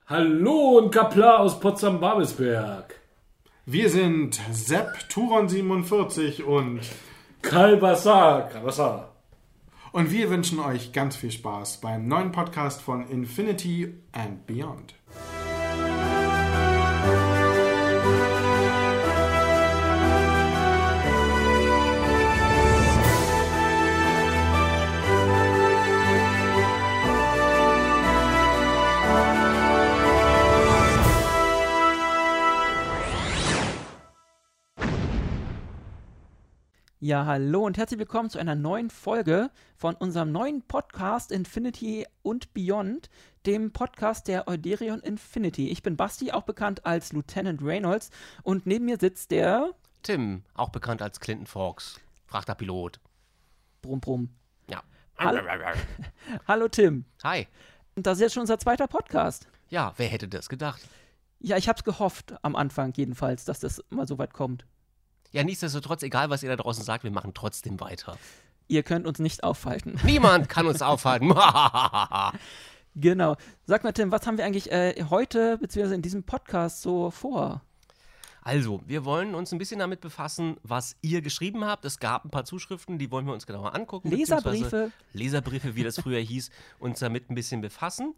Hallo und Kapla aus Potsdam-Babelsberg. Wir sind Sepp Turon47 und Kalbasar. Und wir wünschen euch ganz viel Spaß beim neuen Podcast von Infinity and Beyond. Ja, hallo und herzlich willkommen zu einer neuen Folge von unserem neuen Podcast Infinity und Beyond, dem Podcast der Euderion Infinity. Ich bin Basti, auch bekannt als Lieutenant Reynolds, und neben mir sitzt der Tim, auch bekannt als Clinton Fawkes, Frachterpilot. Brumm Brumm. Ja. Hallo Tim. Hi. Und das ist jetzt schon unser zweiter Podcast. Ja, wer hätte das gedacht? Ja, ich hab's gehofft, am Anfang jedenfalls, dass das mal so weit kommt. Ja, nichtsdestotrotz, egal was ihr da draußen sagt, wir machen trotzdem weiter. Ihr könnt uns nicht aufhalten. Niemand kann uns aufhalten. Genau. Sag mal, Tim, was haben wir eigentlich heute, beziehungsweise in diesem Podcast so vor? Also, wir wollen uns ein bisschen damit befassen, was ihr geschrieben habt. Es gab ein paar Zuschriften, die wollen wir uns genauer angucken. Leserbriefe. Leserbriefe, wie das früher hieß, uns damit ein bisschen befassen.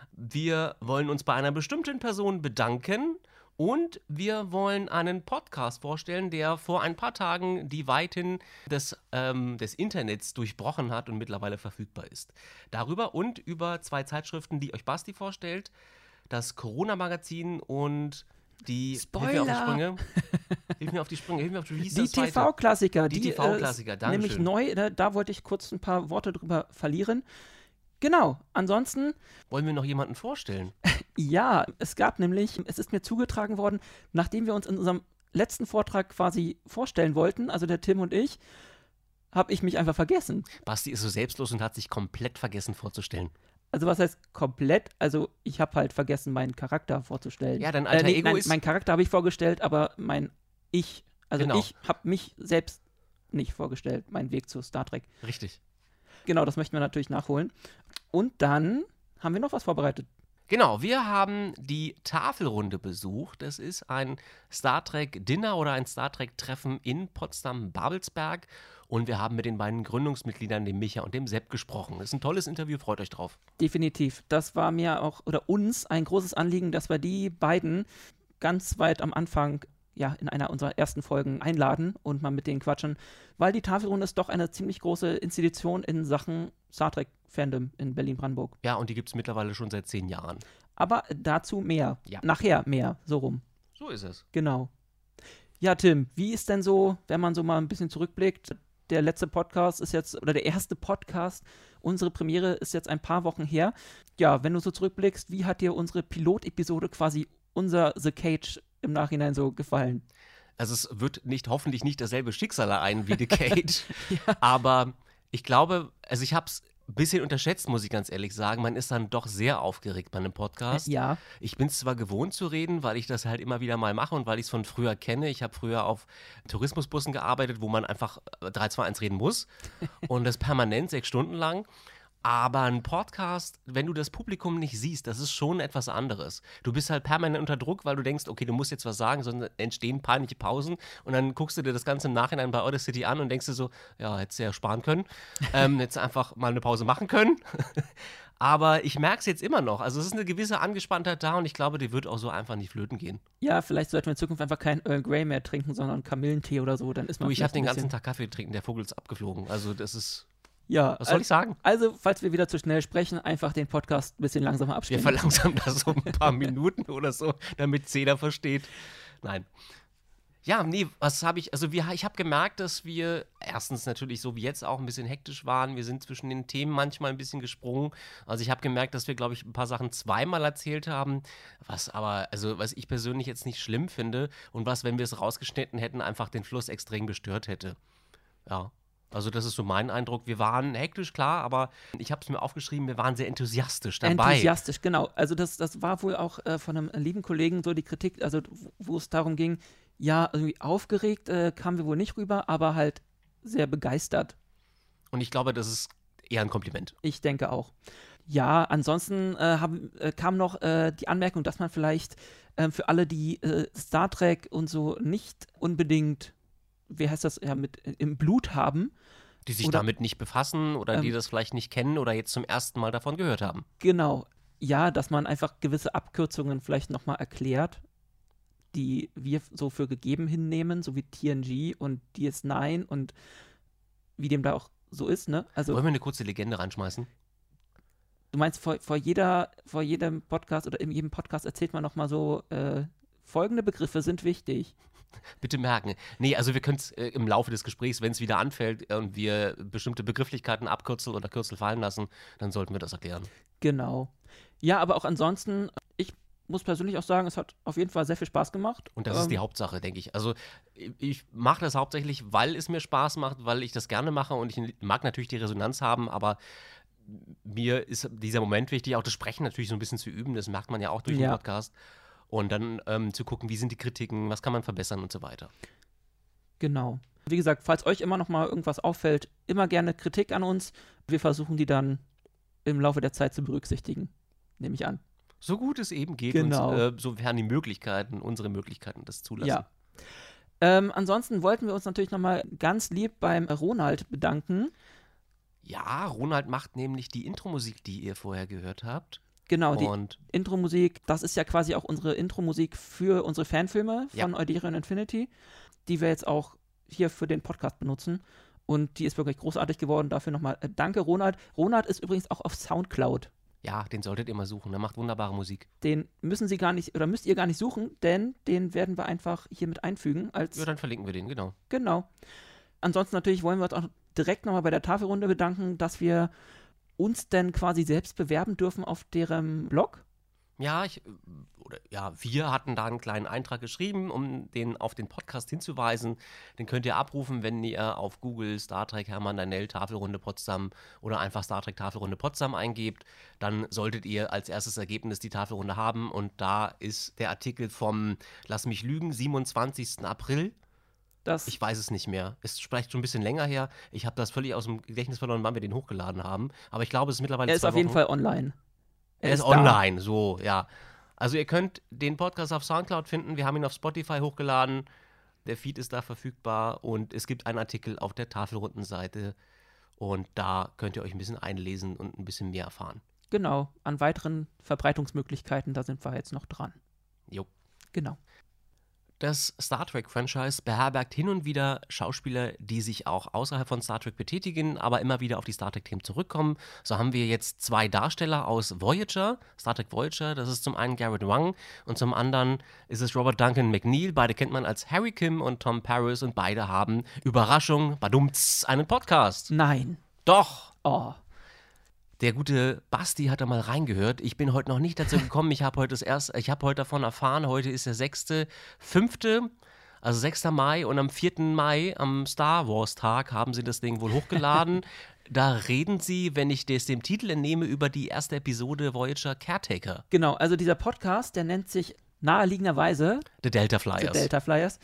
Wir wollen uns bei einer bestimmten Person bedanken. Und wir wollen einen Podcast vorstellen, der vor ein paar Tagen die Weiten des Internets durchbrochen hat und mittlerweile verfügbar ist. Darüber und über zwei Zeitschriften, die euch Basti vorstellt, das Corona-Magazin und die Spoiler! Hilf mir auf die Sprünge. Wie hieß Die das zweite? TV-Klassiker. Die TV-Klassiker, danke nämlich schön. neu, da wollte ich kurz ein paar Worte drüber verlieren. Genau, ansonsten, Wollen wir noch jemanden vorstellen? ja, es ist mir zugetragen worden, nachdem wir uns in unserem letzten Vortrag quasi vorstellen wollten, also der Tim und ich, habe ich mich einfach vergessen. Basti ist so selbstlos und hat sich komplett vergessen vorzustellen. Also was heißt komplett? Also ich habe halt vergessen, meinen Charakter vorzustellen. Ja, dein alter Ego ist... Mein Charakter habe ich vorgestellt, aber ich Genau. habe mich selbst nicht vorgestellt, meinen Weg zu Star Trek. Richtig. Genau, das möchten wir natürlich nachholen. Und dann haben wir noch was vorbereitet. Genau, wir haben die Tafelrunde besucht. Das ist ein Star Trek-Dinner oder ein Star Trek-Treffen in Potsdam-Babelsberg. Und wir haben mit den beiden Gründungsmitgliedern, dem Micha und dem Sepp, gesprochen. Das ist ein tolles Interview, freut euch drauf. Definitiv. Das war mir auch, oder uns, ein großes Anliegen, dass wir die beiden ganz weit am Anfang, ja, in einer unserer ersten Folgen einladen und mal mit denen quatschen, weil die Tafelrunde ist doch eine ziemlich große Institution in Sachen Star Trek-Fandom in Berlin-Brandenburg. Ja, und die gibt es mittlerweile schon seit 10 Jahren. Aber dazu mehr. Ja. Nachher mehr, so rum. So ist es. Genau. Ja, Tim, wie ist denn so, wenn man so mal ein bisschen zurückblickt, der letzte Podcast ist jetzt, oder der erste Podcast, unsere Premiere ist jetzt ein paar Wochen her. Ja, wenn du so zurückblickst, wie hat dir unsere Pilotepisode quasi unser The Cage im Nachhinein so gefallen? Also es wird hoffentlich nicht dasselbe Schicksal ereilen wie The Cage, aber ich glaube, also ich habe es ein bisschen unterschätzt, muss ich ganz ehrlich sagen. Man ist dann doch sehr aufgeregt bei einem Podcast. Ja. Ich bin es zwar gewohnt zu reden, weil ich das halt immer wieder mal mache und weil ich es von früher kenne. Ich habe früher auf Tourismusbussen gearbeitet, wo man einfach 3, 2, 1 reden muss und das permanent 6 Stunden lang. Aber ein Podcast, wenn du das Publikum nicht siehst, das ist schon etwas anderes. Du bist halt permanent unter Druck, weil du denkst, okay, du musst jetzt was sagen, sonst entstehen peinliche Pausen und dann guckst du dir das Ganze im Nachhinein bei Audacity an und denkst dir so, ja, hättest du ja sparen können, hättest du einfach mal eine Pause machen können. Aber ich merke es jetzt immer noch. Also es ist eine gewisse Angespanntheit da und ich glaube, die wird auch so einfach nicht flöten gehen. Ja, vielleicht sollten wir in Zukunft einfach keinen Earl Grey mehr trinken, sondern Kamillentee oder so. Dann ist man Ich habe vielleicht den ein ganzen bisschen- Tag Kaffee getrunken, der Vogel ist abgeflogen. Also das ist, Ja, was soll ich sagen? Also, falls wir wieder zu schnell sprechen, einfach den Podcast ein bisschen langsamer Wir abspielen. verlangsamen das so ein paar Minuten oder so, damit jeder versteht. Nein. Ja, nee, was habe ich, also ich habe gemerkt, dass wir erstens natürlich so wie jetzt auch ein bisschen hektisch waren. Wir sind zwischen den Themen manchmal ein bisschen gesprungen. Also ich habe gemerkt, dass wir, glaube ich, ein paar Sachen zweimal erzählt haben, was ich persönlich jetzt nicht schlimm finde und was, wenn wir es rausgeschnitten hätten, einfach den Fluss extrem gestört hätte. Ja. Also das ist so mein Eindruck. Wir waren hektisch, klar, aber ich habe es mir aufgeschrieben, wir waren sehr enthusiastisch dabei. Enthusiastisch, genau. Also das war wohl auch von einem lieben Kollegen so die Kritik, also wo es darum ging, ja, irgendwie aufgeregt kamen wir wohl nicht rüber, aber halt sehr begeistert. Und ich glaube, das ist eher ein Kompliment. Ich denke auch. Ja, ansonsten kam noch die Anmerkung, dass man vielleicht für alle, die Star Trek und so nicht unbedingt, wie heißt das, im Blut haben. Die sich damit nicht befassen oder die das vielleicht nicht kennen oder jetzt zum ersten Mal davon gehört haben. Genau. Ja, dass man einfach gewisse Abkürzungen vielleicht nochmal erklärt, die wir so für gegeben hinnehmen, so wie TNG und DS9 und wie dem da auch so ist, ne? Also, wollen wir eine kurze Legende reinschmeißen? Du meinst, vor jedem Podcast oder in jedem Podcast erzählt man nochmal so, folgende Begriffe sind wichtig. Bitte merken. Nee, also wir können es im Laufe des Gesprächs, wenn es wieder anfällt und wir bestimmte Begrifflichkeiten abkürzeln oder Kürzel fallen lassen, dann sollten wir das erklären. Genau. Ja, aber auch ansonsten, ich muss persönlich auch sagen, es hat auf jeden Fall sehr viel Spaß gemacht. Und das ist die Hauptsache, denke ich. Also ich mache das hauptsächlich, weil es mir Spaß macht, weil ich das gerne mache und ich mag natürlich die Resonanz haben, aber mir ist dieser Moment wichtig, auch das Sprechen natürlich so ein bisschen zu üben, das merkt man ja auch durch den Podcast. Und dann zu gucken, wie sind die Kritiken, was kann man verbessern und so weiter. Genau. Wie gesagt, falls euch immer noch mal irgendwas auffällt, immer gerne Kritik an uns. Wir versuchen die dann im Laufe der Zeit zu berücksichtigen, nehme ich an. So gut es eben geht Genau. und sofern unsere Möglichkeiten das zulassen. Ja. Ansonsten wollten wir uns natürlich noch mal ganz lieb beim Ronald bedanken. Ja, Ronald macht nämlich die Intro-Musik, die ihr vorher gehört habt. Genau, die Intro-Musik, das ist ja quasi auch unsere Intro-Musik für unsere Fanfilme von Euderion Infinity, die wir jetzt auch hier für den Podcast benutzen. Und die ist wirklich großartig geworden. Dafür nochmal danke, Ronald. Ronald ist übrigens auch auf Soundcloud. Ja, den solltet ihr mal suchen. Der macht wunderbare Musik. Den müsst ihr gar nicht suchen, denn den werden wir einfach hier mit einfügen. Ja, dann verlinken wir den, genau. Genau. Ansonsten natürlich wollen wir uns auch direkt nochmal bei der Tafelrunde bedanken, dass wir uns denn quasi selbst bewerben dürfen auf deren Blog. Ja, wir hatten da einen kleinen Eintrag geschrieben, um den auf den Podcast hinzuweisen. Den könnt ihr abrufen, wenn ihr auf Google Star Trek Hermann Daniel Tafelrunde Potsdam oder einfach Star Trek Tafelrunde Potsdam eingebt. Dann solltet ihr als erstes Ergebnis die Tafelrunde haben und da ist der Artikel vom, lass mich lügen, 27. April. Ich weiß es nicht mehr. Ist vielleicht schon ein bisschen länger her. Ich habe das völlig aus dem Gedächtnis verloren, wann wir den hochgeladen haben. Aber ich glaube, es ist mittlerweile 2 Wochen. Er ist auf jeden Fall online. Er ist online, so, ja. Also ihr könnt den Podcast auf Soundcloud finden. Wir haben ihn auf Spotify hochgeladen. Der Feed ist da verfügbar. Und es gibt einen Artikel auf der Tafelrundenseite. Und da könnt ihr euch ein bisschen einlesen und ein bisschen mehr erfahren. Genau. An weiteren Verbreitungsmöglichkeiten, da sind wir jetzt noch dran. Jo. Genau. Das Star Trek-Franchise beherbergt hin und wieder Schauspieler, die sich auch außerhalb von Star Trek betätigen, aber immer wieder auf die Star Trek-Themen zurückkommen. So haben wir jetzt 2 Darsteller aus Voyager, Star Trek Voyager. Das ist zum einen Garrett Wang und zum anderen ist es Robert Duncan McNeill. Beide kennt man als Harry Kim und Tom Paris und beide haben, Überraschung, badumts, einen Podcast. Nein. Doch. Oh. Der gute Basti hat da mal reingehört. Ich bin heute noch nicht dazu gekommen. Ich habe heute davon erfahren, heute ist der 6.5., also 6. Mai und am 4. Mai, am Star Wars Tag, haben sie das Ding wohl hochgeladen. Da reden sie, wenn ich das dem Titel entnehme, über die erste Episode Voyager Caretaker. Genau, also dieser Podcast, der nennt sich naheliegenderweise The Delta Flyers. The Delta Flyers.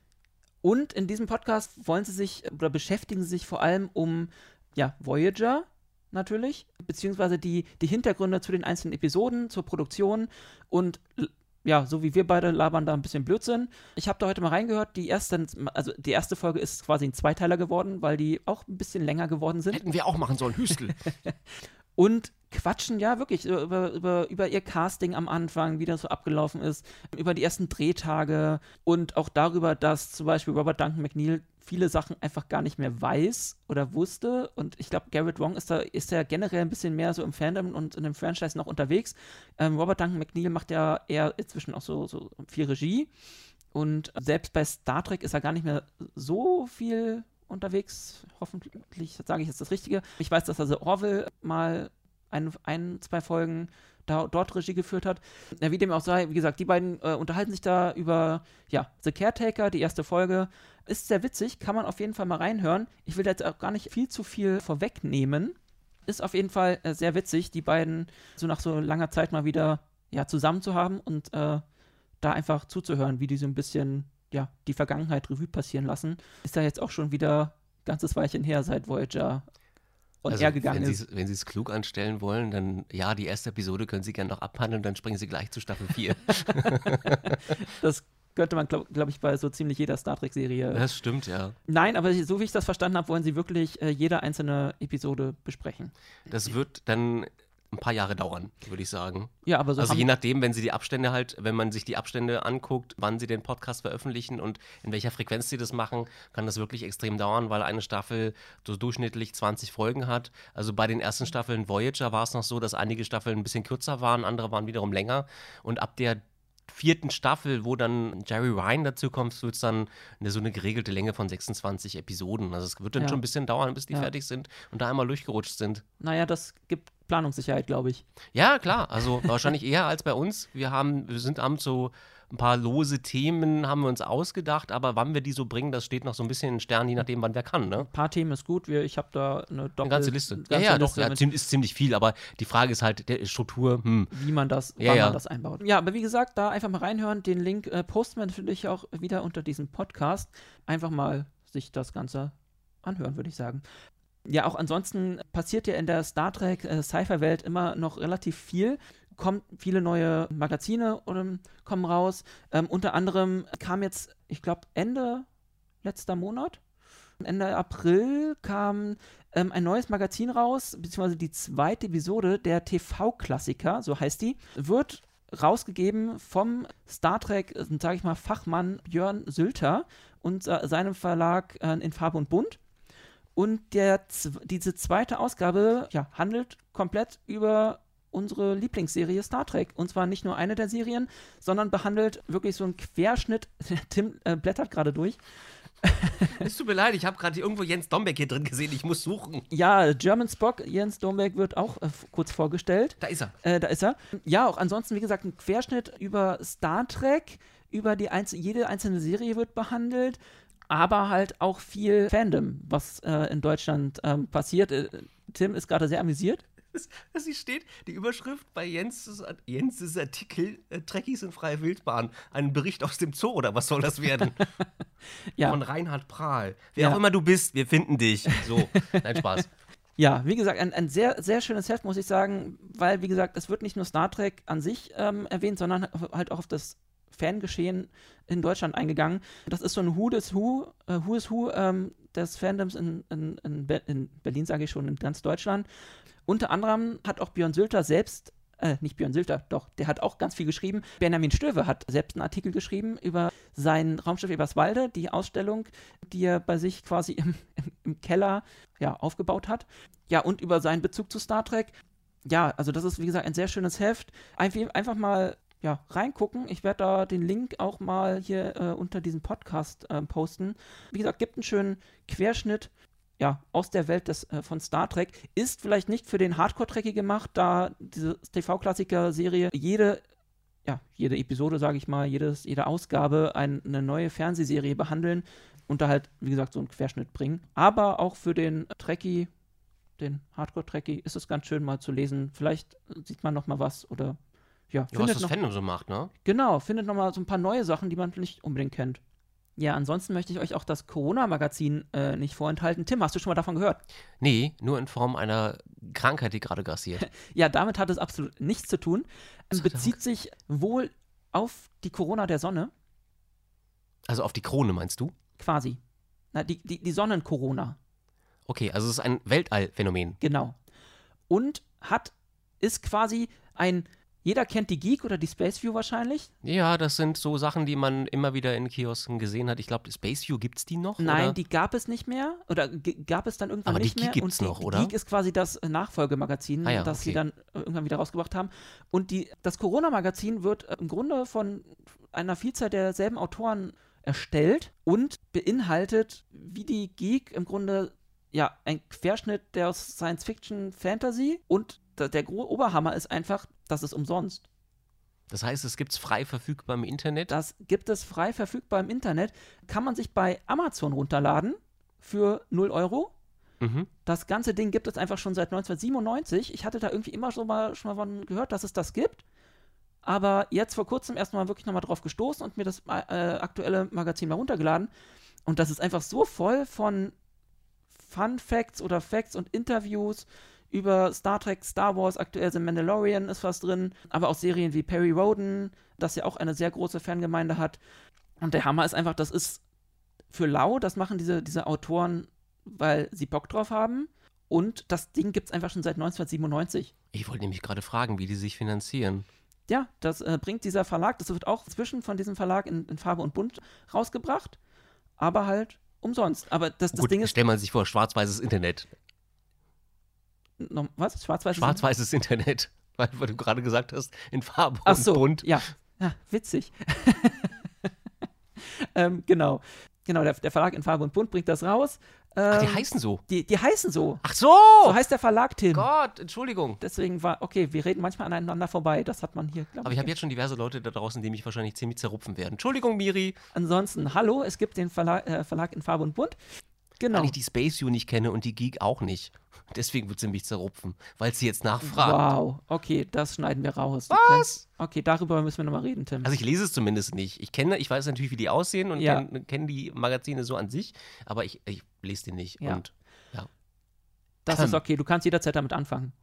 Und in diesem Podcast beschäftigen sie sich vor allem um Voyager, natürlich, beziehungsweise die Hintergründe zu den einzelnen Episoden, zur Produktion und so wie wir beide labern da ein bisschen Blödsinn. Ich habe da heute mal reingehört, die erste Folge ist quasi ein Zweiteiler geworden, weil die auch ein bisschen länger geworden sind. Hätten wir auch machen sollen, Hüstel. Und quatschen ja wirklich über ihr Casting am Anfang, wie das so abgelaufen ist, über die ersten Drehtage und auch darüber, dass zum Beispiel Robert Duncan McNeill viele Sachen einfach gar nicht mehr weiß oder wusste. Und ich glaube, Garrett Wang ist ja generell ein bisschen mehr so im Fandom und in dem Franchise noch unterwegs. Robert Duncan McNeill macht ja eher inzwischen auch so viel Regie. Und selbst bei Star Trek ist er gar nicht mehr so viel unterwegs. Hoffentlich sage ich jetzt das Richtige. Ich weiß, dass er The Orville mal 2 Folgen dort Regie geführt hat. Wie dem auch sei, wie gesagt, die beiden unterhalten sich da über The Caretaker, die erste Folge. Ist sehr witzig, kann man auf jeden Fall mal reinhören. Ich will jetzt auch gar nicht viel zu viel vorwegnehmen. Ist auf jeden Fall sehr witzig, die beiden so nach so langer Zeit mal wieder zusammen zu haben und da einfach zuzuhören, wie die so ein bisschen die Vergangenheit Revue passieren lassen. Ist da jetzt auch schon wieder ein ganzes Weilchen her, seit Voyager on air gegangen ist. Wenn Sie es klug anstellen wollen, dann ja, die erste Episode können Sie gerne noch abhandeln, dann springen Sie gleich zu Staffel 4. Das könnte man, glaube ich, bei so ziemlich jeder Star Trek-Serie. Das stimmt, ja. Nein, aber so wie ich das verstanden habe, wollen Sie wirklich jede einzelne Episode besprechen. Das wird dann ein paar Jahre dauern, würde ich sagen. Ja, aber so also je nachdem, wenn man sich die Abstände anguckt, wann sie den Podcast veröffentlichen und in welcher Frequenz sie das machen, kann das wirklich extrem dauern, weil eine Staffel so durchschnittlich 20 Folgen hat. Also bei den ersten Staffeln Voyager war es noch so, dass einige Staffeln ein bisschen kürzer waren, andere waren wiederum länger. Und ab der 4. Staffel, wo dann Jerry Ryan dazu kommt, wird es dann so eine geregelte Länge von 26 Episoden. Also es wird dann schon ein bisschen dauern, bis die fertig sind und da einmal durchgerutscht sind. Naja, das gibt Planungssicherheit, glaube ich. Ja, klar. Also wahrscheinlich eher als bei uns. Wir sind abends so ein paar lose Themen haben wir uns ausgedacht, aber wann wir die so bringen, das steht noch so ein bisschen in Sternen, je nachdem, wann wer kann, ne? Ein paar Themen ist gut. Ich habe da eine ganze Liste. Ist ziemlich viel, aber die Frage ist halt der Struktur, wie man das, wann man das einbaut. Ja, aber wie gesagt, da einfach mal reinhören. Den Link posten wir natürlich auch wieder unter diesem Podcast. Einfach mal sich das Ganze anhören, würde ich sagen. Ja, auch ansonsten passiert ja in der Star Trek Sci-Fi-Welt immer noch relativ viel. Kommen viele neue Magazine kommen raus. Unter anderem kam jetzt, ich glaube, Ende letzter Monat, Ende April kam ein neues Magazin raus, beziehungsweise die 2. Episode der TV-Klassiker, so heißt die, wird rausgegeben vom Star Trek, sage ich mal, Fachmann Björn Sülter und seinem Verlag in Farbe und Bunt. Und diese 2. Ausgabe handelt komplett über unsere Lieblingsserie Star Trek. Und zwar nicht nur eine der Serien, sondern behandelt wirklich so einen Querschnitt. Tim blättert gerade durch. Es tut mir leid, ich habe gerade irgendwo Jens Dombeck hier drin gesehen. Ich muss suchen. Ja, German Spock, Jens Dombeck wird auch kurz vorgestellt. Da ist er. Da ist er. Ja, auch ansonsten, wie gesagt, ein Querschnitt über Star Trek, über jede einzelne Serie wird behandelt. Aber halt auch viel Fandom, was in Deutschland passiert. Tim ist gerade sehr amüsiert. Hier steht die Überschrift bei Jens' Artikel Trekkies in freier Wildbahn. Ein Bericht aus dem Zoo oder was soll das werden? Von Reinhard Prahl. Wer auch immer du bist, wir finden dich. So, nein, Spaß. Ja, wie gesagt, ein sehr, sehr schönes Heft, muss ich sagen, weil, wie gesagt, es wird nicht nur Star Trek an sich erwähnt, sondern halt auch auf das Fangeschehen in Deutschland eingegangen. Das ist so ein Who is Who des Fandoms in Berlin, sage ich schon, in ganz Deutschland. Unter anderem hat auch Björn Sülter selbst, nicht Björn Sülter, doch, der hat auch ganz viel geschrieben. Benjamin Stöwe hat selbst einen Artikel geschrieben über sein Raumschiff Eberswalde, die Ausstellung, die er bei sich quasi im Keller aufgebaut hat. Ja, und über seinen Bezug zu Star Trek. Ja, also das ist, wie gesagt, ein sehr schönes Heft. Einfach mal reingucken. Ich werde da den Link auch mal hier unter diesem Podcast posten. Wie gesagt, gibt einen schönen Querschnitt aus der Welt von Star Trek. Ist vielleicht nicht für den Hardcore-Trekkie gemacht, da diese TV-Klassiker-Serie jede Episode, sage ich mal, jede Ausgabe eine neue Fernsehserie behandeln und da halt, wie gesagt, so einen Querschnitt bringen. Aber auch für den Trekkie, den Hardcore-Trekkie, ist es ganz schön mal zu lesen. Vielleicht sieht man noch mal was oder was das Fandom so macht, ne? Genau, findet noch mal so ein paar neue Sachen, die man nicht unbedingt kennt. Ja, ansonsten möchte ich euch auch das Corona-Magazin nicht vorenthalten. Tim, hast du schon mal davon gehört? Nee, nur in Form einer Krankheit, die gerade grassiert. Ja, damit hat es absolut nichts zu tun. Bezieht sich wohl auf die Corona der Sonne. Also auf die Krone, meinst du? Quasi. Na, die Sonnen-Corona. Okay, also es ist ein Weltall-Phänomen. Genau. Und ist quasi jeder kennt die Geek oder die Space View wahrscheinlich. Ja, das sind so Sachen, die man immer wieder in Kiosken gesehen hat. Ich glaube, Space View gibt es die noch? Nein, oder? Die gab es nicht mehr. Oder gab es dann irgendwann nicht mehr. Aber die Geek gibt es noch, oder? Die Geek ist quasi das Nachfolgemagazin, das sie dann irgendwann wieder rausgebracht haben. Und das Corona-Magazin wird im Grunde von einer Vielzahl derselben Autoren erstellt und beinhaltet, wie die Geek im Grunde ein Querschnitt der Science-Fiction, Fantasy und der Oberhammer ist einfach, das ist umsonst. Das heißt, es gibt es frei verfügbar im Internet? Das gibt es frei verfügbar im Internet. Kann man sich bei Amazon runterladen für 0 €. Mhm. Das ganze Ding gibt es einfach schon seit 1997. Ich hatte da irgendwie immer schon mal von gehört, dass es das gibt. Aber jetzt vor kurzem erstmal wirklich nochmal drauf gestoßen und mir das aktuelle Magazin mal runtergeladen. Und das ist einfach so voll von Fun Facts oder Facts und Interviews über Star Trek, Star Wars, aktuell The Mandalorian ist was drin, aber auch Serien wie Perry Rhodan, das ja auch eine sehr große Fangemeinde hat. Und der Hammer ist einfach, das ist für lau, das machen diese Autoren, weil sie Bock drauf haben. Und das Ding gibt es einfach schon seit 1997. Ich wollte nämlich gerade fragen, wie die sich finanzieren. Ja, das bringt dieser Verlag, das wird auch zwischen von diesem Verlag in Farbe und Bunt rausgebracht, aber halt umsonst. Aber das Gut, Ding ist... stellt man sich vor, schwarz-weißes Internet. Was? Schwarz-weißes Internet, weil du gerade gesagt hast, in Farbe Ach und so, bunt. ja, witzig. Genau, der Verlag in Farbe und Bunt bringt das raus. Ach, die heißen so. Die heißen so. Ach so! So heißt der Verlag, Tim. Gott, Entschuldigung. Deswegen okay, wir reden manchmal aneinander vorbei. Das hat man hier, glaube ich. Aber ich habe jetzt schon diverse Leute da draußen, die mich wahrscheinlich ziemlich zerrupfen werden. Entschuldigung, Miri. Ansonsten, hallo, es gibt den Verlag in Farbe und Bunt. Genau. Weil ich die Space U nicht kenne und die Geek auch nicht. Deswegen wird sie mich zerrupfen, weil sie jetzt nachfragt. Wow, okay, das schneiden wir raus. Was? Okay, darüber müssen wir nochmal reden, Tim. Also ich lese es zumindest nicht. Ich weiß natürlich, wie die aussehen und Ja. kenne die Magazine so an sich, aber ich lese die nicht. Ja. Und Das ist okay, du kannst jederzeit damit anfangen.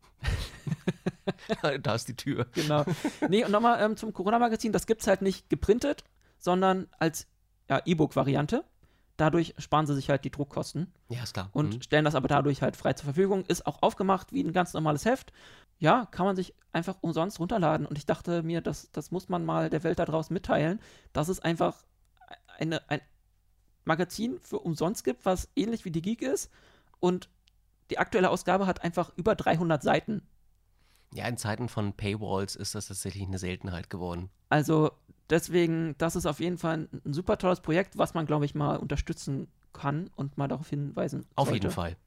da ist die Tür. Genau. Nee, und nochmal zum Corona-Magazin, das gibt's halt nicht geprintet, sondern als E-Book-Variante. Dadurch sparen sie sich halt die Druckkosten Ja, ist klar. und stellen das aber dadurch halt frei zur Verfügung. Ist auch aufgemacht wie ein ganz normales Heft. Ja, kann man sich einfach umsonst runterladen. Und ich dachte mir, das muss man mal der Welt da draußen mitteilen, dass es einfach ein Magazin für umsonst gibt, was ähnlich wie die Geek ist. Und die aktuelle Ausgabe hat einfach über 300 Seiten. Ja, in Zeiten von Paywalls ist das tatsächlich eine Seltenheit geworden. Also deswegen, das ist auf jeden Fall ein super tolles Projekt, was man, glaube ich, mal unterstützen kann und mal darauf hinweisen sollte. Auf jeden Fall.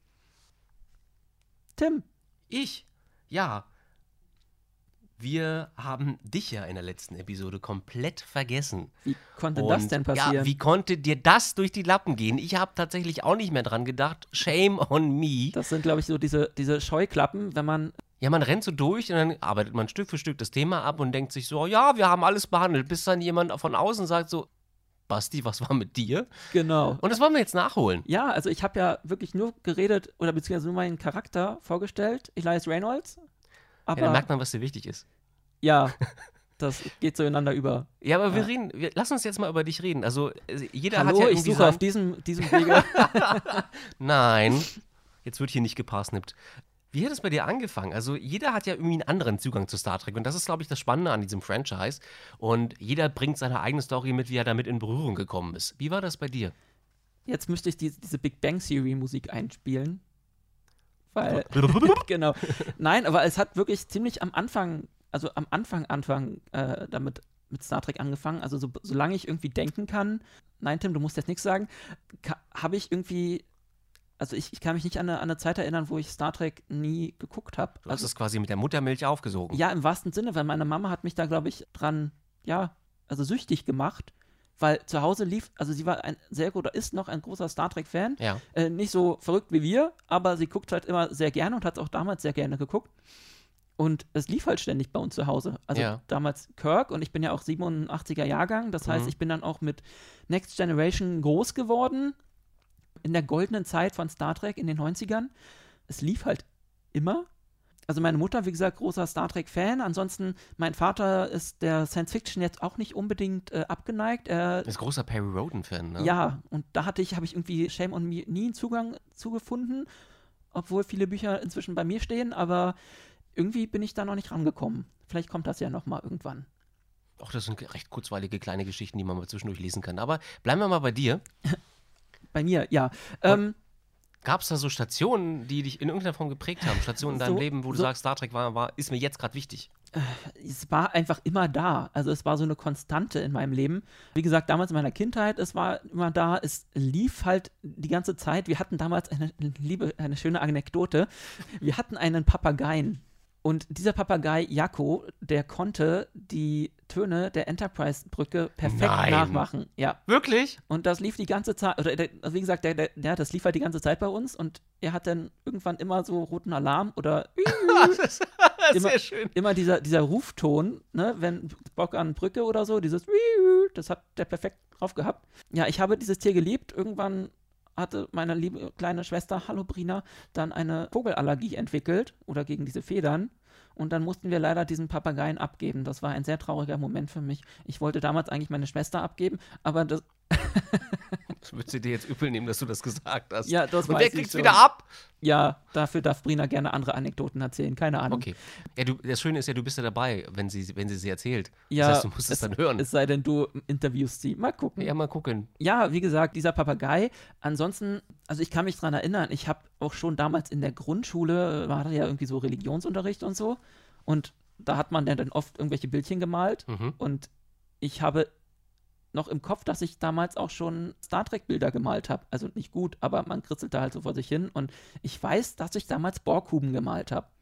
Tim, Ja. Wir haben dich ja in der letzten Episode komplett vergessen. wie konnte das denn passieren? Ja, wie konnte dir das durch die Lappen gehen? Ich habe tatsächlich auch nicht mehr dran gedacht. Shame on me. Das sind, glaube ich, so diese Scheuklappen, wenn man Ja, man rennt so durch und dann arbeitet man Stück für Stück das Thema ab und denkt sich so, ja, wir haben alles behandelt, bis dann jemand von außen sagt so, Basti, was war mit dir? genau. Und das wollen wir jetzt nachholen. Ja, also ich habe ja wirklich nur geredet oder beziehungsweise nur meinen Charakter vorgestellt, Elias Reynolds. Ja, Aber dann merkt man, was dir wichtig ist. ja, das geht so ineinander über. Ja, aber lass uns jetzt mal über dich reden. Also jeder hat Hallo, ja ich irgendwie suche auf diesem Wege. Nein, jetzt wird hier nicht geparsnippt. Wie hat es bei dir angefangen? Also jeder hat ja irgendwie einen anderen Zugang zu Star Trek und das ist, glaube ich, das Spannende an diesem Franchise. Und jeder bringt seine eigene Story mit, wie er damit in Berührung gekommen ist. Wie war das bei dir? Jetzt müsste ich diese Big Bang Theory Musik einspielen. Weil, genau. Nein, aber es hat wirklich ziemlich am Anfang damit mit Star Trek angefangen. Also solange ich irgendwie denken kann, nein, Tim, du musst jetzt nichts sagen, habe ich irgendwie, also ich kann mich nicht an eine Zeit erinnern, wo ich Star Trek nie geguckt habe. Du hast es quasi mit der Muttermilch aufgesogen. Ja, im wahrsten Sinne, weil meine Mama hat mich da, glaube ich, dran, süchtig gemacht. Weil zu Hause also sie war ist noch ein großer Star Trek-Fan. Ja. Nicht so verrückt wie wir, aber sie guckt halt immer sehr gerne und hat es auch damals sehr gerne geguckt. Und es lief halt ständig bei uns zu Hause. Also Ja. damals Kirk und ich bin ja auch 87er Jahrgang. Das heißt, ich bin dann auch mit Next Generation groß geworden. In der goldenen Zeit von Star Trek in den 90ern. Es lief halt immer. Also meine Mutter, wie gesagt, großer Star Trek-Fan. Ansonsten, mein Vater ist der Science-Fiction jetzt auch nicht unbedingt abgeneigt. Du bist großer Perry Rhodan-Fan, ne? Ja, und da habe ich irgendwie Shame on Me nie einen Zugang zugefunden, obwohl viele Bücher inzwischen bei mir stehen, aber irgendwie bin ich da noch nicht rangekommen. Vielleicht kommt das ja noch mal irgendwann. Ach, das sind recht kurzweilige kleine Geschichten, die man mal zwischendurch lesen kann. Aber bleiben wir mal bei dir. Bei mir, ja. Gab es da so Stationen, die dich in irgendeiner Form geprägt haben? Stationen in deinem Leben, wo du sagst, Star Trek ist mir jetzt gerade wichtig? Es war einfach immer da. Also es war so eine Konstante in meinem Leben. Wie gesagt, damals in meiner Kindheit, es war immer da. Es lief halt die ganze Zeit. Wir hatten damals eine schöne Anekdote. Wir hatten einen Papageien. Und dieser Papagei Jakko, der konnte die Töne der Enterprise-Brücke perfekt nachmachen. Ja. Wirklich? Und das lief die ganze Zeit, also wie gesagt, das lief halt die ganze Zeit bei uns und er hat dann irgendwann immer so roten Alarm oder Das ist sehr schön. immer dieser Rufton, ne, wenn Bock an Brücke oder so, das hat der perfekt drauf gehabt. Ja, ich habe dieses Tier geliebt. Irgendwann hatte meine liebe kleine Schwester, hallo Brina, dann eine Vogelallergie entwickelt oder gegen diese Federn. Und dann mussten wir leider diesen Papageien abgeben. Das war ein sehr trauriger Moment für mich. Ich wollte damals eigentlich meine Schwester abgeben, aber das... Das würdest du dir jetzt übel nehmen, dass du das gesagt hast. Ja, das Und weiß wer ich kriegt's schon. wieder ab? Ja, dafür darf Brina gerne andere Anekdoten erzählen, keine Ahnung. Okay. Ja, das Schöne ist ja, du bist ja dabei, wenn sie erzählt. Ja, das heißt, du musst es dann hören. Es sei denn, du interviewst sie. Mal gucken. Ja, mal gucken. Ja, wie gesagt, dieser Papagei. Ansonsten, also ich kann mich dran erinnern, ich habe auch schon damals in der Grundschule, man hatte ja irgendwie so Religionsunterricht und so. Und da hat man ja dann oft irgendwelche Bildchen gemalt. Mhm. Und ich habe noch im Kopf, dass ich damals auch schon Star Trek-Bilder gemalt habe. Also nicht gut, aber man kritzelte halt so vor sich hin. Und ich weiß, dass ich damals Borghuben gemalt habe.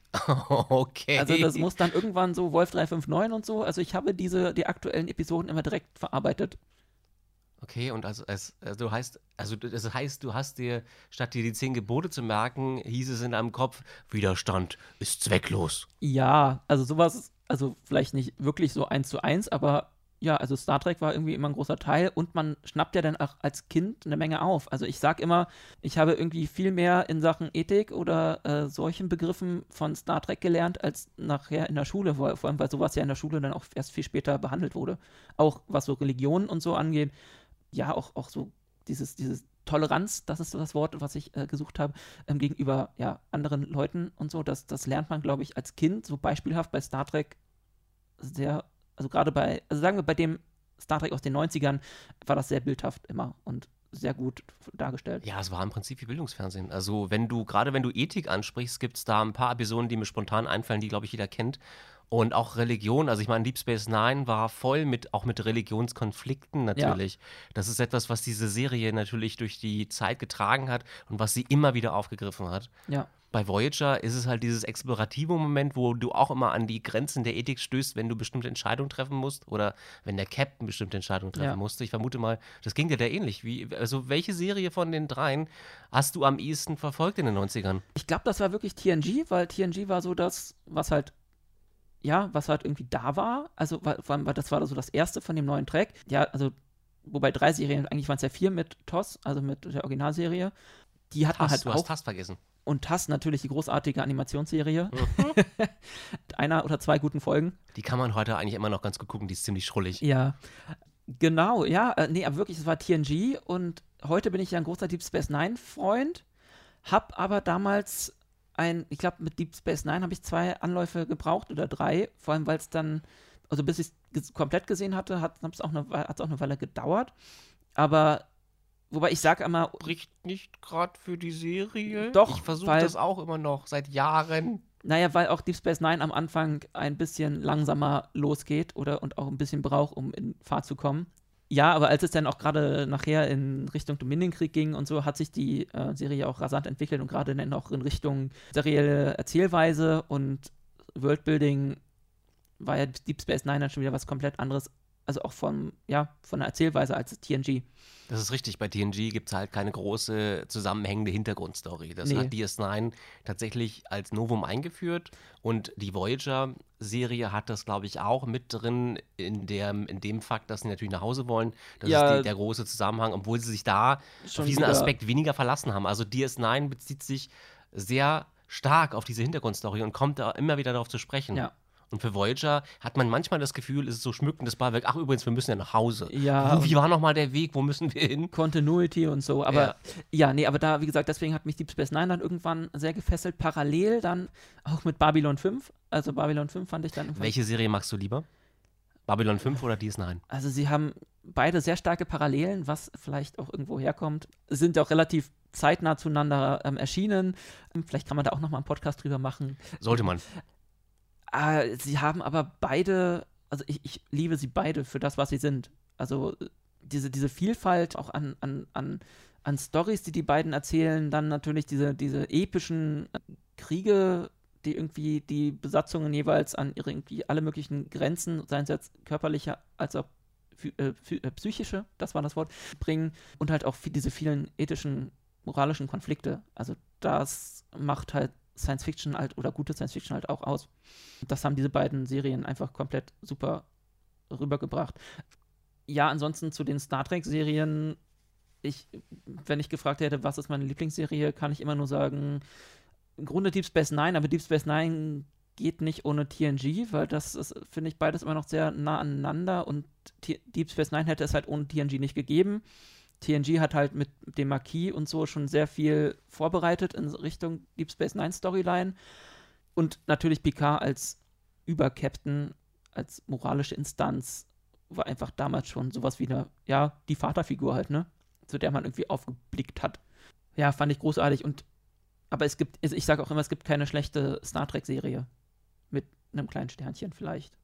Okay. Also das muss dann irgendwann so Wolf 359 und so. Also ich habe die aktuellen Episoden immer direkt verarbeitet. Okay, und das heißt, du hast dir, statt dir die 10 Gebote zu merken, hieß es in deinem Kopf, Widerstand ist zwecklos. Ja, also sowas, also vielleicht nicht wirklich so 1:1, aber ja, also Star Trek war irgendwie immer ein großer Teil und man schnappt ja dann auch als Kind eine Menge auf. Also ich sag immer, ich habe irgendwie viel mehr in Sachen Ethik oder solchen Begriffen von Star Trek gelernt, als nachher in der Schule, vor allem weil sowas ja in der Schule dann auch erst viel später behandelt wurde. Auch was so Religion und so angeht, ja, auch so dieses Toleranz, das ist so das Wort, was ich gesucht habe, gegenüber ja, anderen Leuten und so, das lernt man, glaube ich, als Kind so beispielhaft bei Star Trek sehr, also gerade also sagen wir, bei dem Star Trek aus den 90ern war das sehr bildhaft immer und sehr gut dargestellt. Ja, es war im Prinzip wie Bildungsfernsehen. Also gerade wenn du Ethik ansprichst, gibt es da ein paar Episoden, die mir spontan einfallen, die, glaube ich, jeder kennt. Und auch Religion, also ich meine, Deep Space Nine war voll auch mit Religionskonflikten natürlich. Ja. Das ist etwas, was diese Serie natürlich durch die Zeit getragen hat und was sie immer wieder aufgegriffen hat. Ja. Bei Voyager ist es halt dieses explorative Moment, wo du auch immer an die Grenzen der Ethik stößt, wenn du bestimmte Entscheidungen treffen musst oder wenn der Captain bestimmte Entscheidungen treffen musste. Ich vermute mal, das ging dir da ähnlich. Also welche Serie von den dreien hast du am ehesten verfolgt in den 90ern? Ich glaube, das war wirklich TNG, weil TNG war so das, was halt irgendwie da war. Also, weil das war so das erste von dem neuen Track. Ja, also, wobei 3 Serien, eigentlich waren es ja 4 mit TOS, also mit der Originalserie. Die hat man halt auch. Du hast TAS vergessen. Und TAS natürlich die großartige Animationsserie. Einer oder 2 guten Folgen. Die kann man heute eigentlich immer noch ganz gut gucken, die ist ziemlich schrullig. Ja, genau, ja. Nee, aber wirklich, es war TNG und heute bin ich ja ein großer Deep Space Nine-Freund. Hab aber damals ich glaube, mit Deep Space Nine habe ich 2 Anläufe gebraucht oder 3, vor allem, weil es dann, also bis ich es komplett gesehen hatte, hat es auch eine Weile gedauert. Aber, wobei ich sage immer. Spricht nicht gerade für die Serie? Doch. Ich versuche das auch immer noch, seit Jahren. Naja, weil auch Deep Space Nine am Anfang ein bisschen langsamer losgeht und auch ein bisschen braucht, um in Fahrt zu kommen. Ja, aber als es dann auch gerade nachher in Richtung Dominienkrieg ging und so, hat sich die Serie auch rasant entwickelt und gerade dann auch in Richtung serielle Erzählweise und Worldbuilding war ja Deep Space Nine dann schon wieder was komplett anderes, also auch von der Erzählweise als TNG. Das ist richtig, bei TNG gibt es halt keine große zusammenhängende Hintergrundstory. Das hat DS9 tatsächlich als Novum eingeführt und die Voyager-Serie hat das, glaube ich, auch mit drin in dem Fakt, dass sie natürlich nach Hause wollen. Das ist der große Zusammenhang, obwohl sie sich da auf diesen Aspekt weniger verlassen haben. Also DS9 bezieht sich sehr stark auf diese Hintergrundstory und kommt da immer wieder darauf zu sprechen. Ja. Und für Voyager hat man manchmal das Gefühl, es ist so schmückendes Beiwerk. Ach, übrigens, wir müssen ja nach Hause. Ja. Wie war nochmal der Weg? Wo müssen wir hin? Continuity und so. Aber aber da, wie gesagt, deswegen hat mich Deep Space Nine dann irgendwann sehr gefesselt. Parallel dann auch mit Babylon 5. Also Babylon 5 fand ich dann irgendwann. Welche Serie magst du lieber? Babylon 5 oder DS9? Also sie haben beide sehr starke Parallelen, was vielleicht auch irgendwo herkommt. Sind auch relativ zeitnah zueinander erschienen. Vielleicht kann man da auch nochmal einen Podcast drüber machen. Sollte man. Sie haben aber beide, also ich liebe sie beide für das, was sie sind. Also diese Vielfalt auch an Storys, die beiden erzählen, dann natürlich diese epischen Kriege, die irgendwie die Besatzungen jeweils an ihre irgendwie alle möglichen Grenzen, seien es jetzt körperliche als auch psychische, das war das Wort, bringen und halt auch diese vielen ethischen, moralischen Konflikte. Also das macht halt Science Fiction halt oder gute Science Fiction halt auch aus. Das haben diese beiden Serien einfach komplett super rübergebracht. Ja, ansonsten zu den Star Trek-Serien, wenn ich gefragt hätte, was ist meine Lieblingsserie, kann ich immer nur sagen, im Grunde Deep Space Nine, aber Deep Space Nine geht nicht ohne TNG, weil das ist, finde ich, beides immer noch sehr nah aneinander und Deep Space Nine hätte es halt ohne TNG nicht gegeben. TNG hat halt mit dem Marquis und so schon sehr viel vorbereitet in Richtung Deep Space Nine Storyline und natürlich Picard als Übercaptain, als moralische Instanz war einfach damals schon sowas wie die Vaterfigur halt, ne? Zu der man irgendwie aufgeblickt hat. Ja, fand ich großartig aber ich sage auch immer, es gibt keine schlechte Star Trek-Serie. Mit einem kleinen Sternchen vielleicht.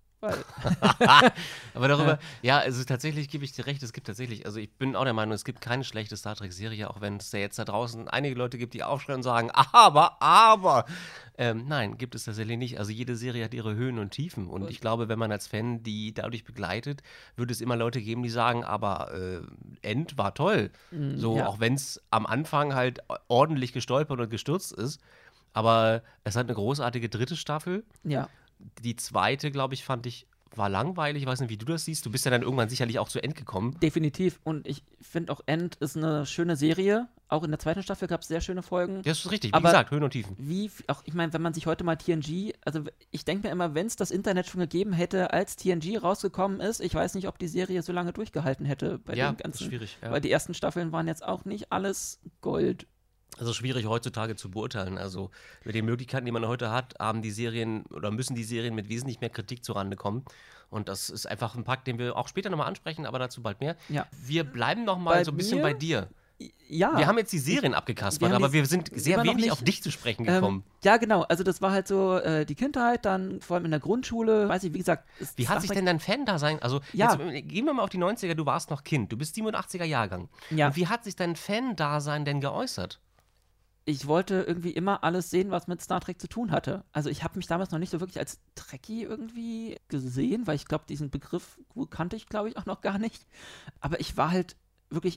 Aber darüber, also tatsächlich gebe ich dir recht, es gibt tatsächlich, also ich bin auch der Meinung, es gibt keine schlechte Star Trek-Serie, auch wenn es ja jetzt da draußen einige Leute gibt, die aufschreien und sagen, aber, nein, gibt es tatsächlich nicht. Also jede Serie hat ihre Höhen und Tiefen und ich glaube, wenn man als Fan die dadurch begleitet, würde es immer Leute geben, die sagen, aber End war toll. Auch wenn es am Anfang halt ordentlich gestolpert und gestürzt ist, aber es hat eine großartige 3. Staffel. Ja. Die 2., glaube ich, war langweilig. Ich weiß nicht, wie du das siehst. Du bist ja dann irgendwann sicherlich auch zu End gekommen. Definitiv. Und ich finde auch End ist eine schöne Serie. Auch in der 2. Staffel gab es sehr schöne Folgen. Das ist richtig. Wie gesagt, Höhen und Tiefen. Ich meine, wenn man sich heute mal TNG, also ich denke mir immer, wenn es das Internet schon gegeben hätte, als TNG rausgekommen ist, ich weiß nicht, ob die Serie so lange durchgehalten hätte. Bei den ganzen, das ist schwierig. Ja. Weil die ersten Staffeln waren jetzt auch nicht alles Gold. Also schwierig heutzutage zu beurteilen. Also mit den Möglichkeiten, die man heute hat, müssen die Serien mit wesentlich mehr Kritik zurande kommen. Und das ist einfach ein Pakt, den wir auch später nochmal ansprechen, aber dazu bald mehr. Ja. Wir bleiben nochmal so ein bisschen bei dir. Ja. Wir haben jetzt die Serien abgekaspert, aber wir sind sehr wenig auf dich zu sprechen gekommen. Ja, genau. Also das war halt so die Kindheit, dann vor allem in der Grundschule, weiß ich, wie gesagt. Wie hat sich denn dein Fan-Dasein, also jetzt gehen wir mal auf die 90er, du warst noch Kind, du bist 87er Jahrgang. Ja. Und wie hat sich dein Fan-Dasein denn geäußert? Ich wollte irgendwie immer alles sehen, was mit Star Trek zu tun hatte. Also ich habe mich damals noch nicht so wirklich als Trekkie irgendwie gesehen, weil ich glaube, diesen Begriff kannte ich, glaube ich, auch noch gar nicht. Aber ich war halt wirklich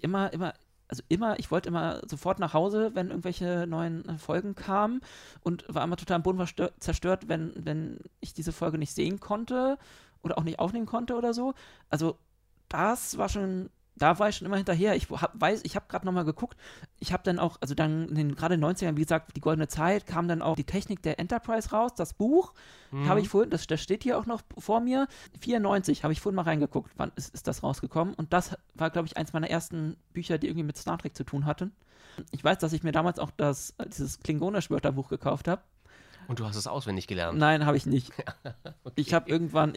ich wollte immer sofort nach Hause, wenn irgendwelche neuen Folgen kamen und war immer total am Boden zerstört, wenn ich diese Folge nicht sehen konnte oder auch nicht aufnehmen konnte oder so. Also das war schon... Da war ich schon immer hinterher. Ich habe gerade nochmal geguckt. Ich habe dann auch, also dann gerade in den 90ern, wie gesagt, die goldene Zeit, kam dann auch die Technik der Enterprise raus, das Buch. Habe ich vorhin, das steht hier auch noch vor mir. 94 habe ich vorhin mal reingeguckt, wann ist das rausgekommen. Und das war, glaube ich, eins meiner ersten Bücher, die irgendwie mit Star Trek zu tun hatten. Ich weiß, dass ich mir damals auch dieses Klingonisch-Wörterbuch gekauft habe. Und du hast es auswendig gelernt? Nein, habe ich nicht. Okay. Ich habe irgendwann,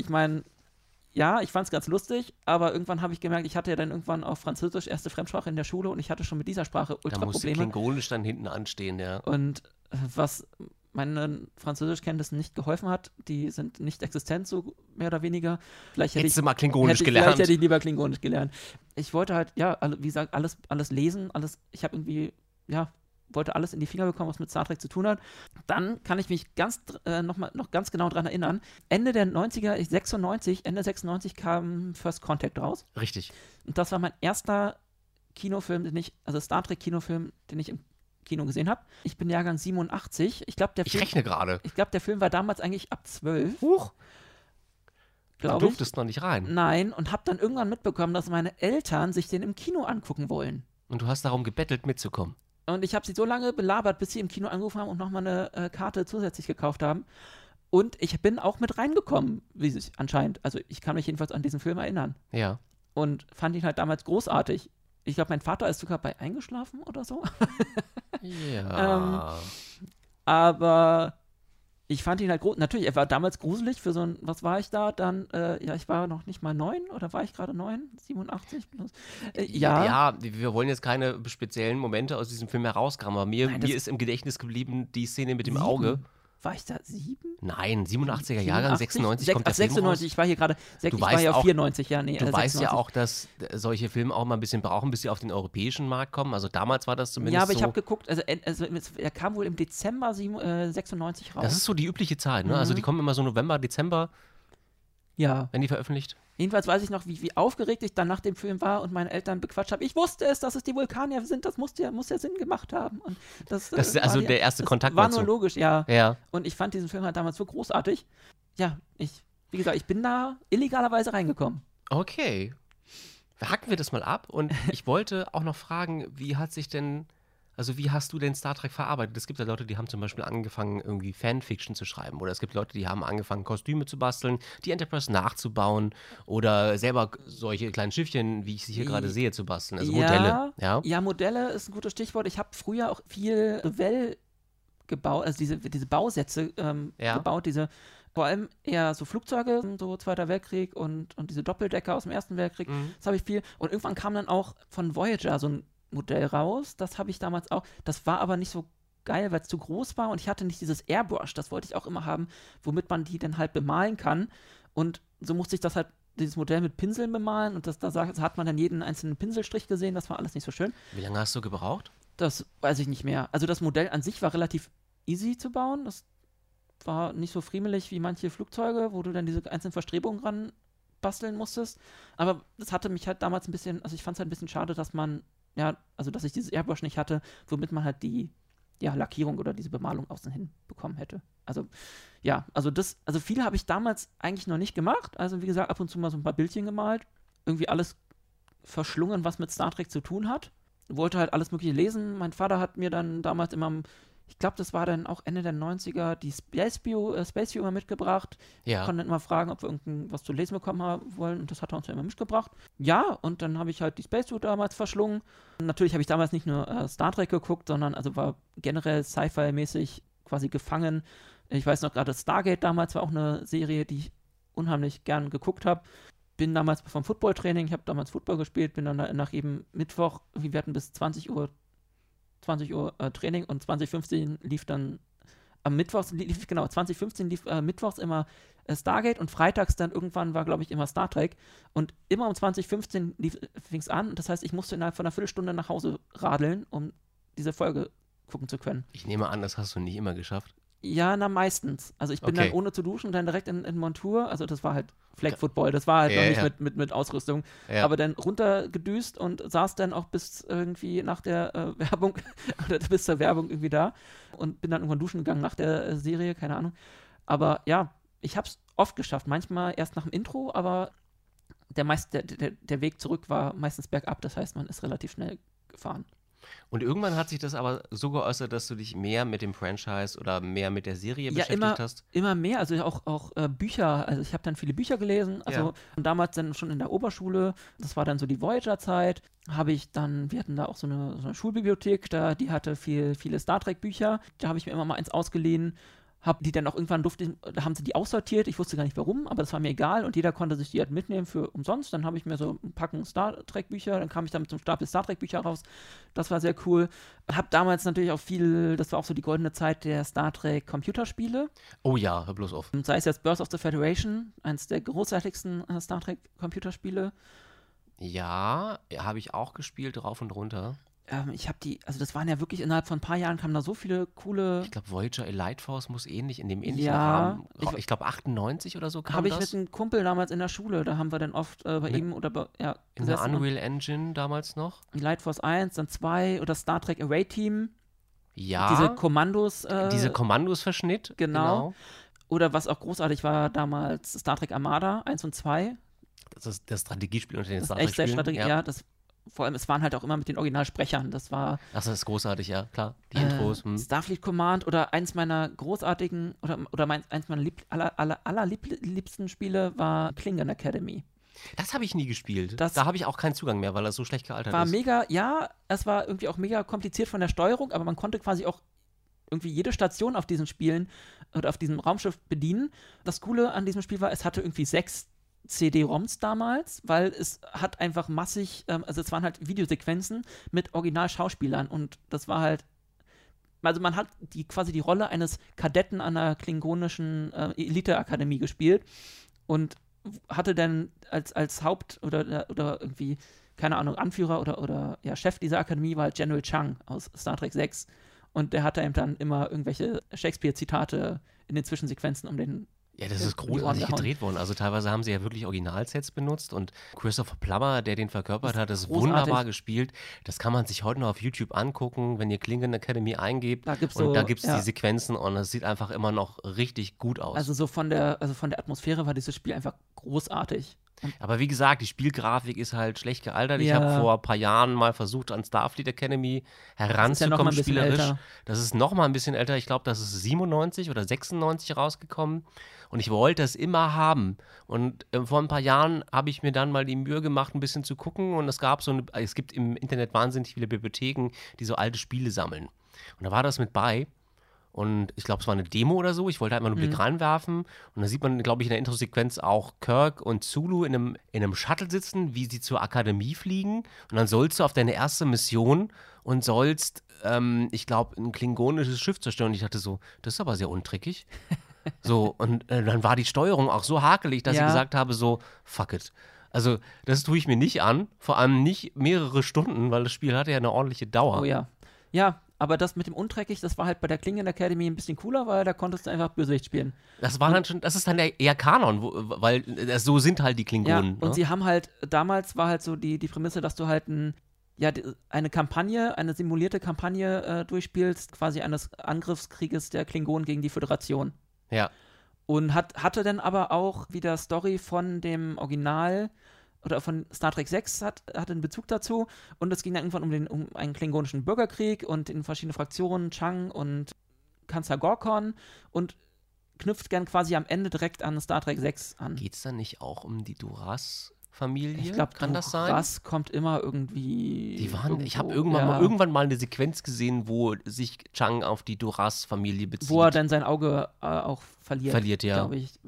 ja, ich fand es ganz lustig, aber irgendwann habe ich gemerkt, ich hatte ja dann irgendwann auf Französisch erste Fremdsprache in der Schule und ich hatte schon mit dieser Sprache Ultra-Probleme. Da musste Klingonisch dann hinten anstehen, ja. Und was meinen Französischkenntnissen nicht geholfen hat, die sind nicht existent, so mehr oder weniger. Vielleicht hätte ich mal Klingonisch gelernt. Vielleicht hätte ich lieber Klingonisch gelernt. Ich wollte halt, wie gesagt, alles lesen, ich habe irgendwie, wollte alles in die Finger bekommen, was mit Star Trek zu tun hat. Dann kann ich mich noch ganz genau daran erinnern. Ende der 90er, Ende 96 kam First Contact raus. Richtig. Und das war mein erster Kinofilm, Star Trek Kinofilm, den ich im Kino gesehen habe. Ich bin Jahrgang 87. Ich rechne gerade. Ich glaube, der Film war damals eigentlich ab 12. Huch. Du durftest noch nicht rein. Nein, und habe dann irgendwann mitbekommen, dass meine Eltern sich den im Kino angucken wollen. Und du hast darum gebettelt, mitzukommen. Und ich habe sie so lange belabert, bis sie im Kino angerufen haben und nochmal eine Karte zusätzlich gekauft haben. Und ich bin auch mit reingekommen, wie sich anscheinend. Also ich kann mich jedenfalls an diesen Film erinnern. Ja. Und fand ihn halt damals großartig. Ich glaube, mein Vater ist sogar bei eingeschlafen oder so. Ja. Aber ich fand ihn halt natürlich, er war damals gruselig für so ein, was war ich da? Dann, ich war noch nicht mal 9 oder war ich gerade 9? 87 plus? Ja, wir wollen jetzt keine speziellen Momente aus diesem Film herauskramen, aber mir ist im Gedächtnis geblieben die Szene mit dem 7? Auge. War ich da 7? Nein, 87er Jahrgang, 96 kommt der 96, Film raus. Ich war hier gerade, ich war ja 94, ja, nee. Du weißt ja auch, dass solche Filme auch mal ein bisschen brauchen, bis sie auf den europäischen Markt kommen. Also damals war das zumindest so. Ja, aber ich habe geguckt, er kam wohl im Dezember 96 raus. Das ist so die übliche Zeit, ne? Also die kommen immer so November, Dezember, wenn die veröffentlicht. Jedenfalls weiß ich noch, wie aufgeregt ich dann nach dem Film war und meine Eltern bequatscht habe. Ich wusste es, dass es die Vulkanier sind, das muss ja Sinn gemacht haben. Und das ist also der erste Kontakt war nur logisch, ja. Und ich fand diesen Film halt damals so großartig. Ja, wie gesagt, ich bin da illegalerweise reingekommen. Okay. hacken wir das mal ab. Und ich wollte auch noch fragen, wie hast du denn Star Trek verarbeitet? Es gibt ja Leute, die haben zum Beispiel angefangen, irgendwie Fanfiction zu schreiben. Oder es gibt Leute, die haben angefangen, Kostüme zu basteln, die Enterprise nachzubauen oder selber solche kleinen Schiffchen, wie ich sie hier gerade sehe, zu basteln. Also Modelle. Ja, Modelle ist ein gutes Stichwort. Ich habe früher auch viel Revell gebaut, also diese Bausätze gebaut, vor allem eher so Flugzeuge, so Zweiter Weltkrieg und diese Doppeldecker aus dem Ersten Weltkrieg. Das habe ich viel. Und irgendwann kam dann auch von Voyager so ein Modell raus. Das habe ich damals auch. Das war aber nicht so geil, weil es zu groß war und ich hatte nicht dieses Airbrush. Das wollte ich auch immer haben, womit man die dann halt bemalen kann. Und so musste ich dieses Modell mit Pinseln bemalen und da hat man dann jeden einzelnen Pinselstrich gesehen. Das war alles nicht so schön. Wie lange hast du gebraucht? Das weiß ich nicht mehr. Also das Modell an sich war relativ easy zu bauen. Das war nicht so friemelig wie manche Flugzeuge, wo du dann diese einzelnen Verstrebungen ran basteln musstest. Aber das hatte mich halt damals ein bisschen, also ich fand es halt ein bisschen schade, dass dass ich dieses Airbrush nicht hatte, womit man halt die Lackierung oder diese Bemalung außen hin bekommen hätte. Also viel habe ich damals eigentlich noch nicht gemacht. Also wie gesagt, ab und zu mal so ein paar Bildchen gemalt. Irgendwie alles verschlungen, was mit Star Trek zu tun hat. Wollte halt alles Mögliche lesen. Mein Vater hat mir dann damals immer, ich glaube, das war dann auch Ende der 90er, die Space View immer mitgebracht. Ja. Wir konnten dann immer fragen, ob wir irgendwas zu lesen bekommen haben wollen. Und das hat er uns ja immer mitgebracht. Ja, und dann habe ich halt die Space View damals verschlungen. Und natürlich habe ich damals nicht nur Star Trek geguckt, sondern also war generell Sci-Fi-mäßig quasi gefangen. Ich weiß noch gerade, Stargate damals war auch eine Serie, die ich unheimlich gern geguckt habe. Bin damals vom Footballtraining, ich habe damals Football gespielt, bin dann nach jedem Mittwoch, wir hatten bis 20 Uhr Training und 2015 lief dann am Mittwochs, 2015 lief mittwochs immer Stargate und freitags dann irgendwann war, glaube ich, immer Star Trek und immer um 2015 fing es an. Das heißt, ich musste innerhalb von einer Viertelstunde nach Hause radeln, um diese Folge gucken zu können. Ich nehme an, das hast du nicht immer geschafft. Ja, meistens. Also ich bin dann ohne zu duschen dann direkt in Montur. Also das war halt Flag Football, das war halt noch nicht mit Ausrüstung. Ja. Aber dann runtergedüst und saß dann auch bis irgendwie nach der Werbung oder bis zur Werbung irgendwie da und bin dann irgendwann duschen gegangen nach der Serie, keine Ahnung. Aber ja, ich habe es oft geschafft. Manchmal erst nach dem Intro, aber der Weg zurück war meistens bergab. Das heißt, man ist relativ schnell gefahren. Und irgendwann hat sich das aber so geäußert, dass du dich mehr mit dem Franchise oder mehr mit der Serie beschäftigt hast? Immer mehr, also auch Bücher, also ich habe dann viele Bücher gelesen, und damals dann schon in der Oberschule, das war dann so die Voyager-Zeit, wir hatten da auch so eine Schulbibliothek, die hatte viele Star Trek-Bücher, da habe ich mir immer mal eins ausgeliehen, habe die dann auch irgendwann da haben sie die aussortiert, ich wusste gar nicht warum, aber das war mir egal und jeder konnte sich die halt mitnehmen für umsonst. Dann habe ich mir so ein Packen Star Trek Bücher, dann kam ich dann mit so einem Stapel Star Trek Bücher raus. Das war sehr cool. Habe damals natürlich auch das war auch so die goldene Zeit der Star Trek Computerspiele. Oh ja, hör bloß auf. Und sei es jetzt Birth of the Federation, eins der großartigsten Star Trek Computerspiele. Ja, habe ich auch gespielt, rauf und runter. Das waren ja wirklich, innerhalb von ein paar Jahren kamen da so viele coole... Ich glaube, Voyager Elite Force muss in dem ähnlichen Rahmen, ich glaube 98 oder so kam das. Habe ich mit einem Kumpel damals in der Schule, da haben wir dann oft bei ihm oder in der Unreal Engine damals noch. Elite Force 1, dann 2 oder Star Trek Away Team. Ja. Diese Kommandos. Diese Kommandos-Verschnitt. Genau. Oder was auch großartig war damals, Star Trek Armada 1 und 2. Das ist das Strategiespiel unter den Star Trek-Spielen. Ja, vor allem, es waren halt auch immer mit den Originalsprechern. Das ist großartig, ja, klar. Die Intros. Starfleet Command oder eins meiner großartigen eins meiner allerliebsten Spiele war Klingon Academy. Das habe ich nie gespielt. Da habe ich auch keinen Zugang mehr, weil das so schlecht gealtert ist. Es war irgendwie auch mega kompliziert von der Steuerung, aber man konnte quasi auch irgendwie jede Station auf diesen Spielen oder auf diesem Raumschiff bedienen. Das Coole an diesem Spiel war, es hatte irgendwie 6 CD-ROMs damals, weil es hat einfach massig, es waren halt Videosequenzen mit Originalschauspielern und das war halt, also man hat quasi die Rolle eines Kadetten an einer klingonischen Elite-Akademie gespielt und hatte dann als Haupt- oder irgendwie, keine Ahnung, Anführer oder Chef dieser Akademie war halt General Chang aus Star Trek 6 und der hatte eben dann immer irgendwelche Shakespeare-Zitate in den Zwischensequenzen um den. Ja, das ist großartig gedreht worden. Also teilweise haben sie ja wirklich Originalsets benutzt und Christopher Plummer, der den verkörpert hat, das ist wunderbar gespielt. Das kann man sich heute noch auf YouTube angucken, wenn ihr Klingon Academy eingebt. Da gibt es die Sequenzen und es sieht einfach immer noch richtig gut aus. Also von der Atmosphäre war dieses Spiel einfach großartig. Aber wie gesagt, die Spielgrafik ist halt schlecht gealtert. Ich Ja. habe vor ein paar Jahren mal versucht, an Starfleet Academy Das ist ja noch mal heranzukommen, ein bisschen spielerisch. älter. Das ist noch mal ein bisschen älter. Ich glaube, das ist 97 oder 96 rausgekommen. Und ich wollte es immer haben. Und vor ein paar Jahren habe ich mir dann mal die Mühe gemacht, ein bisschen zu gucken. Und es gibt im Internet wahnsinnig viele Bibliotheken, die so alte Spiele sammeln. Und da war das mit bei. Und ich glaube, es war eine Demo oder so. Ich wollte halt mal einen Blick reinwerfen. Und da sieht man, glaube ich, in der Introsequenz auch Kirk und Zulu in einem Shuttle sitzen, wie sie zur Akademie fliegen. Und dann sollst du auf deine erste Mission und sollst, ich glaube, ein klingonisches Schiff zerstören. Und ich dachte so, das ist aber sehr untrickig. So, und dann war die Steuerung auch so hakelig, dass ich gesagt habe, so, fuck it. Also, das tue ich mir nicht an. Vor allem nicht mehrere Stunden, weil das Spiel hatte ja eine ordentliche Dauer. Oh ja. Ja, aber das mit dem Untreckig, das war halt bei der Klingon Academy ein bisschen cooler, weil da konntest du einfach Bösewicht spielen. Das ist dann eher Kanon, weil so sind halt die Klingonen. Ja, und sie haben halt, damals war halt so die Prämisse, dass du halt eine Kampagne, eine simulierte Kampagne durchspielst, quasi eines Angriffskrieges der Klingonen gegen die Föderation. Ja. Und hatte dann aber auch wieder Story von dem Original oder von Star Trek 6 hatte einen Bezug dazu. Und es ging dann irgendwann um einen klingonischen Bürgerkrieg und in verschiedene Fraktionen, Chang und Kanzler Gorkon, und knüpft gern quasi am Ende direkt an Star Trek 6 an. Geht es dann nicht auch um die Duras-Familie? Ich glaube, kann das sein? Duras kommt immer irgendwie. Ich habe irgendwann mal eine Sequenz gesehen, wo sich Chang auf die Duras-Familie bezieht. Wo er dann sein Auge auch verliert. Verliert, ja. Glaube ich.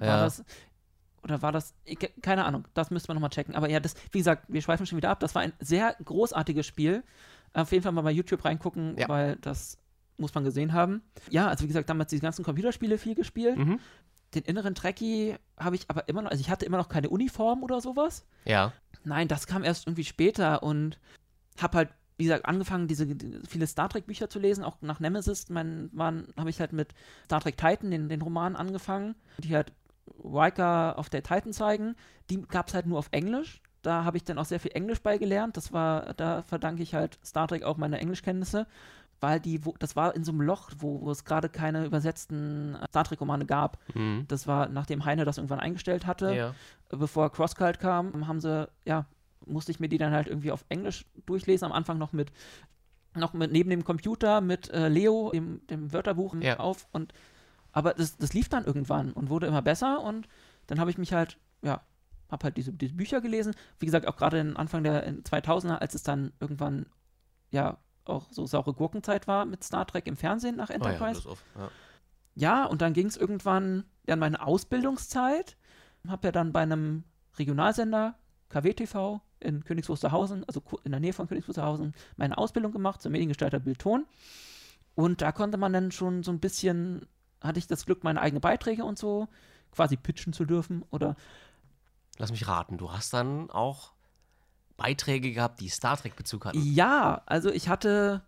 War das? Keine Ahnung, das müsste man nochmal checken. Aber ja, wie gesagt, wir schweifen schon wieder ab. Das war ein sehr großartiges Spiel. Auf jeden Fall mal bei YouTube reingucken, weil das muss man gesehen haben. Ja, also wie gesagt, damals diese ganzen Computerspiele viel gespielt. Den inneren Trekkie habe ich aber immer noch, also ich hatte immer noch keine Uniform oder sowas. Ja. Nein, das kam erst irgendwie später und habe halt, wie gesagt, angefangen, viele Star Trek-Bücher zu lesen, auch nach Nemesis. Habe ich halt mit Star Trek Titan, den Roman, angefangen, die halt Riker auf der Titan zeigen. Die gab es halt nur auf Englisch. Da habe ich dann auch sehr viel Englisch beigelernt. Da verdanke ich halt Star Trek auch meine Englischkenntnisse, weil das war in so einem Loch, wo es gerade keine übersetzten Star Trek-Romane gab. Das war, nachdem Heine das irgendwann eingestellt hatte, bevor CrossCult kam, musste ich mir die dann halt irgendwie auf Englisch durchlesen, am Anfang noch mit neben dem Computer mit Leo, dem Wörterbuch auf, aber das lief dann irgendwann und wurde immer besser, und dann habe ich mich halt, habe halt diese Bücher gelesen. Wie gesagt, auch gerade am Anfang der 2000er, als es dann irgendwann, auch so saure Gurkenzeit war mit Star Trek im Fernsehen nach Enterprise. Ja, und dann ging es irgendwann in meine Ausbildungszeit. Habe ja dann bei einem Regionalsender, KWTV, in Königs Wusterhausen, also in der Nähe von Königs Wusterhausen, meine Ausbildung gemacht zum Mediengestalter Bild-Ton. Und da konnte man dann schon so ein bisschen, hatte ich das Glück, meine eigenen Beiträge und so quasi pitchen zu dürfen. Oder lass mich raten, du hast dann auch Beiträge gehabt, die Star Trek-Bezug hatten. Ja, also ich hatte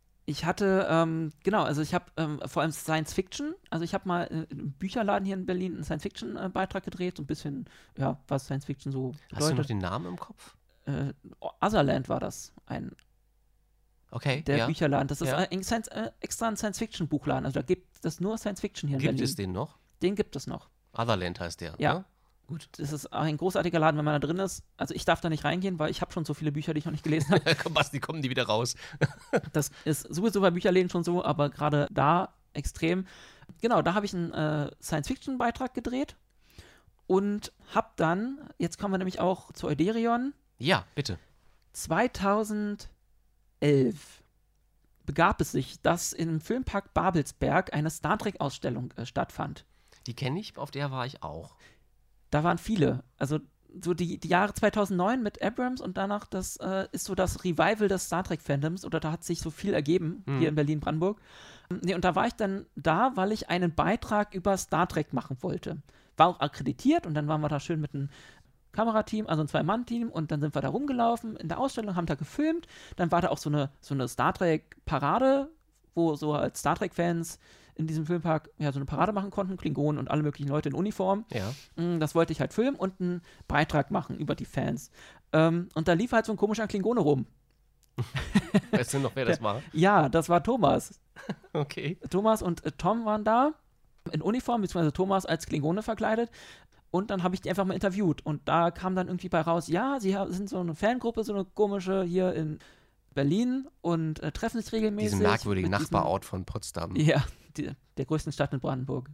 vor allem Science Fiction. Also ich habe mal im Bücherladen hier in Berlin einen Science Fiction-Beitrag gedreht, so ein bisschen, was Science Fiction so bedeutet. Hast du noch den Namen im Kopf? Otherland war das, der Bücherladen. Das ist extra ein Science-Fiction-Buchladen. Also da gibt es nur Science Fiction hier in Berlin. Gibt es den noch? Den gibt es noch. Otherland heißt der, ja. Ne? Gut. Das ist ein großartiger Laden, wenn man da drin ist. Also ich darf da nicht reingehen, weil ich habe schon so viele Bücher, die ich noch nicht gelesen habe. Komm, Basti, kommen die wieder raus. Das ist sowieso bei Bücherläden schon so, aber gerade da extrem. Genau, da habe ich einen Science-Fiction-Beitrag gedreht und habe dann, jetzt kommen wir nämlich auch zu Euderion. Ja, bitte. 2011 begab es sich, dass im Filmpark Babelsberg eine Star Trek-Ausstellung stattfand. Die kenne ich, auf der war ich auch. Da waren viele. Also so die Jahre 2009 mit Abrams und danach, das ist so das Revival des Star Trek-Fandoms, oder da hat sich so viel ergeben hier in Berlin-Brandenburg. Und da war ich dann da, weil ich einen Beitrag über Star Trek machen wollte. War auch akkreditiert, und dann waren wir da schön mit einem Kamerateam, also ein Zwei-Mann-Team, und dann sind wir da rumgelaufen in der Ausstellung, haben da gefilmt. Dann war da auch so eine Star Trek-Parade, wo so als Star Trek-Fans in diesem Filmpark so eine Parade machen konnten, Klingonen und alle möglichen Leute in Uniform. Ja. Das wollte ich halt filmen und einen Beitrag machen über die Fans. Und da lief halt so ein komischer Klingone rum. Weißt du noch, wer das war? Ja, das war Thomas. Okay. Thomas und Tom waren da in Uniform, beziehungsweise Thomas als Klingone verkleidet. Und dann habe ich die einfach mal interviewt. Und da kam dann irgendwie bei raus, ja, sie sind so eine Fangruppe, so eine komische hier in Berlin und treffen sich regelmäßig. Diesen merkwürdigen Nachbarort von Potsdam. Ja, der größten Stadt in Brandenburg.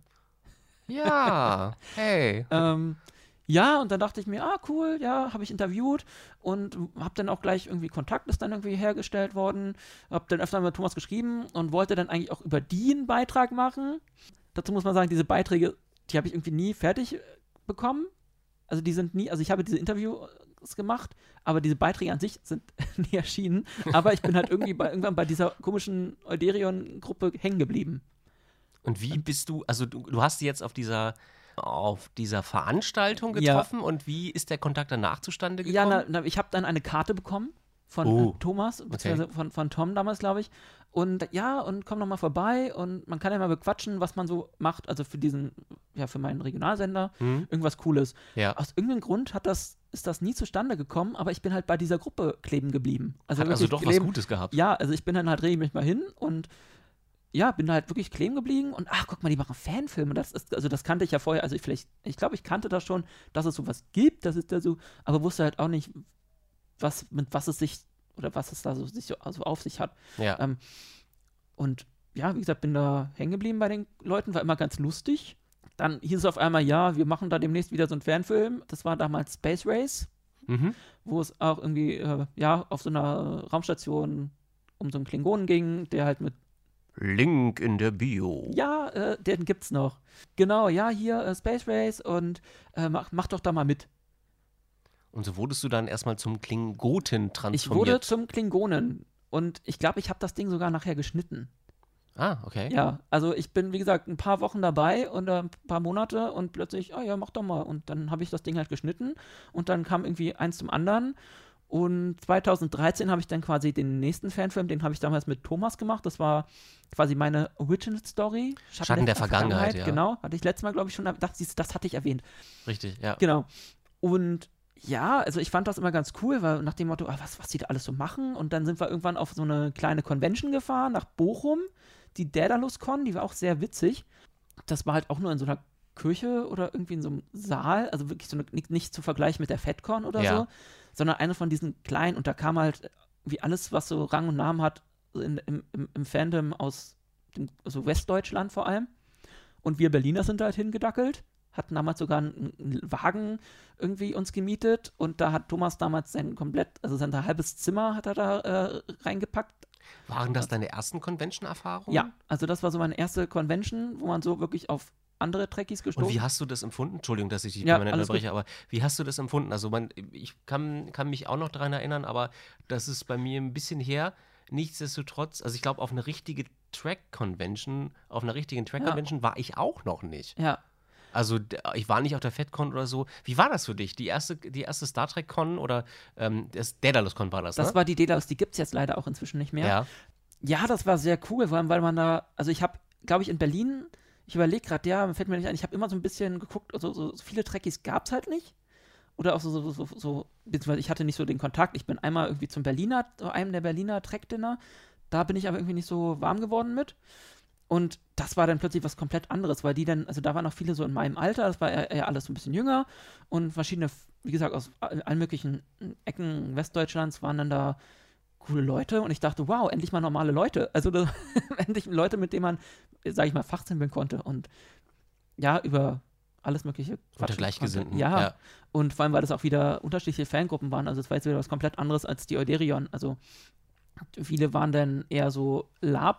Ja, hey. Ja, und dann dachte ich mir, cool, ja, habe ich interviewt und habe dann auch gleich irgendwie Kontakt ist dann irgendwie hergestellt worden, habe dann öfter mit Thomas geschrieben und wollte dann eigentlich auch über die einen Beitrag machen. Dazu muss man sagen, diese Beiträge, die habe ich irgendwie nie fertig bekommen. Also die sind nie, also ich habe diese Interviews gemacht, aber diese Beiträge an sich sind nie erschienen. Aber ich bin halt irgendwie irgendwann bei dieser komischen Euderion-Gruppe hängen geblieben. Und wie bist du, also du hast sie jetzt auf dieser Veranstaltung getroffen und wie ist der Kontakt danach zustande gekommen? Ja, ich habe dann eine Karte bekommen von Thomas, beziehungsweise von Tom damals, glaube ich. Und ja, und komm noch mal vorbei und man kann ja mal bequatschen, was man so macht, also für meinen Regionalsender, irgendwas Cooles. Ja. Aus irgendeinem Grund ist das nie zustande gekommen, aber ich bin halt bei dieser Gruppe kleben geblieben. Hat also doch was Gutes gehabt. Ja, also ich bin dann halt regelmäßig mal hin und ja, bin da halt wirklich kleben geblieben und guck mal, die machen Fanfilme. Das kannte ich ja vorher, also ich glaube, ich kannte das schon, dass es sowas gibt, das ist da so, aber wusste halt auch nicht, was es da so auf sich hat. Ja. Und ja, wie gesagt, bin da hängen geblieben bei den Leuten, war immer ganz lustig. Dann hieß es auf einmal, ja, wir machen da demnächst wieder so einen Fanfilm. Das war damals Space Race, wo es auch irgendwie, auf so einer Raumstation um so einen Klingonen ging, der halt mit Link in der Bio. Ja, den gibt's noch. Genau, ja, hier Space Race und mach doch da mal mit. Und so wurdest du dann erstmal zum Klingoten transformiert. Ich wurde zum Klingonen und ich glaube, ich habe das Ding sogar nachher geschnitten. Ah, okay. Ja, also ich bin, wie gesagt, ein paar Wochen dabei und ein paar Monate und plötzlich, ja, mach doch mal. Und dann habe ich das Ding halt geschnitten und dann kam irgendwie eins zum anderen. Und 2013 habe ich dann quasi den nächsten Fanfilm, den habe ich damals mit Thomas gemacht. Das war quasi meine Original Story. Schatten der Vergangenheit, ja. Genau, hatte ich letztes Mal, glaube ich, schon, das hatte ich erwähnt. Richtig, ja. Genau. Und ja, also ich fand das immer ganz cool, weil nach dem Motto, was die da alles so machen. Und dann sind wir irgendwann auf so eine kleine Convention gefahren, nach Bochum, die Daedalus-Con, die war auch sehr witzig. Das war halt auch nur in so einer Kirche oder irgendwie in so einem Saal, also wirklich so nicht zu vergleichen mit der FedCon oder so, sondern eine von diesen kleinen und da kam halt wie alles, was so Rang und Namen hat, im Fandom aus so Westdeutschland vor allem. Und wir Berliner sind da halt hingedackelt, hatten damals sogar einen Wagen irgendwie uns gemietet und da hat Thomas damals sein halbes Zimmer hat er da reingepackt. Waren das deine ersten Convention-Erfahrungen? Ja, also das war so meine erste Convention, wo man so wirklich auf andere Trekkies gestoßen. Und wie hast du das empfunden? Entschuldigung, dass ich dich permanent unterbreche, aber wie hast du das empfunden? Also ich kann mich auch noch daran erinnern, aber das ist bei mir ein bisschen her. Nichtsdestotrotz, also ich glaube, auf einer richtigen Track-Convention war ich auch noch nicht. Ja. Also ich war nicht auf der FedCon oder so. Wie war das für dich? Die erste Star Trek-Con oder das Daedalus-Con war das, ne? Das war die Daedalus, die gibt es jetzt leider auch inzwischen nicht mehr. Ja, das war sehr cool, vor allem, weil man da, also ich habe, glaube ich, in Berlin, ich überlege gerade, fällt mir nicht ein, ich habe immer so ein bisschen geguckt, also so viele Trekkies gab es halt nicht. Oder auch so, beziehungsweise ich hatte nicht so den Kontakt. Ich bin einmal irgendwie zu einem der Berliner Trek-Dinner. Da bin ich aber irgendwie nicht so warm geworden mit. Und das war dann plötzlich was komplett anderes, weil die dann, also da waren noch viele so in meinem Alter, das war eher alles so ein bisschen jünger und verschiedene, wie gesagt, aus allen möglichen Ecken Westdeutschlands waren dann da coole Leute und ich dachte, wow, endlich mal normale Leute. Also endlich Leute, mit denen man, sage ich mal, fachsimpeln konnte und ja, über alles mögliche Quatschen. Unter Gleichgesinnten. Ja, und vor allem, weil das auch wieder unterschiedliche Fangruppen waren, also es war jetzt wieder was komplett anderes als die Euderion. Also viele waren dann eher so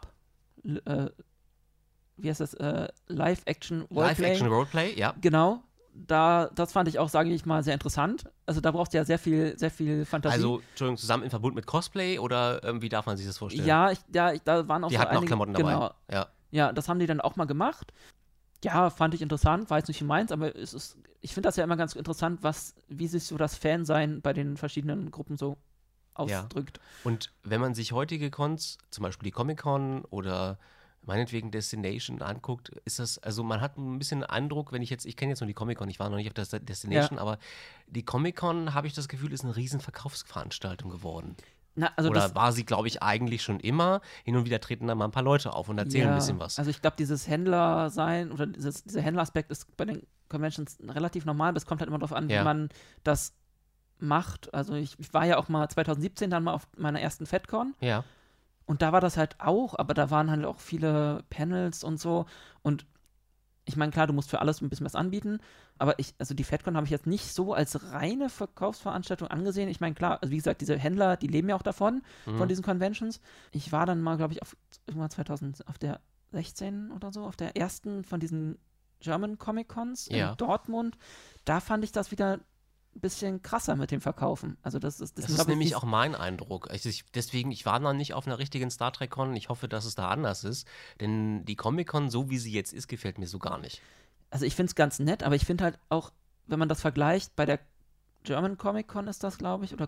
wie heißt das, Live-Action-Roleplay. Live-Action-Roleplay, ja. Genau. Das fand ich auch, sage ich mal, sehr interessant. Also da brauchst du ja sehr viel Fantasie. Also, Entschuldigung, zusammen in Verbund mit Cosplay oder wie darf man sich das vorstellen? Ja, da waren auch die so hatten auch Klamotten dabei. Genau. Ja, das haben die dann auch mal gemacht. Ja, fand ich interessant, war jetzt nicht meins, aber ich finde das ja immer ganz interessant, wie sich so das Fansein bei den verschiedenen Gruppen so ausdrückt. Ja. Und wenn man sich heutige Cons, zum Beispiel die Comic-Con oder meinetwegen Destination anguckt, ist das, also man hat ein bisschen Eindruck, ich kenne jetzt nur die Comic-Con, ich war noch nicht auf der Destination, aber die Comic-Con, habe ich das Gefühl, ist eine riesen Verkaufsveranstaltung geworden. Also oder war sie, glaube ich, eigentlich schon immer? Hin und wieder treten da mal ein paar Leute auf und erzählen ein bisschen was. Also ich glaube, dieses Händler-Sein oder dieser Händler-Aspekt ist bei den Conventions relativ normal, aber es kommt halt immer darauf an, wie man das macht. Also ich war ja auch mal 2017 dann mal auf meiner ersten FedCon. Ja. Und da war das halt auch, aber da waren halt auch viele Panels und so. Und ich meine, klar, du musst für alles ein bisschen was anbieten, aber also die FedCon habe ich jetzt nicht so als reine Verkaufsveranstaltung angesehen. Ich meine, klar, also wie gesagt, diese Händler, die leben ja auch davon, von diesen Conventions. Ich war dann mal, glaube ich, irgendwann 2000, auf der 16 oder so, auf der ersten von diesen German Comic-Cons in Dortmund. Da fand ich das wieder ein bisschen krasser mit dem Verkaufen. Also das ist nämlich auch mein Eindruck. Deswegen, ich war noch nicht auf einer richtigen Star Trek Con. Ich hoffe, dass es da anders ist. Denn die Comic-Con, so wie sie jetzt ist, gefällt mir so gar nicht. Also ich finde es ganz nett, aber ich finde halt auch, wenn man das vergleicht, bei der German Comic-Con ist das, glaube ich, oder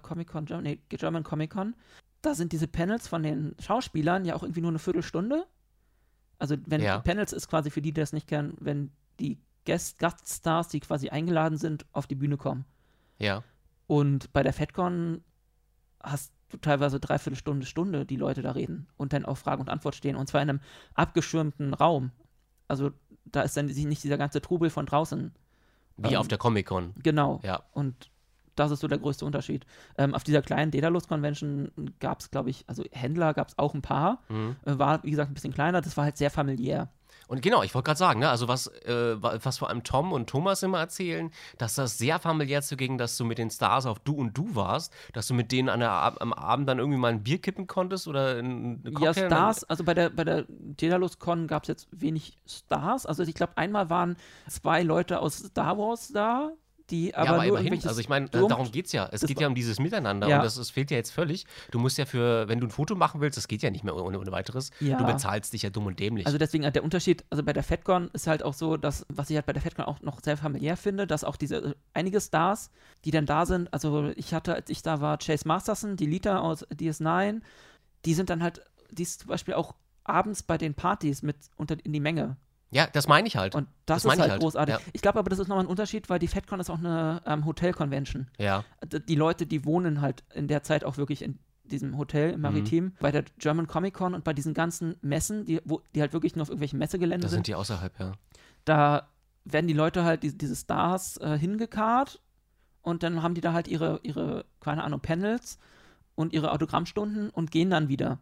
German Comic-Con, da sind diese Panels von den Schauspielern ja auch irgendwie nur eine Viertelstunde. Also Panels ist quasi für die das nicht kennen, wenn die Gaststars, die quasi eingeladen sind, auf die Bühne kommen. Ja. Und bei der FedCon hast du teilweise Stunde, die Leute da reden und dann auf Frage und Antwort stehen. Und zwar in einem abgeschirmten Raum. Also da ist dann nicht dieser ganze Trubel von draußen. Wie auf der Comic-Con. Genau. Ja. Und das ist so der größte Unterschied. Auf dieser kleinen Daedalus-Convention gab es, glaube ich, also Händler gab es auch ein paar. War, wie gesagt, ein bisschen kleiner. Das war halt sehr familiär. Und genau, ich wollte gerade sagen, ne, also was vor allem Tom und Thomas immer erzählen, dass das sehr familiär zuging, dass du mit den Stars auf Du und Du warst, dass du mit denen am Abend dann irgendwie mal ein Bier kippen konntest oder einen Cocktail. Ja, Stars, also bei der Daedalus-Con gab es jetzt wenig Stars. Also ich glaube, einmal waren 2 Leute aus Star Wars da, die aber, nur immerhin. Also ich meine, darum geht es ja. Es geht ja um dieses Miteinander und das fehlt ja jetzt völlig. Du musst ja wenn du ein Foto machen willst, das geht ja nicht mehr ohne weiteres. Ja. Du bezahlst dich ja dumm und dämlich. Also deswegen der Unterschied, also bei der FedCon ist halt auch so, dass, was ich halt bei der FedCon auch noch sehr familiär finde, dass auch einige Stars, die dann da sind, also als ich da war, Chase Masterson, die Lita aus DS9, die sind dann halt, die ist zum Beispiel auch abends bei den Partys mit in die Menge. Ja, das meine ich halt. Und das ist halt großartig. Ja. Ich glaube aber, das ist nochmal ein Unterschied, weil die FedCon ist auch eine Hotel-Convention. Ja. Die Leute, die wohnen halt in der Zeit auch wirklich in diesem Hotel im Maritim. Bei der German Comic Con und bei diesen ganzen Messen, die halt wirklich nur auf irgendwelchen Messegelände sind. Da sind die außerhalb, ja. Da werden die Leute halt, diese Stars hingekarrt und dann haben die da halt ihre keine Ahnung, Panels und ihre Autogrammstunden und gehen dann wieder.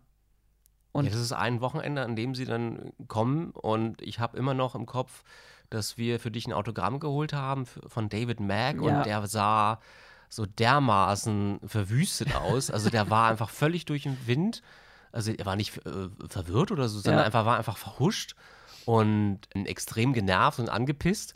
Und das ist ein Wochenende, an dem sie dann kommen und ich habe immer noch im Kopf, dass wir für dich ein Autogramm geholt haben von David Mack und der sah so dermaßen verwüstet aus. Also der war einfach völlig durch den Wind. Also er war nicht verwirrt oder so, sondern war einfach verhuscht und extrem genervt und angepisst.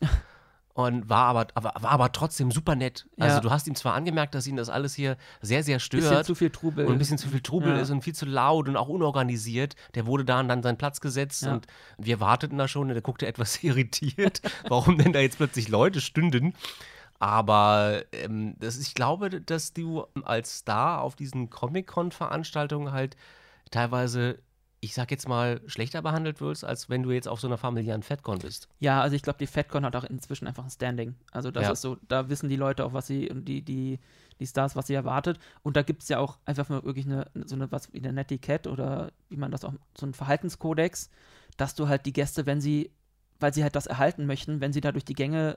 Und war aber trotzdem super nett. Also du hast ihm zwar angemerkt, dass ihn das alles hier sehr, sehr stört. Bisschen zu viel Trubel. Und ein bisschen zu viel Trubel ist und viel zu laut und auch unorganisiert. Der wurde da dann seinen Platz gesetzt und wir warteten da schon und der guckte etwas irritiert, warum denn da jetzt plötzlich Leute stünden. Aber ich glaube, dass du als Star auf diesen Comic-Con-Veranstaltungen halt teilweise, ich sag jetzt mal, schlechter behandelt wirst, als wenn du jetzt auf so einer familiären FedCon bist. Ja, also ich glaube, die FedCon hat auch inzwischen einfach ein Standing. Also das ist so, da wissen die Leute auch, was sie, die Stars, was sie erwartet. Und da gibt es ja auch einfach mal wirklich was wie eine Netiquette oder wie man das auch, so ein Verhaltenskodex, dass du halt die Gäste, weil sie halt das erhalten möchten, wenn sie da durch die Gänge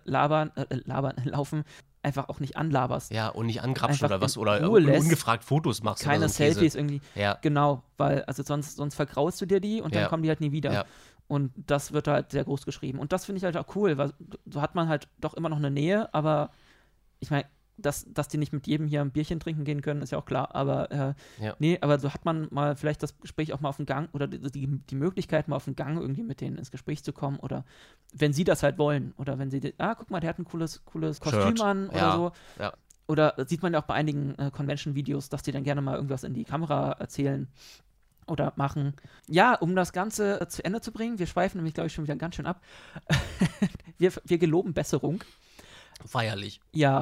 laufen, einfach auch nicht anlaberst. Ja, und nicht angrapschen oder was, oder ungefragt Fotos machst. Keine oder so Selfies irgendwie. Ja. Genau, weil also sonst vergraust du dir die und dann kommen die halt nie wieder. Ja. Und das wird halt sehr groß geschrieben. Und das finde ich halt auch cool, weil so hat man halt doch immer noch eine Nähe, aber ich meine, dass die nicht mit jedem hier ein Bierchen trinken gehen können, ist ja auch klar, aber nee, aber so hat man mal vielleicht das Gespräch auch mal auf den Gang oder die Möglichkeit, mal auf den Gang irgendwie mit denen ins Gespräch zu kommen oder wenn sie das halt wollen oder wenn sie, guck mal, der hat ein cooles Kostüm an oder so. Ja. Oder sieht man ja auch bei einigen Convention-Videos, dass die dann gerne mal irgendwas in die Kamera erzählen oder machen. Ja, um das Ganze zu Ende zu bringen, wir schweifen nämlich, glaube ich, schon wieder ganz schön ab. wir geloben Besserung. Feierlich.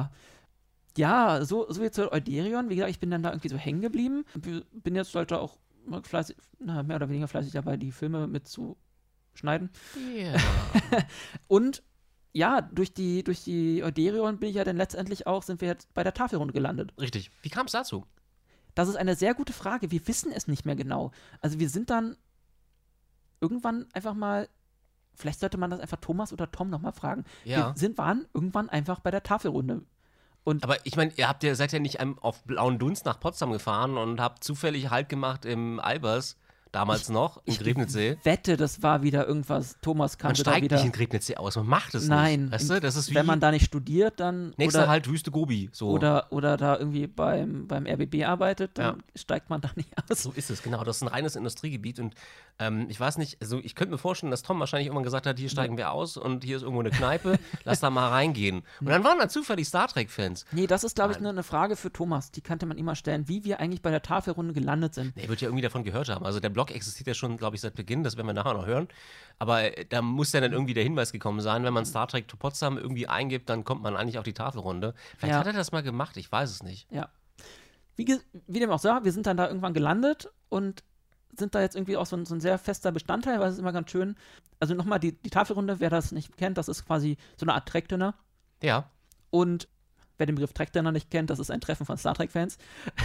Ja, so wie zu Euderion. Wie gesagt, ich bin dann da irgendwie so hängen geblieben. Bin jetzt halt auch fleißig, mehr oder weniger fleißig dabei, die Filme mitzuschneiden. Yeah. Und ja, durch die Euderion bin ich ja dann letztendlich auch, sind wir jetzt bei der Tafelrunde gelandet. Richtig. Wie kam es dazu? Das ist eine sehr gute Frage. Wir wissen es nicht mehr genau. Also wir sind dann irgendwann einfach mal, vielleicht sollte man das einfach Thomas oder Tom nochmal fragen. Ja. Waren irgendwann einfach bei der Tafelrunde. Aber ich meine, seid ja nicht auf blauen Dunst nach Potsdam gefahren und habt zufällig Halt gemacht im Albers, damals noch, in Grebnitzsee. Ich wette, das war wieder irgendwas, Thomas Man kannte da steigt wieder. nicht in Grebnitzsee aus, man macht es Nein, nicht. Weißt du, das ist wie wenn man da nicht studiert, dann nächster Halt Wüste Gobi. So. oder da irgendwie beim RBB arbeitet, dann steigt man da nicht aus. So ist es, genau. Das ist ein reines Industriegebiet und ich weiß nicht, also ich könnte mir vorstellen, dass Tom wahrscheinlich irgendwann gesagt hat, hier steigen wir aus und hier ist irgendwo eine Kneipe, lass da mal reingehen. Und dann waren da zufällig Star Trek-Fans. Nee, das ist, glaube ich, eine Frage für Thomas. Die könnte man immer stellen, wie wir eigentlich bei der Tafelrunde gelandet sind. Er wird ja irgendwie davon gehört haben. Also der Blog existiert ja schon, glaube ich, seit Beginn, das werden wir nachher noch hören. Aber da muss ja dann irgendwie der Hinweis gekommen sein, wenn man Star Trek to Potsdam irgendwie eingibt, dann kommt man eigentlich auf die Tafelrunde. Vielleicht hat er das mal gemacht, ich weiß es nicht. Ja. Wie dem auch sei, wir sind dann da irgendwann gelandet und sind da jetzt irgendwie auch so ein sehr fester Bestandteil, weil es ist immer ganz schön. Also nochmal die Tafelrunde, wer das nicht kennt, das ist quasi so eine Art Track-Dinner. Ja. Und wer den Begriff Track-Dinner nicht kennt, das ist ein Treffen von Star Trek-Fans.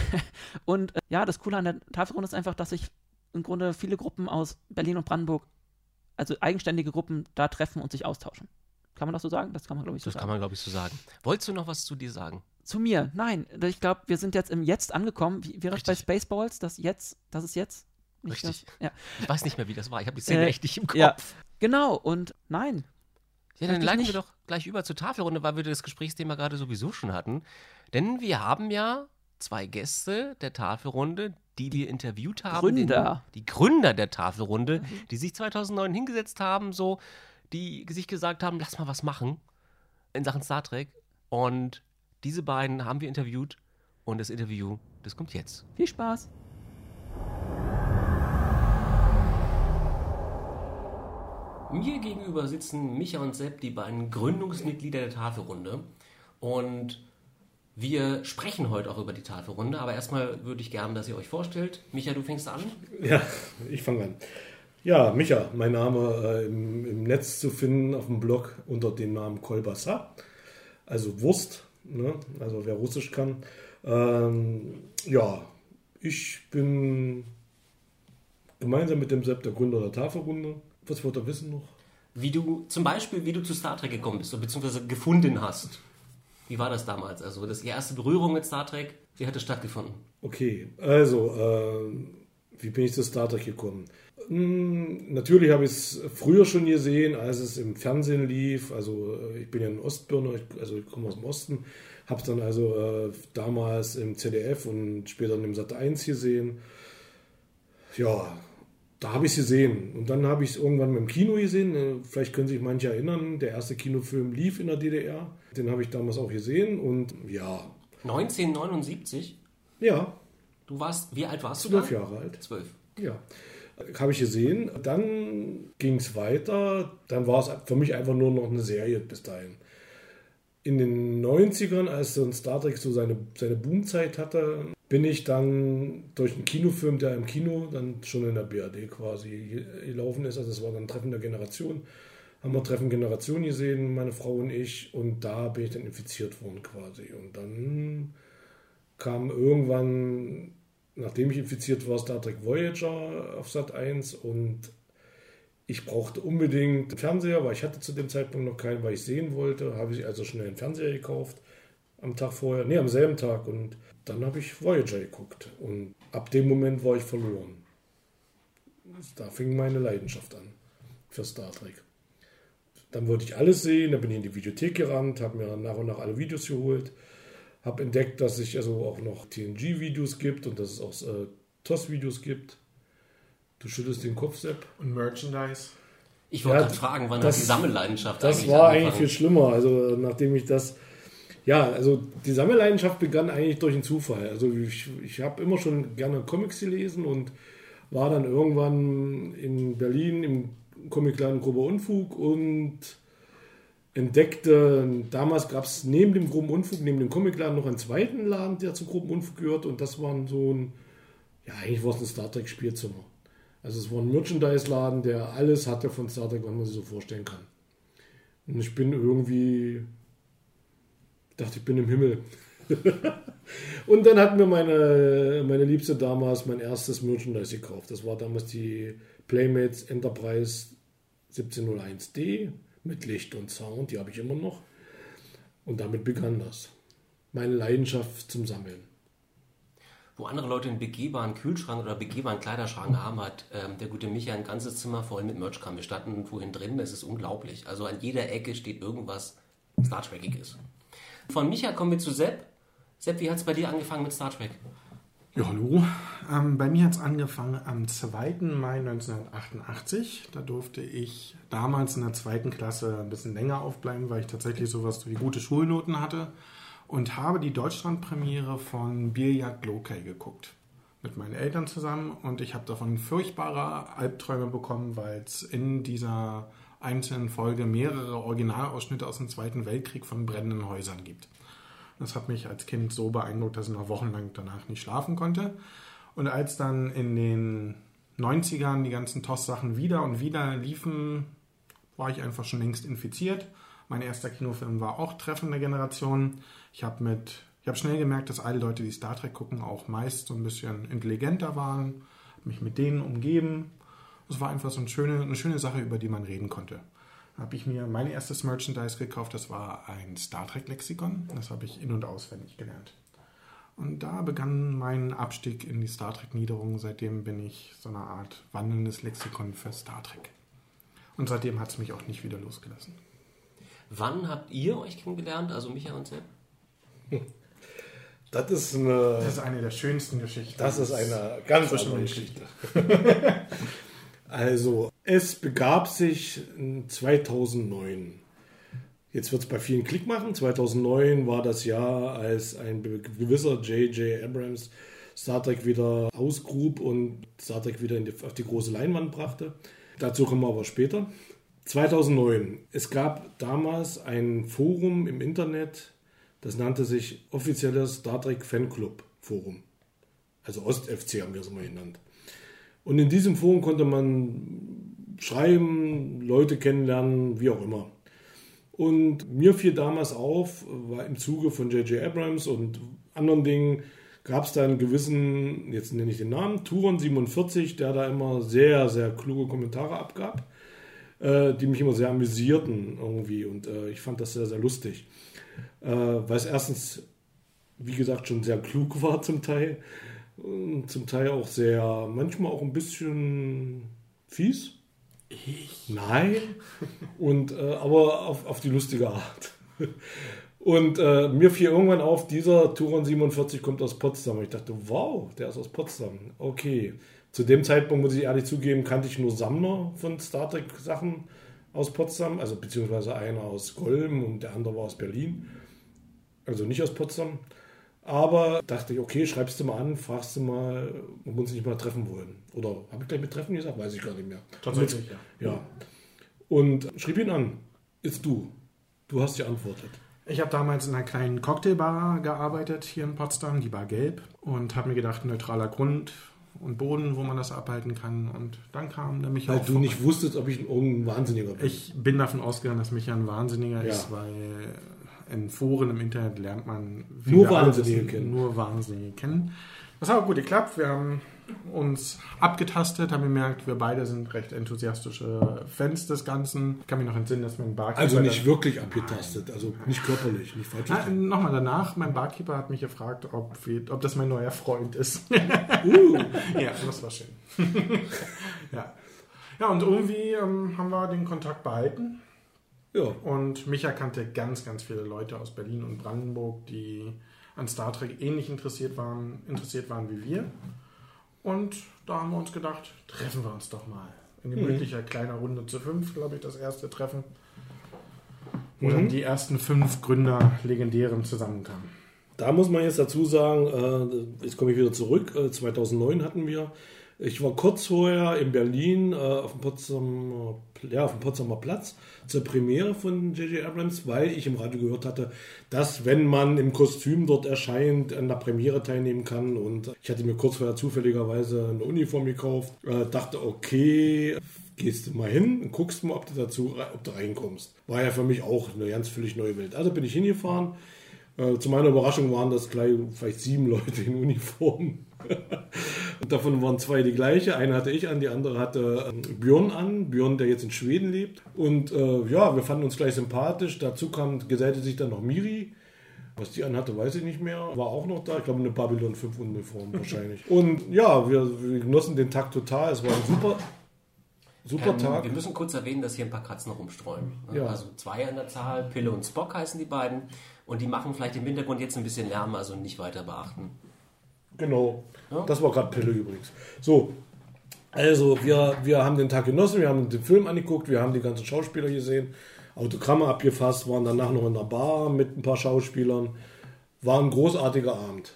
Und das Coole an der Tafelrunde ist einfach, dass sich im Grunde viele Gruppen aus Berlin und Brandenburg, also eigenständige Gruppen, da treffen und sich austauschen. Kann man das so sagen? Das kann man, glaube ich, so sagen. Das kann man, glaube ich, so sagen. Wolltest du noch was zu dir sagen? Zu mir? Nein. Ich glaube, wir sind jetzt im Jetzt angekommen. Wie war das bei Spaceballs? Das ist jetzt? Nicht Richtig. Das, ja. Ich weiß nicht mehr, wie das war. Ich habe die Szene echt nicht im Kopf. Ja. Genau. Und nein. Ja, dann leiten wir doch gleich über zur Tafelrunde, weil wir das Gesprächsthema gerade sowieso schon hatten. Denn wir haben ja 2 Gäste der Tafelrunde, die wir interviewt haben. Die Gründer der Tafelrunde, die sich 2009 hingesetzt haben, so, die sich gesagt haben, lass mal was machen in Sachen Star Trek. Und diese beiden haben wir interviewt und das Interview, das kommt jetzt. Viel Spaß. Mir gegenüber sitzen Micha und Sepp, die beiden Gründungsmitglieder der Tafelrunde. Und wir sprechen heute auch über die Tafelrunde. Aber erstmal würde ich gerne, dass ihr euch vorstellt. Micha, du fängst an. Ja, ich fange an. Ja, Micha, mein Name im Netz zu finden auf dem Blog unter dem Namen Kolbasa. Also Wurst, ne? Also wer Russisch kann. Ja, ich bin gemeinsam mit dem Sepp der Gründer der Tafelrunde. Was wollt ihr wissen noch? Wie du zu Star Trek gekommen bist, beziehungsweise gefunden hast. Wie war das damals? Also die erste Berührung mit Star Trek, wie hat es stattgefunden? Okay, also, wie bin ich zu Star Trek gekommen? Natürlich habe ich es früher schon gesehen, als es im Fernsehen lief. Also ich bin ja ein Ostbirner, ich komme aus dem Osten. Habe es dann also damals im ZDF und später im Sat.1 gesehen. Ja, da habe ich es gesehen. Und dann habe ich es irgendwann im Kino gesehen. Vielleicht können sich manche erinnern, der erste Kinofilm lief in der DDR. Den habe ich damals auch gesehen und ja. 1979? Ja. Wie alt warst du 12 Jahre alt. 12. Ja. Habe ich gesehen. Dann ging es weiter. Dann war es für mich einfach nur noch eine Serie bis dahin. In den 90ern, als so ein Star Trek so seine Boomzeit hatte, bin ich dann durch einen Kinofilm, der im Kino dann schon in der BRD quasi gelaufen ist. Also es war dann Treffen der Generation. Haben wir Treffen Generation gesehen, meine Frau und ich. Und da bin ich dann infiziert worden quasi. Und dann kam irgendwann, nachdem ich infiziert war, Star Trek Voyager auf Sat.1 und ich brauchte unbedingt einen Fernseher, weil ich hatte zu dem Zeitpunkt noch keinen, weil ich sehen wollte. Habe ich also schnell einen Fernseher gekauft am selben Tag. Und dann habe ich Voyager geguckt. Und ab dem Moment war ich verloren. Da fing meine Leidenschaft an für Star Trek. Dann wollte ich alles sehen, dann bin ich in die Videothek gerannt, habe mir nach und nach alle Videos geholt. Habe entdeckt, dass es also auch noch TNG-Videos gibt und dass es auch TOS-Videos gibt. Du schüttelst den Kopf, Sepp. Und Merchandise. Ich wollte gerade fragen, wann hat die Sammelleidenschaft das eigentlich war angefangen? eigentlich viel schlimmer. Also nachdem ich das... Ja, also die Sammelleidenschaft begann eigentlich durch einen Zufall. Also ich habe immer schon gerne Comics gelesen und war dann irgendwann in Berlin im Comicladen Grober Unfug und entdeckte, damals gab es neben dem Groben Unfug, neben dem Comicladen noch einen zweiten Laden, der zu Groben Unfug gehört und das war so ein, ja eigentlich war es ein Star Trek Spielzimmer. Also es war ein Merchandise-Laden, der alles hatte von Star Trek, was man sich so vorstellen kann. Und ich bin irgendwie, dachte ich bin im Himmel. Und dann hat mir meine Liebste damals mein erstes Merchandise gekauft. Das war damals die Playmates Enterprise 1701D mit Licht und Sound. Die habe ich immer noch. Und damit begann das. Meine Leidenschaft zum Sammeln. Wo andere Leute einen begehbaren Kühlschrank oder begehbaren Kleiderschrank haben, hat der gute Micha ein ganzes Zimmer voll mit Merchkram. Wir standen vorhin drin, das ist unglaublich. Also an jeder Ecke steht irgendwas Star Trekiges. Von Micha kommen wir zu Sepp. Sepp, wie hat es bei dir angefangen mit Star Trek? Ja, hallo. Bei mir hat es angefangen am 2. Mai 1988. Da durfte ich damals in der 2. Klasse ein bisschen länger aufbleiben, weil ich tatsächlich sowas wie gute Schulnoten hatte. Und habe die Deutschlandpremiere von Bierjagd Locay geguckt. Mit meinen Eltern zusammen. Und ich habe davon furchtbare Albträume bekommen, weil es in dieser einzelnen Folge mehrere Originalausschnitte aus dem Zweiten Weltkrieg von brennenden Häusern gibt. Das hat mich als Kind so beeindruckt, dass ich noch wochenlang danach nicht schlafen konnte. Und als dann in den 90ern die ganzen TOS-Sachen wieder und wieder liefen, war ich einfach schon längst infiziert. Mein erster Kinofilm war auch Treffen der Generation. Ich habe schnell gemerkt, dass alle Leute, die Star Trek gucken, auch meist so ein bisschen intelligenter waren. Habe mich mit denen umgeben. Es war einfach so eine schöne Sache, über die man reden konnte. Da habe ich mir mein erstes Merchandise gekauft. Das war ein Star Trek Lexikon. Das habe ich in- und auswendig gelernt. Und da begann mein Abstieg in die Star Trek Niederung. Seitdem bin ich so eine Art wandelndes Lexikon für Star Trek. Und seitdem hat es mich auch nicht wieder losgelassen. Wann habt ihr euch kennengelernt, also Micha und Sepp? Das ist eine der schönsten Geschichten. Das ist eine ganz andere Geschichte. Also, es begab sich 2009. Jetzt wird es bei vielen Klick machen. 2009 war das Jahr, als ein gewisser J.J. Abrams Star Trek wieder ausgrub und Star Trek wieder auf die große Leinwand brachte. Dazu kommen wir aber später. 2009. Es gab damals ein Forum im Internet, das nannte sich offizielles Star Trek Fanclub Forum. Also Ost-FC haben wir es mal genannt. Und in diesem Forum konnte man schreiben, Leute kennenlernen, wie auch immer. Und mir fiel damals auf, war im Zuge von J.J. Abrams und anderen Dingen, gab es da einen gewissen, jetzt nenne ich den Namen, Turon47, der da immer sehr, sehr kluge Kommentare abgab, die mich immer sehr amüsierten irgendwie. Und ich fand das sehr, sehr lustig. Weil es erstens, wie gesagt, schon sehr klug war zum Teil. Zum Teil auch sehr, manchmal auch ein bisschen fies. Nein. Und, aber auf die lustige Art. Und mir fiel irgendwann auf, dieser Turon 47 kommt aus Potsdam. Und ich dachte, wow, der ist aus Potsdam. Okay. Zu dem Zeitpunkt, muss ich ehrlich zugeben, kannte ich nur Sammler von Star Trek Sachen aus Potsdam. Also beziehungsweise einer aus Golm und der andere war aus Berlin. Also nicht aus Potsdam. Aber dachte ich, okay, schreibst du mal an, fragst du mal, ob wir uns nicht mal treffen wollen. Oder habe ich gleich mit Treffen gesagt? Weiß ich gar nicht mehr. Tatsächlich, ja. Und schrieb ihn an. Ist du. Du hast geantwortet. Ich habe damals in einer kleinen Cocktailbar gearbeitet hier in Potsdam, die Bar Gelb. Und habe mir gedacht, neutraler Grund und Boden, wo man das abhalten kann. Und dann kam der Micha. Weil du nicht wusstest, ob ich irgendein Wahnsinniger bin. Ich bin davon ausgegangen, dass Micha ein Wahnsinniger ist, weil in Foren im Internet lernt man nur Wahnsinnige kennen. Das hat auch gut geklappt. Wir haben uns abgetastet, haben gemerkt, wir beide sind recht enthusiastische Fans des Ganzen. Ich kann mich noch entsinnen, dass mein Barkeeper... Also nicht wirklich abgetastet, also nicht körperlich, nicht falsch. Nochmal danach, mein Barkeeper hat mich gefragt, ob das mein neuer Freund ist. Ja, das war schön. Ja, und irgendwie haben wir den Kontakt behalten. Ja. Und Micha kannte ganz, ganz viele Leute aus Berlin und Brandenburg, die an Star Trek ähnlich interessiert waren wie wir. Und da haben wir uns gedacht, treffen wir uns doch mal. In gemütlicher kleiner Runde zu 5, glaube ich, das erste Treffen. Wo dann die ersten 5 Gründer legendären zusammenkamen. Da muss man jetzt dazu sagen, jetzt komme ich wieder zurück, 2009 hatten wir. Ich war kurz vorher in Berlin auf dem Potsdamer Platz zur Premiere von J.J. Abrams, weil ich im Radio gehört hatte, dass, wenn man im Kostüm dort erscheint, an der Premiere teilnehmen kann. Und ich hatte mir kurz vorher zufälligerweise eine Uniform gekauft, dachte, okay, gehst du mal hin und guckst mal, ob du reinkommst. War ja für mich auch eine ganz völlig neue Welt. Also bin ich hingefahren, Zu meiner Überraschung waren das gleich vielleicht 7 Leute in Uniform. Und davon waren 2 die gleiche. Eine hatte ich an, die andere hatte Björn an. Björn, der jetzt in Schweden lebt. Und wir fanden uns gleich sympathisch. Dazu gesellte sich dann noch Miri. Was die anhatte, weiß ich nicht mehr. War auch noch da. Ich glaube, eine Babylon 5 Uniform wahrscheinlich. Und ja, wir genossen den Tag total. Es war ein super Tag. Wir müssen kurz erwähnen, dass hier ein paar Katzen rumstreuen. Ja. Also 2 an der Zahl. Pille und Spock heißen die beiden. Und die machen vielleicht im Hintergrund jetzt ein bisschen Lärm, also nicht weiter beachten. Genau. Ja. Das war gerade Pille übrigens. So, also wir haben den Tag genossen, wir haben den Film angeguckt, wir haben die ganzen Schauspieler gesehen, Autogramme abgefasst, waren danach noch in der Bar mit ein paar Schauspielern. War ein großartiger Abend.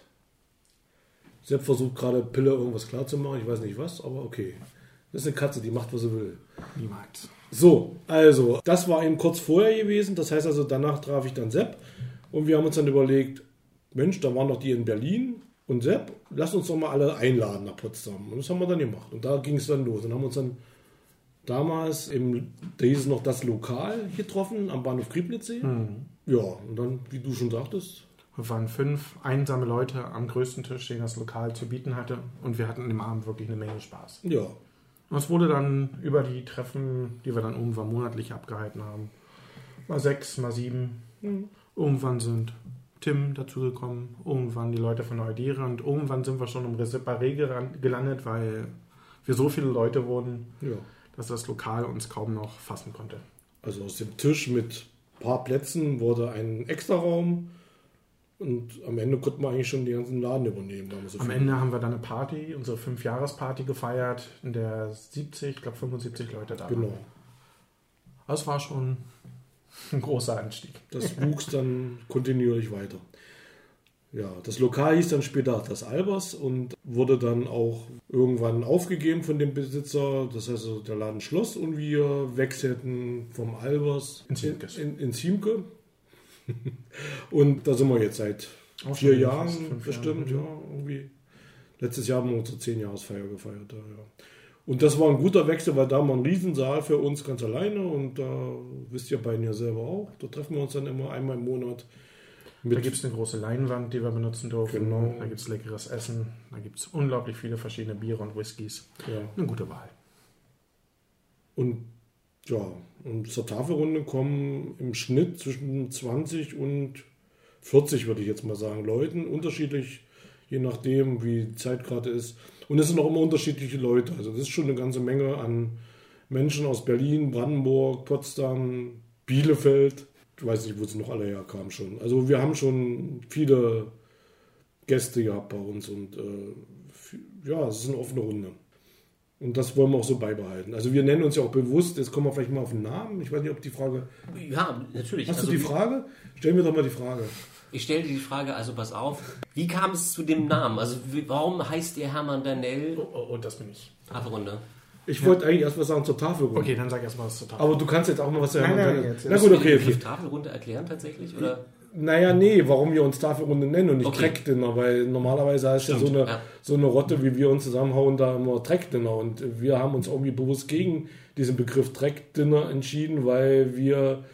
Sepp versucht gerade Pille irgendwas klarzumachen, ich weiß nicht was, aber okay. Das ist eine Katze, die macht, was sie will. Niemals. So, also, das war eben kurz vorher gewesen, das heißt also, danach traf ich dann Sepp und wir haben uns dann überlegt, Mensch, da waren doch die in Berlin und Sepp, lass uns doch mal alle einladen nach Potsdam. Und das haben wir dann gemacht und da ging es dann los. Dann haben wir uns dann damals, da hieß es noch das Lokal getroffen, am Bahnhof Griebnitzsee. Ja, und dann, wie du schon sagtest, Wir waren 5 einsame Leute am größten Tisch, den das Lokal zu bieten hatte. Und wir hatten im Abend wirklich eine Menge Spaß. ja, Und es wurde dann über die Treffen, die wir dann irgendwann monatlich abgehalten haben, mal 6, mal 7. Irgendwann sind Tim dazugekommen, irgendwann die Leute von Eudere und irgendwann sind wir schon im Separé gelandet, weil wir so viele Leute wurden, ja. dass das Lokal uns kaum noch fassen konnte. Also aus dem Tisch mit ein paar Plätzen wurde ein Extraraum und am Ende konnte man eigentlich schon den ganzen Laden übernehmen. Weil wir so Am viel- Ende haben wir dann eine Party, unsere 5-Jahres-Party gefeiert, in der 75 Leute da waren. Genau. Das war schon ein großer Anstieg. Das wuchs dann kontinuierlich weiter. Ja, das Lokal hieß dann später das Albers und wurde dann auch irgendwann aufgegeben von dem Besitzer. Das heißt, also, der Laden schloss und wir wechselten vom Albers Ins Hiemkes. in Hiemke. Und da sind wir jetzt seit Auch 4 schon Jahren fast 5 bestimmt. Jahre. Ja, irgendwie. Letztes Jahr haben wir unsere 10-Jahresfeier gefeiert. Ja. Und das war ein guter Wechsel, weil da haben wir einen Riesensaal für uns ganz alleine und da wisst ihr beiden ja selber auch. Da treffen wir uns dann immer einmal im Monat. Da gibt es eine große Leinwand, die wir benutzen dürfen. Genau. Da gibt es leckeres Essen. Da gibt es unglaublich viele verschiedene Biere und Whiskys. Ja. Eine gute Wahl. Und ja, und zur Tafelrunde kommen im Schnitt zwischen 20 und 40, würde ich jetzt mal sagen, Leuten. Unterschiedlich, je nachdem, wie die Zeit gerade ist. Und es sind auch immer unterschiedliche Leute. Also das ist schon eine ganze Menge an Menschen aus Berlin, Brandenburg, Potsdam, Bielefeld. Ich weiß nicht, wo sie noch alle herkamen schon. Also wir haben schon viele Gäste gehabt bei uns und ja, es ist eine offene Runde. Und das wollen wir auch so beibehalten. Also wir nennen uns ja auch bewusst, jetzt kommen wir vielleicht mal auf den Namen. Ich weiß nicht, ob die Frage... Ja, natürlich. Hast Also, du die Frage? Stell mir doch mal die Frage. Ich stelle dir die Frage, also pass auf, wie kam es zu dem Namen? Also warum heißt ihr Hermann Dernell Oh, das bin ich. Tafelrunde? Ich wollte eigentlich erst was sagen zur Tafelrunde. Okay, dann sag erst mal was zur Tafel. Aber du kannst jetzt auch mal was sagen. Nein, jetzt. Na gut, okay. Die Tafelrunde erklären tatsächlich? Oder? Naja, nee, warum wir uns Tafelrunde nennen und nicht Okay. Trackdinner, weil normalerweise heißt ja Stimmt, ja. so eine Rotte, wie wir uns zusammenhauen, da immer Trackdinner und wir haben uns irgendwie bewusst gegen diesen Begriff Trackdinner entschieden, weil wir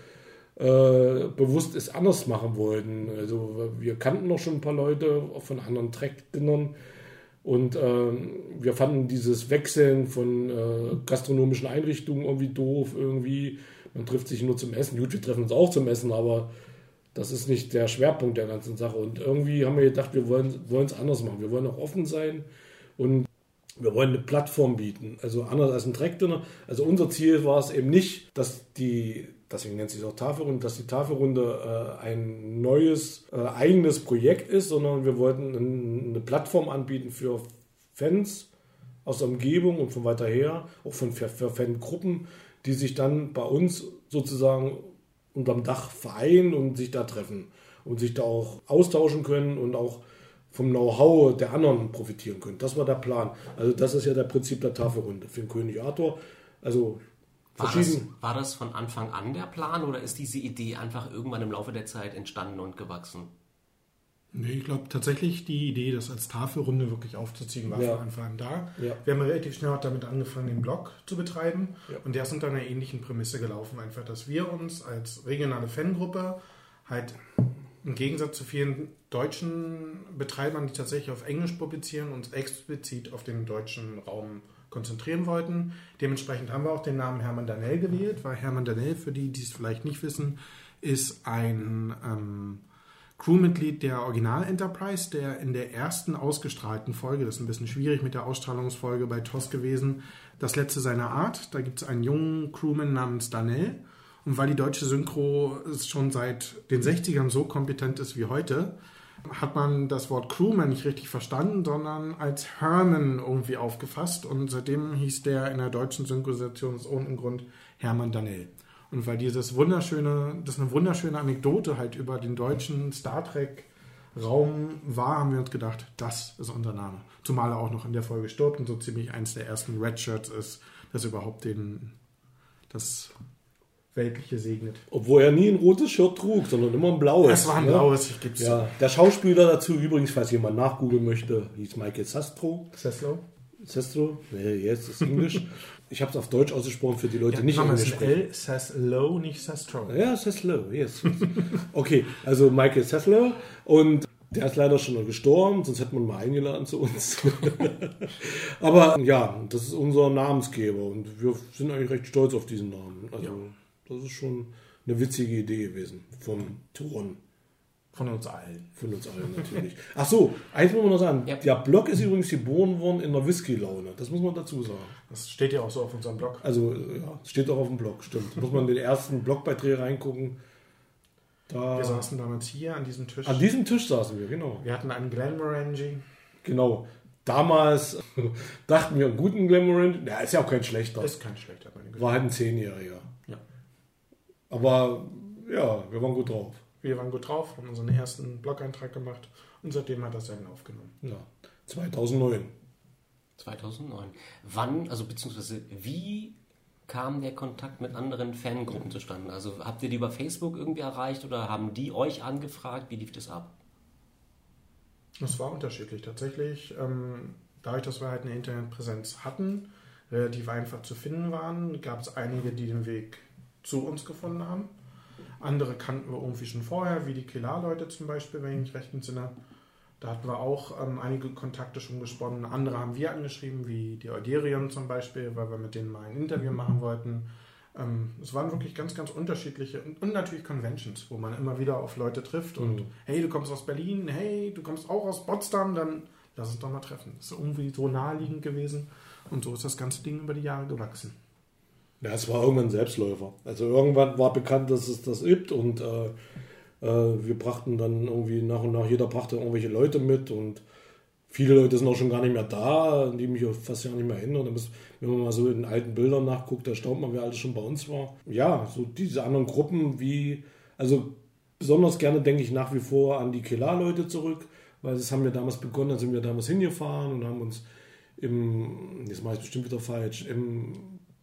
bewusst es anders machen wollten. Also wir kannten noch schon ein paar Leute auch von anderen Trackdinnern und wir fanden dieses Wechseln von gastronomischen Einrichtungen irgendwie doof irgendwie. Man trifft sich nur zum Essen. Gut, wir treffen uns auch zum Essen, aber das ist nicht der Schwerpunkt der ganzen Sache. Und irgendwie haben wir gedacht, wir wollen es anders machen. Wir wollen auch offen sein und wir wollen eine Plattform bieten. Also anders als ein Trackdinner. Also unser Ziel war es eben nicht, dass deswegen nennt sich auch Tafelrunde, dass die Tafelrunde ein neues, eigenes Projekt ist, sondern wir wollten eine Plattform anbieten für Fans aus der Umgebung und von weiter her, auch für Fangruppen, die sich dann bei uns sozusagen unterm Dach vereinen und sich da treffen und sich da auch austauschen können und auch vom Know-how der anderen profitieren können. Das war der Plan. Also das ist ja der Prinzip der Tafelrunde für den König Arthur. Also War das von Anfang an der Plan oder ist diese Idee einfach irgendwann im Laufe der Zeit entstanden und gewachsen? Nee, ich glaube tatsächlich, die Idee, das als Tafelrunde wirklich aufzuziehen, war Ja. von Anfang an da. Ja. Wir haben relativ schnell auch damit angefangen, den Blog zu betreiben. Ja. Und der ist unter einer ähnlichen Prämisse gelaufen. Einfach, dass wir uns als regionale Fangruppe halt Im Gegensatz zu vielen deutschen Betreibern, die tatsächlich auf Englisch publizieren und explizit auf den deutschen Raum konzentrieren wollten. Dementsprechend haben wir auch den Namen Hermann Danell gewählt, weil Hermann Danell, für die, die es vielleicht nicht wissen, ist ein Crewmitglied der Original Enterprise, der in der ersten ausgestrahlten Folge, das ist ein bisschen schwierig mit der Ausstrahlungsfolge bei TOS gewesen, das letzte seiner Art. Da gibt es einen jungen Crewman namens Danell. Und weil die deutsche Synchro schon seit den 60ern so kompetent ist wie heute, hat man das Wort Crewman nicht richtig verstanden, sondern als Herman irgendwie aufgefasst. Und seitdem hieß der in der deutschen Synchronisation aus irgendeinem Grund Hermann Danell. Und weil das ist eine wunderschöne Anekdote halt über den deutschen Star Trek Raum war, haben wir uns gedacht, das ist unser Name. Zumal er auch noch in der Folge stirbt und so ziemlich eins der ersten Red Shirts ist, das überhaupt das Weltliche segnet. Obwohl er nie ein rotes Shirt trug, sondern immer ein blaues. Es war ein blaues, ich gebe es ja. Der Schauspieler dazu übrigens, falls jemand nachgoogeln möchte, hieß Michael Sestro. Sestro? Nee, jetzt ist Englisch. Ich habe es auf Deutsch ausgesprochen für die Leute, die nicht Englisch sprechen. Seslo, nicht Sestro. Ja, Seslo, yes. Okay, also Michael Seslo und der ist leider schon gestorben, sonst hätte man mal eingeladen zu uns. Aber ja, das ist unser Namensgeber und wir sind eigentlich recht stolz auf diesen Namen. Also das ist schon eine witzige Idee gewesen vom Turon. Von uns allen. Von uns allen natürlich. Ach so, eins muss man noch sagen. Ja. Der Blog ist übrigens geboren worden in der Whisky-Laune. Das muss man dazu sagen. Das steht ja auch so auf unserem Blog. Also, ja, steht auch auf dem Blog, stimmt. Da muss man in den ersten Blogbeiträge reingucken. Wir saßen damals hier an diesem Tisch. An diesem Tisch saßen wir, genau. Wir hatten einen Glenmorangie. Genau. Damals dachten wir, einen guten Glenmorangie. Ja, ist ja auch kein schlechter. Ist kein schlechter, meine Güte. War halt ein 10-Jähriger. Ja. Aber, ja, wir waren gut drauf. Wir waren gut drauf, haben unseren ersten Blog-Eintrag gemacht und seitdem hat das seinen aufgenommen. Ja, 2009. 2009. Wann, also beziehungsweise wie kam der Kontakt mit anderen Fangruppen zustande? Also habt ihr die über Facebook irgendwie erreicht oder haben die euch angefragt? Wie lief das ab? Das war unterschiedlich. Tatsächlich, dadurch, dass wir halt eine Internetpräsenz hatten, relativ einfach zu finden waren, gab es einige, die den Weg zu uns gefunden haben. Andere kannten wir irgendwie schon vorher, wie die Kelar-Leute zum Beispiel, wenn ich mich recht entsinne. Da hatten wir auch einige Kontakte schon gesponnen. Andere haben wir angeschrieben, wie die Euderion zum Beispiel, weil wir mit denen mal ein Interview machen wollten. Es waren wirklich ganz, ganz unterschiedliche und natürlich Conventions, wo man immer wieder auf Leute trifft und hey, du kommst aus Berlin, hey, du kommst auch aus Potsdam, dann lass uns doch mal treffen. Das ist irgendwie so naheliegend gewesen und so ist das ganze Ding über die Jahre gewachsen. Ja, es war irgendwann ein Selbstläufer. Also irgendwann war bekannt, dass es das gibt und wir brachten dann irgendwie nach und nach, jeder brachte irgendwelche Leute mit und viele Leute sind auch schon gar nicht mehr da, die mich fast ja nicht mehr erinnern. Wenn man mal so in alten Bildern nachguckt, da staunt man, wer alles schon bei uns war. Ja, so diese anderen Gruppen also besonders gerne denke ich nach wie vor an die Kelar-Leute zurück, weil das haben wir damals begonnen, da sind wir damals hingefahren und haben uns jetzt mache ich bestimmt wieder falsch, im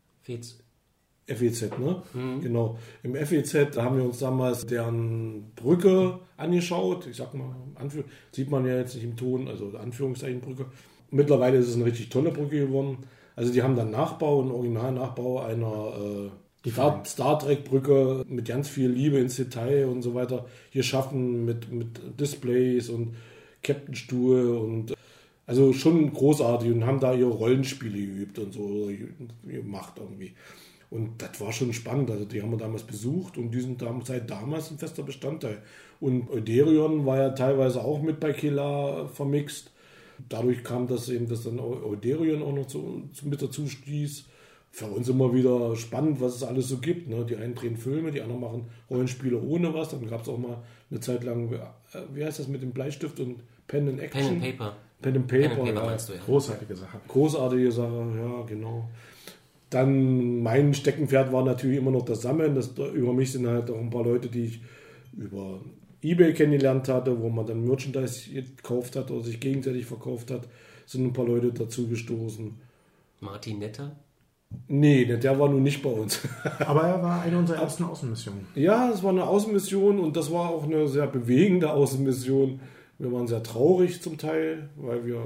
FEZ, ne? Mhm. Genau. Im FEZ, da haben wir uns damals deren Brücke angeschaut. Ich sag mal, sieht man ja jetzt nicht im Ton, also Anführungszeichen Brücke. Mittlerweile ist es eine richtig tolle Brücke geworden. Also die haben dann einen Originalnachbau einer Star Trek Brücke mit ganz viel Liebe ins Detail und so weiter geschaffen mit Displays und Captainstuhl und also schon großartig und haben da ihre Rollenspiele geübt und so gemacht irgendwie. Und das war schon spannend. Also die haben wir damals besucht und die sind seit damals ein fester Bestandteil. Und Euderion war ja teilweise auch mit bei Kelar vermixt. Dadurch kam das eben, dass dann Euderion auch noch mit dazu stieß. Für uns immer wieder spannend, was es alles so gibt. Ne? Die einen drehen Filme, die anderen machen Rollenspiele ohne was. Dann gab es auch mal eine Zeit lang, wie heißt das mit dem Bleistift und Pen and Action? Pen and Paper, ja. Meinst du, ja. Großartige Sache. Großartige Sache, ja, genau. Dann mein Steckenpferd war natürlich immer noch das Sammeln. Über mich sind halt auch ein paar Leute, die ich über eBay kennengelernt hatte, wo man dann Merchandise gekauft hat oder sich gegenseitig verkauft hat. Sind ein paar Leute dazu gestoßen. Martin Netter? Nee, der war nun nicht bei uns. Aber er war eine unserer ersten Außenmissionen. Ja, es war eine Außenmission und das war auch eine sehr bewegende Außenmission. Wir waren sehr traurig zum Teil, weil wir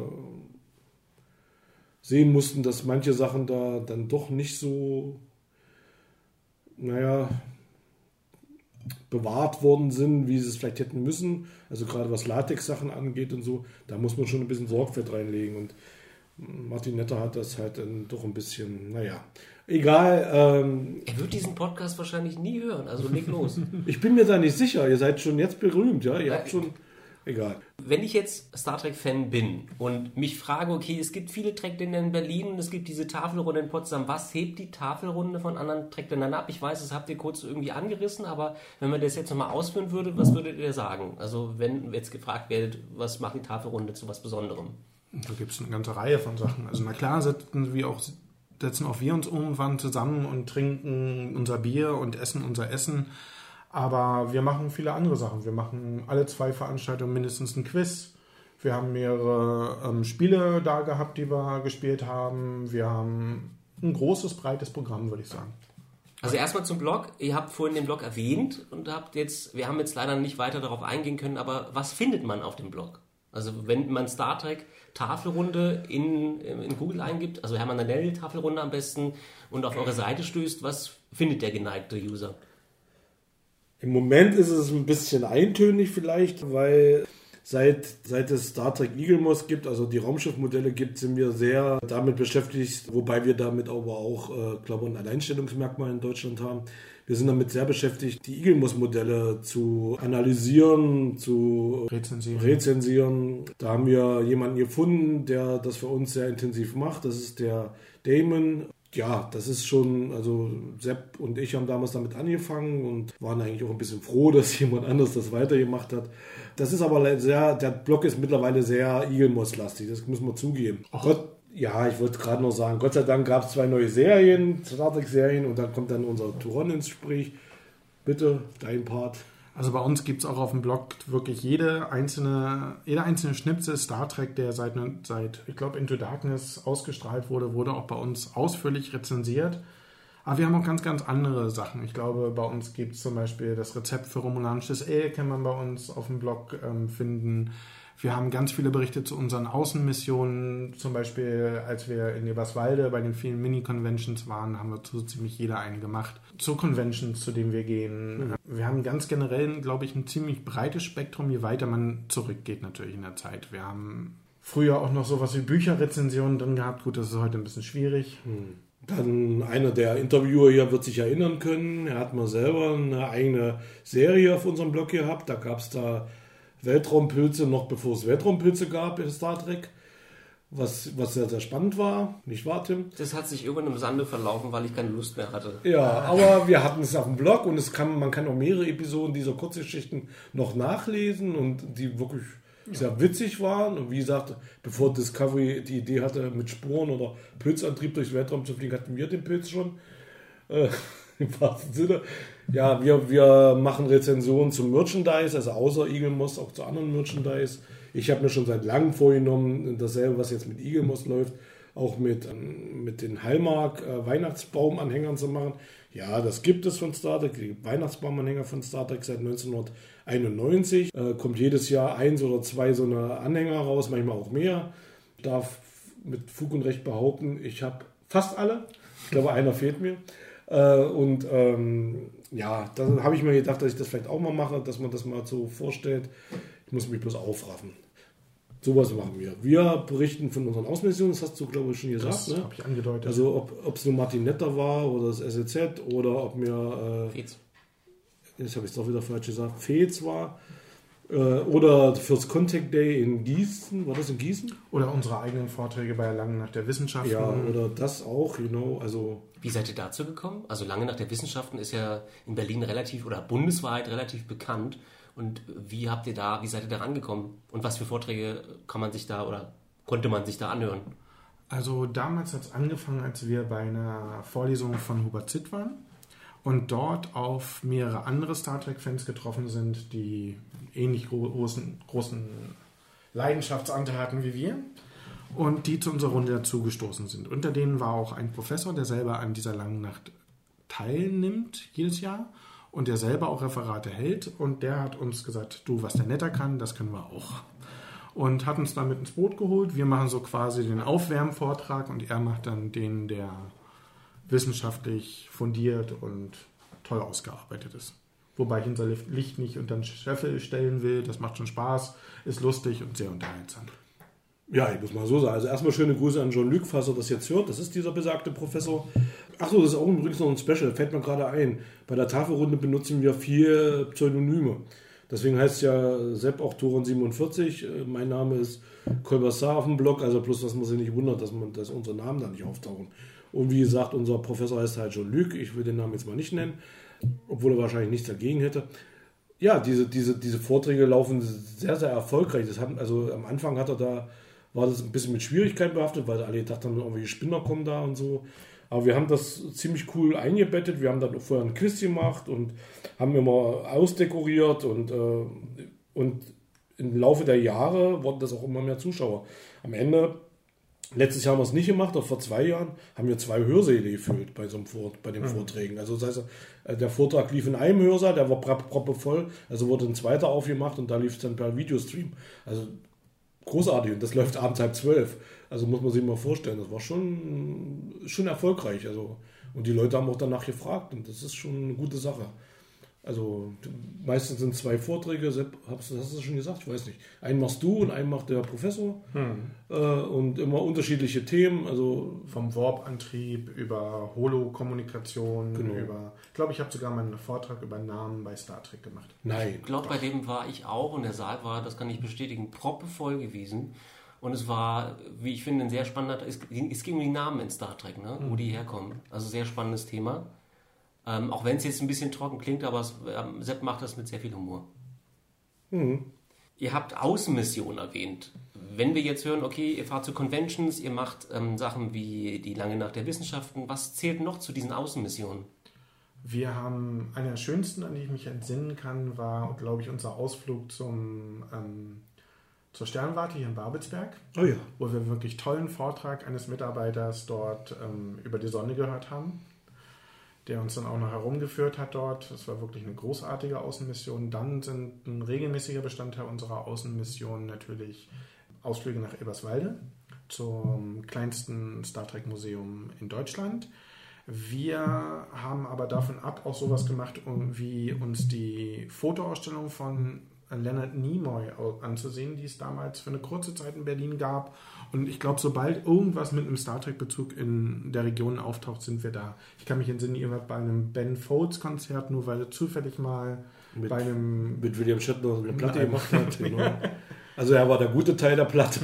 sehen mussten, dass manche Sachen da dann doch nicht so, bewahrt worden sind, wie sie es vielleicht hätten müssen. Also gerade was Latex-Sachen angeht und so, da muss man schon ein bisschen Sorgfalt reinlegen. Und Martin Netter hat das halt dann doch ein bisschen, naja, egal. Er wird diesen Podcast wahrscheinlich nie hören, also leg los. Ich bin mir da nicht sicher, ihr seid schon jetzt berühmt, ja, ihr habt schon, egal. Wenn ich jetzt Star Trek-Fan bin und mich frage, okay, es gibt viele Trackländer in Berlin und es gibt diese Tafelrunde in Potsdam, was hebt die Tafelrunde von anderen Trackländern ab? Ich weiß, das habt ihr kurz irgendwie angerissen, aber wenn man das jetzt nochmal ausführen würde, was würdet ihr sagen? Also wenn jetzt gefragt werdet, was macht die Tafelrunde zu was Besonderem? Da gibt es eine ganze Reihe von Sachen. Also na klar setzen auch wir uns irgendwann zusammen und trinken unser Bier und essen unser Essen. Aber wir machen viele andere Sachen. Wir machen alle 2 Veranstaltungen mindestens ein Quiz. Wir haben mehrere Spiele da gehabt, die wir gespielt haben. Wir haben ein großes, breites Programm, würde ich sagen. Also erstmal zum Blog. Ihr habt vorhin den Blog erwähnt und wir haben jetzt leider nicht weiter darauf eingehen können, aber was findet man auf dem Blog? Also wenn man Star Trek Tafelrunde in Google eingibt, also Hermann Nannell Tafelrunde am besten und auf eure Seite stößt, was findet der geneigte User? Im Moment ist es ein bisschen eintönig vielleicht, weil seit es Star Trek Eaglemoss gibt, also die Raumschiffmodelle gibt, sind wir sehr damit beschäftigt, wobei wir damit aber auch, glaube ich, ein Alleinstellungsmerkmal in Deutschland haben. Wir sind damit sehr beschäftigt, die Eaglemoss-Modelle zu analysieren, zu rezensieren. Da haben wir jemanden gefunden, der das für uns sehr intensiv macht. Das ist der Damon. Ja, das ist schon, also Sepp und ich haben damals damit angefangen und waren eigentlich auch ein bisschen froh, dass jemand anderes das weitergemacht hat. Das ist aber der Blog ist mittlerweile sehr Eaglemoss-lastig, das muss man zugeben. Ja, ich wollte gerade noch sagen, Gott sei Dank gab es 2 neue Serien, Star Trek-Serien, und dann kommt dann unser Turon ins Gespräch. Bitte, dein Part. Also bei uns gibt es auch auf dem Blog wirklich jeder einzelne Schnipsel Star Trek, der seit ich glaube, Into Darkness ausgestrahlt wurde auch bei uns ausführlich rezensiert. Aber wir haben auch ganz, ganz andere Sachen. Ich glaube, bei uns gibt es zum Beispiel das Rezept für romulanisches Ale, kann man bei uns auf dem Blog finden. Wir haben ganz viele Berichte zu unseren Außenmissionen. Zum Beispiel, als wir in Eberswalde bei den vielen Mini-Conventions waren, haben wir zu ziemlich jeder eine gemacht. Zu Conventions, zu denen wir gehen. Wir haben ganz generell, glaube ich, ein ziemlich breites Spektrum, je weiter man zurückgeht natürlich in der Zeit. Wir haben früher auch noch sowas wie Bücherrezensionen drin gehabt. Gut, das ist heute ein bisschen schwierig. Dann einer der Interviewer hier wird sich erinnern können. Er hat mal selber eine eigene Serie auf unserem Blog gehabt. Da gab es Weltraumpilze, noch bevor es Weltraumpilze gab in Star Trek, was sehr, sehr spannend war. Nicht wahr, Tim? Das hat sich irgendwann im Sande verlaufen, weil ich keine Lust mehr hatte. Ja, aber wir hatten es auf dem Blog und man kann auch mehrere Episoden dieser Kurzgeschichten noch nachlesen und die wirklich sehr witzig waren. Und wie gesagt, bevor Discovery die Idee hatte, mit Sporen oder Pilzantrieb durchs Weltraum zu fliegen, hatten wir den Pilz schon. Im wahrsten Sinne. Ja, wir machen Rezensionen zum Merchandise, also außer Eaglemoss auch zu anderen Merchandise. Ich habe mir schon seit langem vorgenommen, dasselbe, was jetzt mit Eaglemoss läuft, auch mit den Hallmark Weihnachtsbaumanhängern zu machen. Ja, das gibt es von Star Trek, die Weihnachtsbaumanhänger von Star Trek seit 1991. Kommt jedes Jahr 1 oder 2 so eine Anhänger raus, manchmal auch mehr. Ich darf mit Fug und Recht behaupten, ich habe fast alle. Ich glaube, einer fehlt mir. Ja, dann habe ich mir gedacht, dass ich das vielleicht auch mal mache, dass man das mal so vorstellt. Ich muss mich bloß aufraffen. Sowas machen wir. Wir berichten von unseren Außenmissionen, das hast du, glaube ich, schon gesagt. Das habe ich angedeutet. Also ob es nur Martin Netter war oder das SEZ oder ob mir Fez. Jetzt habe ich es doch wieder falsch gesagt, Fez war. Oder fürs Contact Day in Gießen. War das in Gießen? Oder unsere eigenen Vorträge bei Langen nach der Wissenschaften. Ja, oder das auch, also... Wie seid ihr dazu gekommen? Also Lange nach der Wissenschaften ist ja in Berlin relativ oder bundesweit relativ bekannt. Und wie seid ihr da rangekommen? Und was für Vorträge konnte man sich da anhören? Also damals hat es angefangen, als wir bei einer Vorlesung von Hubert Zitt waren und dort auf mehrere andere Star Trek-Fans getroffen sind, die ähnlich großen Leidenschaftsanteil hatten wie wir und die zu unserer Runde dazugestoßen sind. Unter denen war auch ein Professor, der selber an dieser langen Nacht teilnimmt jedes Jahr und der selber auch Referate hält und der hat uns gesagt, du, was der Netter kann, das können wir auch. Und hat uns dann mit ins Boot geholt. Wir machen so quasi den Aufwärmvortrag und er macht dann den, der wissenschaftlich fundiert und toll ausgearbeitet ist. wobei ich unser Licht nicht unter den Scheffel stellen will. Das macht schon Spaß, ist lustig und sehr unterhaltsam. Ja, ich muss mal so sagen. Also erstmal schöne Grüße an Jean-Luc, falls er das jetzt hört. Das ist dieser besagte Professor. Achso, das ist auch übrigens noch ein Special, fällt mir gerade ein. Bei der Tafelrunde benutzen wir 4 Pseudonyme. Deswegen heißt ja Sepp auch Toren47. Mein Name ist Kolbassar auf dem Blog, also bloß, dass man sich nicht wundert, dass unsere Namen da nicht auftauchen. Und wie gesagt, unser Professor heißt halt Jean-Luc. Ich will den Namen jetzt mal nicht nennen, obwohl er wahrscheinlich nichts dagegen hätte. Ja, diese Vorträge laufen sehr, sehr erfolgreich. Also am Anfang war das ein bisschen mit Schwierigkeiten behaftet, weil alle gedacht haben, irgendwelche Spinner kommen da und so. Aber wir haben das ziemlich cool eingebettet. Wir haben dann vorher ein Quiz gemacht und haben immer ausdekoriert und im Laufe der Jahre wurden das auch immer mehr Zuschauer. Am Ende, letztes Jahr haben wir es nicht gemacht, aber vor 2 Jahren haben wir 2 Hörsäle gefüllt bei den Vorträgen. Also das heißt, der Vortrag lief in einem Hörsaal, der war proppevoll, also wurde ein zweiter aufgemacht und da lief es dann per Videostream. Also großartig und das läuft abends 11:30. Also muss man sich mal vorstellen, das war schon erfolgreich. Also, und die Leute haben auch danach gefragt und das ist schon eine gute Sache. Also meistens sind 2 Vorträge, Sepp, hast du das schon gesagt? Ich weiß nicht. Einen machst du und einen macht der Professor und immer unterschiedliche Themen. Also vom Warp-Antrieb über Holo-Kommunikation, genau. Ich glaube, ich habe sogar mal einen Vortrag über Namen bei Star Trek gemacht. Nein. Ich glaube, bei dem war ich auch und der Saal war, das kann ich bestätigen, proppevoll gewesen. Und es war, wie ich finde, ein sehr spannender, es ging um die Namen in Star Trek, ne? Wo die herkommen. Also sehr spannendes Thema. Auch wenn es jetzt ein bisschen trocken klingt, aber Sepp macht das mit sehr viel Humor. Mhm. Ihr habt Außenmissionen erwähnt. Wenn wir jetzt hören, okay, ihr fahrt zu Conventions, ihr macht Sachen wie die Lange Nacht der Wissenschaften, was zählt noch zu diesen Außenmissionen? Wir haben, eine der schönsten, an die ich mich entsinnen kann, war, glaube ich, unser Ausflug zur Sternwarte hier in Babelsberg, wo wir wirklich tollen Vortrag eines Mitarbeiters dort über die Sonne gehört haben, der uns dann auch noch herumgeführt hat dort. Das war wirklich eine großartige Außenmission. Dann sind ein regelmäßiger Bestandteil unserer Außenmission natürlich Ausflüge nach Eberswalde zum kleinsten Star Trek Museum in Deutschland. Wir haben aber davon ab auch sowas gemacht, wie uns die Fotoausstellung von Leonard Nimoy anzusehen, die es damals für eine kurze Zeit in Berlin gab. Und ich glaube, sobald irgendwas mit einem Star Trek-Bezug in der Region auftaucht, sind wir da. Ich kann mich entsinnen, ihr wart bei einem Ben Folds-Konzert, nur weil er zufällig mal mit William Shatner eine Platte gemacht hat. Genau. Also er war der gute Teil der Platte.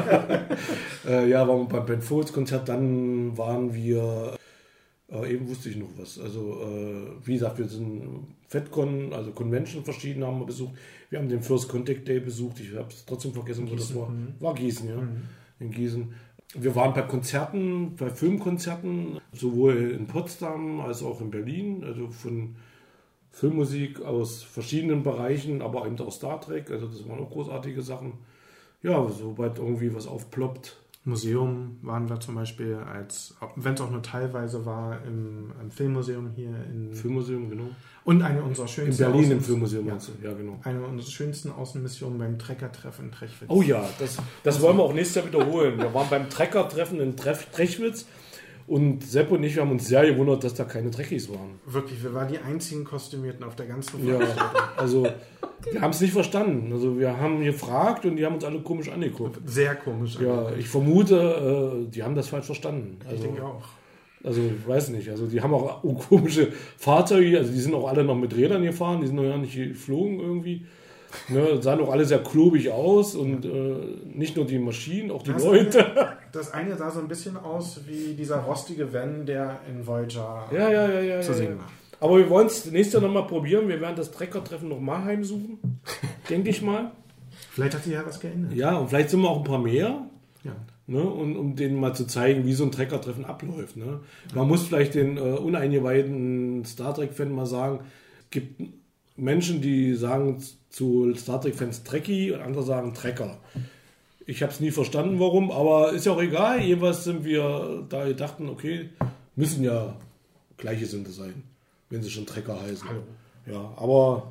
Ja, waren wir beim Ben Folds-Konzert, dann waren wir... eben wusste ich noch was. Also, wie gesagt, wir sind FedCon, also Convention verschiedene haben wir besucht. Wir haben den First Contact Day besucht. Ich habe es trotzdem vergessen, wo das war. War Gießen, ja. In Gießen. Wir waren bei Konzerten, bei Filmkonzerten, sowohl in Potsdam als auch in Berlin. Also von Filmmusik aus verschiedenen Bereichen, aber eben auch Star Trek. Also das waren auch großartige Sachen. Ja, sobald irgendwie was aufploppt. Museum waren wir zum Beispiel, wenn es auch nur teilweise war, im Filmmuseum hier in... Filmmuseum, genau. Und eine unserer schönsten... In Berlin im Filmmuseum, ja, ja, genau. Eine unserer schönsten Außenmissionen beim Trecker-Treffen in Trechwitz. Oh ja, das wollen wir auch nächstes Jahr wiederholen. Wir waren beim Trecker-Treffen in Trechwitz und Sepp und ich haben uns sehr gewundert, dass da keine Trekkies waren. Wirklich, wir waren die einzigen Kostümierten auf der ganzen Veranstaltung. Ja, also wir haben es nicht verstanden. Also wir haben gefragt und die haben uns alle komisch angeguckt. Sehr komisch. Ja, ich vermute, die haben das falsch verstanden. Also, ich denke auch. Also ich weiß nicht. Also die haben auch komische Fahrzeuge. Also die sind auch alle noch mit Rädern gefahren. Die sind noch gar nicht geflogen irgendwie. Ne, sahen auch alle sehr klobig aus und nicht nur die Maschinen, auch die Leute. Das eine sah so ein bisschen aus wie dieser rostige Van, der in Voyager zu sehen war. Aber wir wollen es nächstes Jahr nochmal probieren. Wir werden das Trecker-Treffen nochmal heimsuchen, denke ich mal. Vielleicht hat sich ja was geändert. Ja, und vielleicht sind wir auch ein paar mehr. Ja. Ne, und um denen mal zu zeigen, wie so ein Trecker-Treffen abläuft. Ne. Man muss vielleicht den uneingeweihten Star Trek-Fan mal sagen, es gibt Menschen, die sagen zu Star Trek-Fans Trekkie und andere sagen Trecker. Ich habe es nie verstanden, warum, aber ist ja auch egal. Jeweils sind wir da dachten, okay, müssen ja gleiche Sinde sein, wenn sie schon Trecker heißen. Hallo. Ja, aber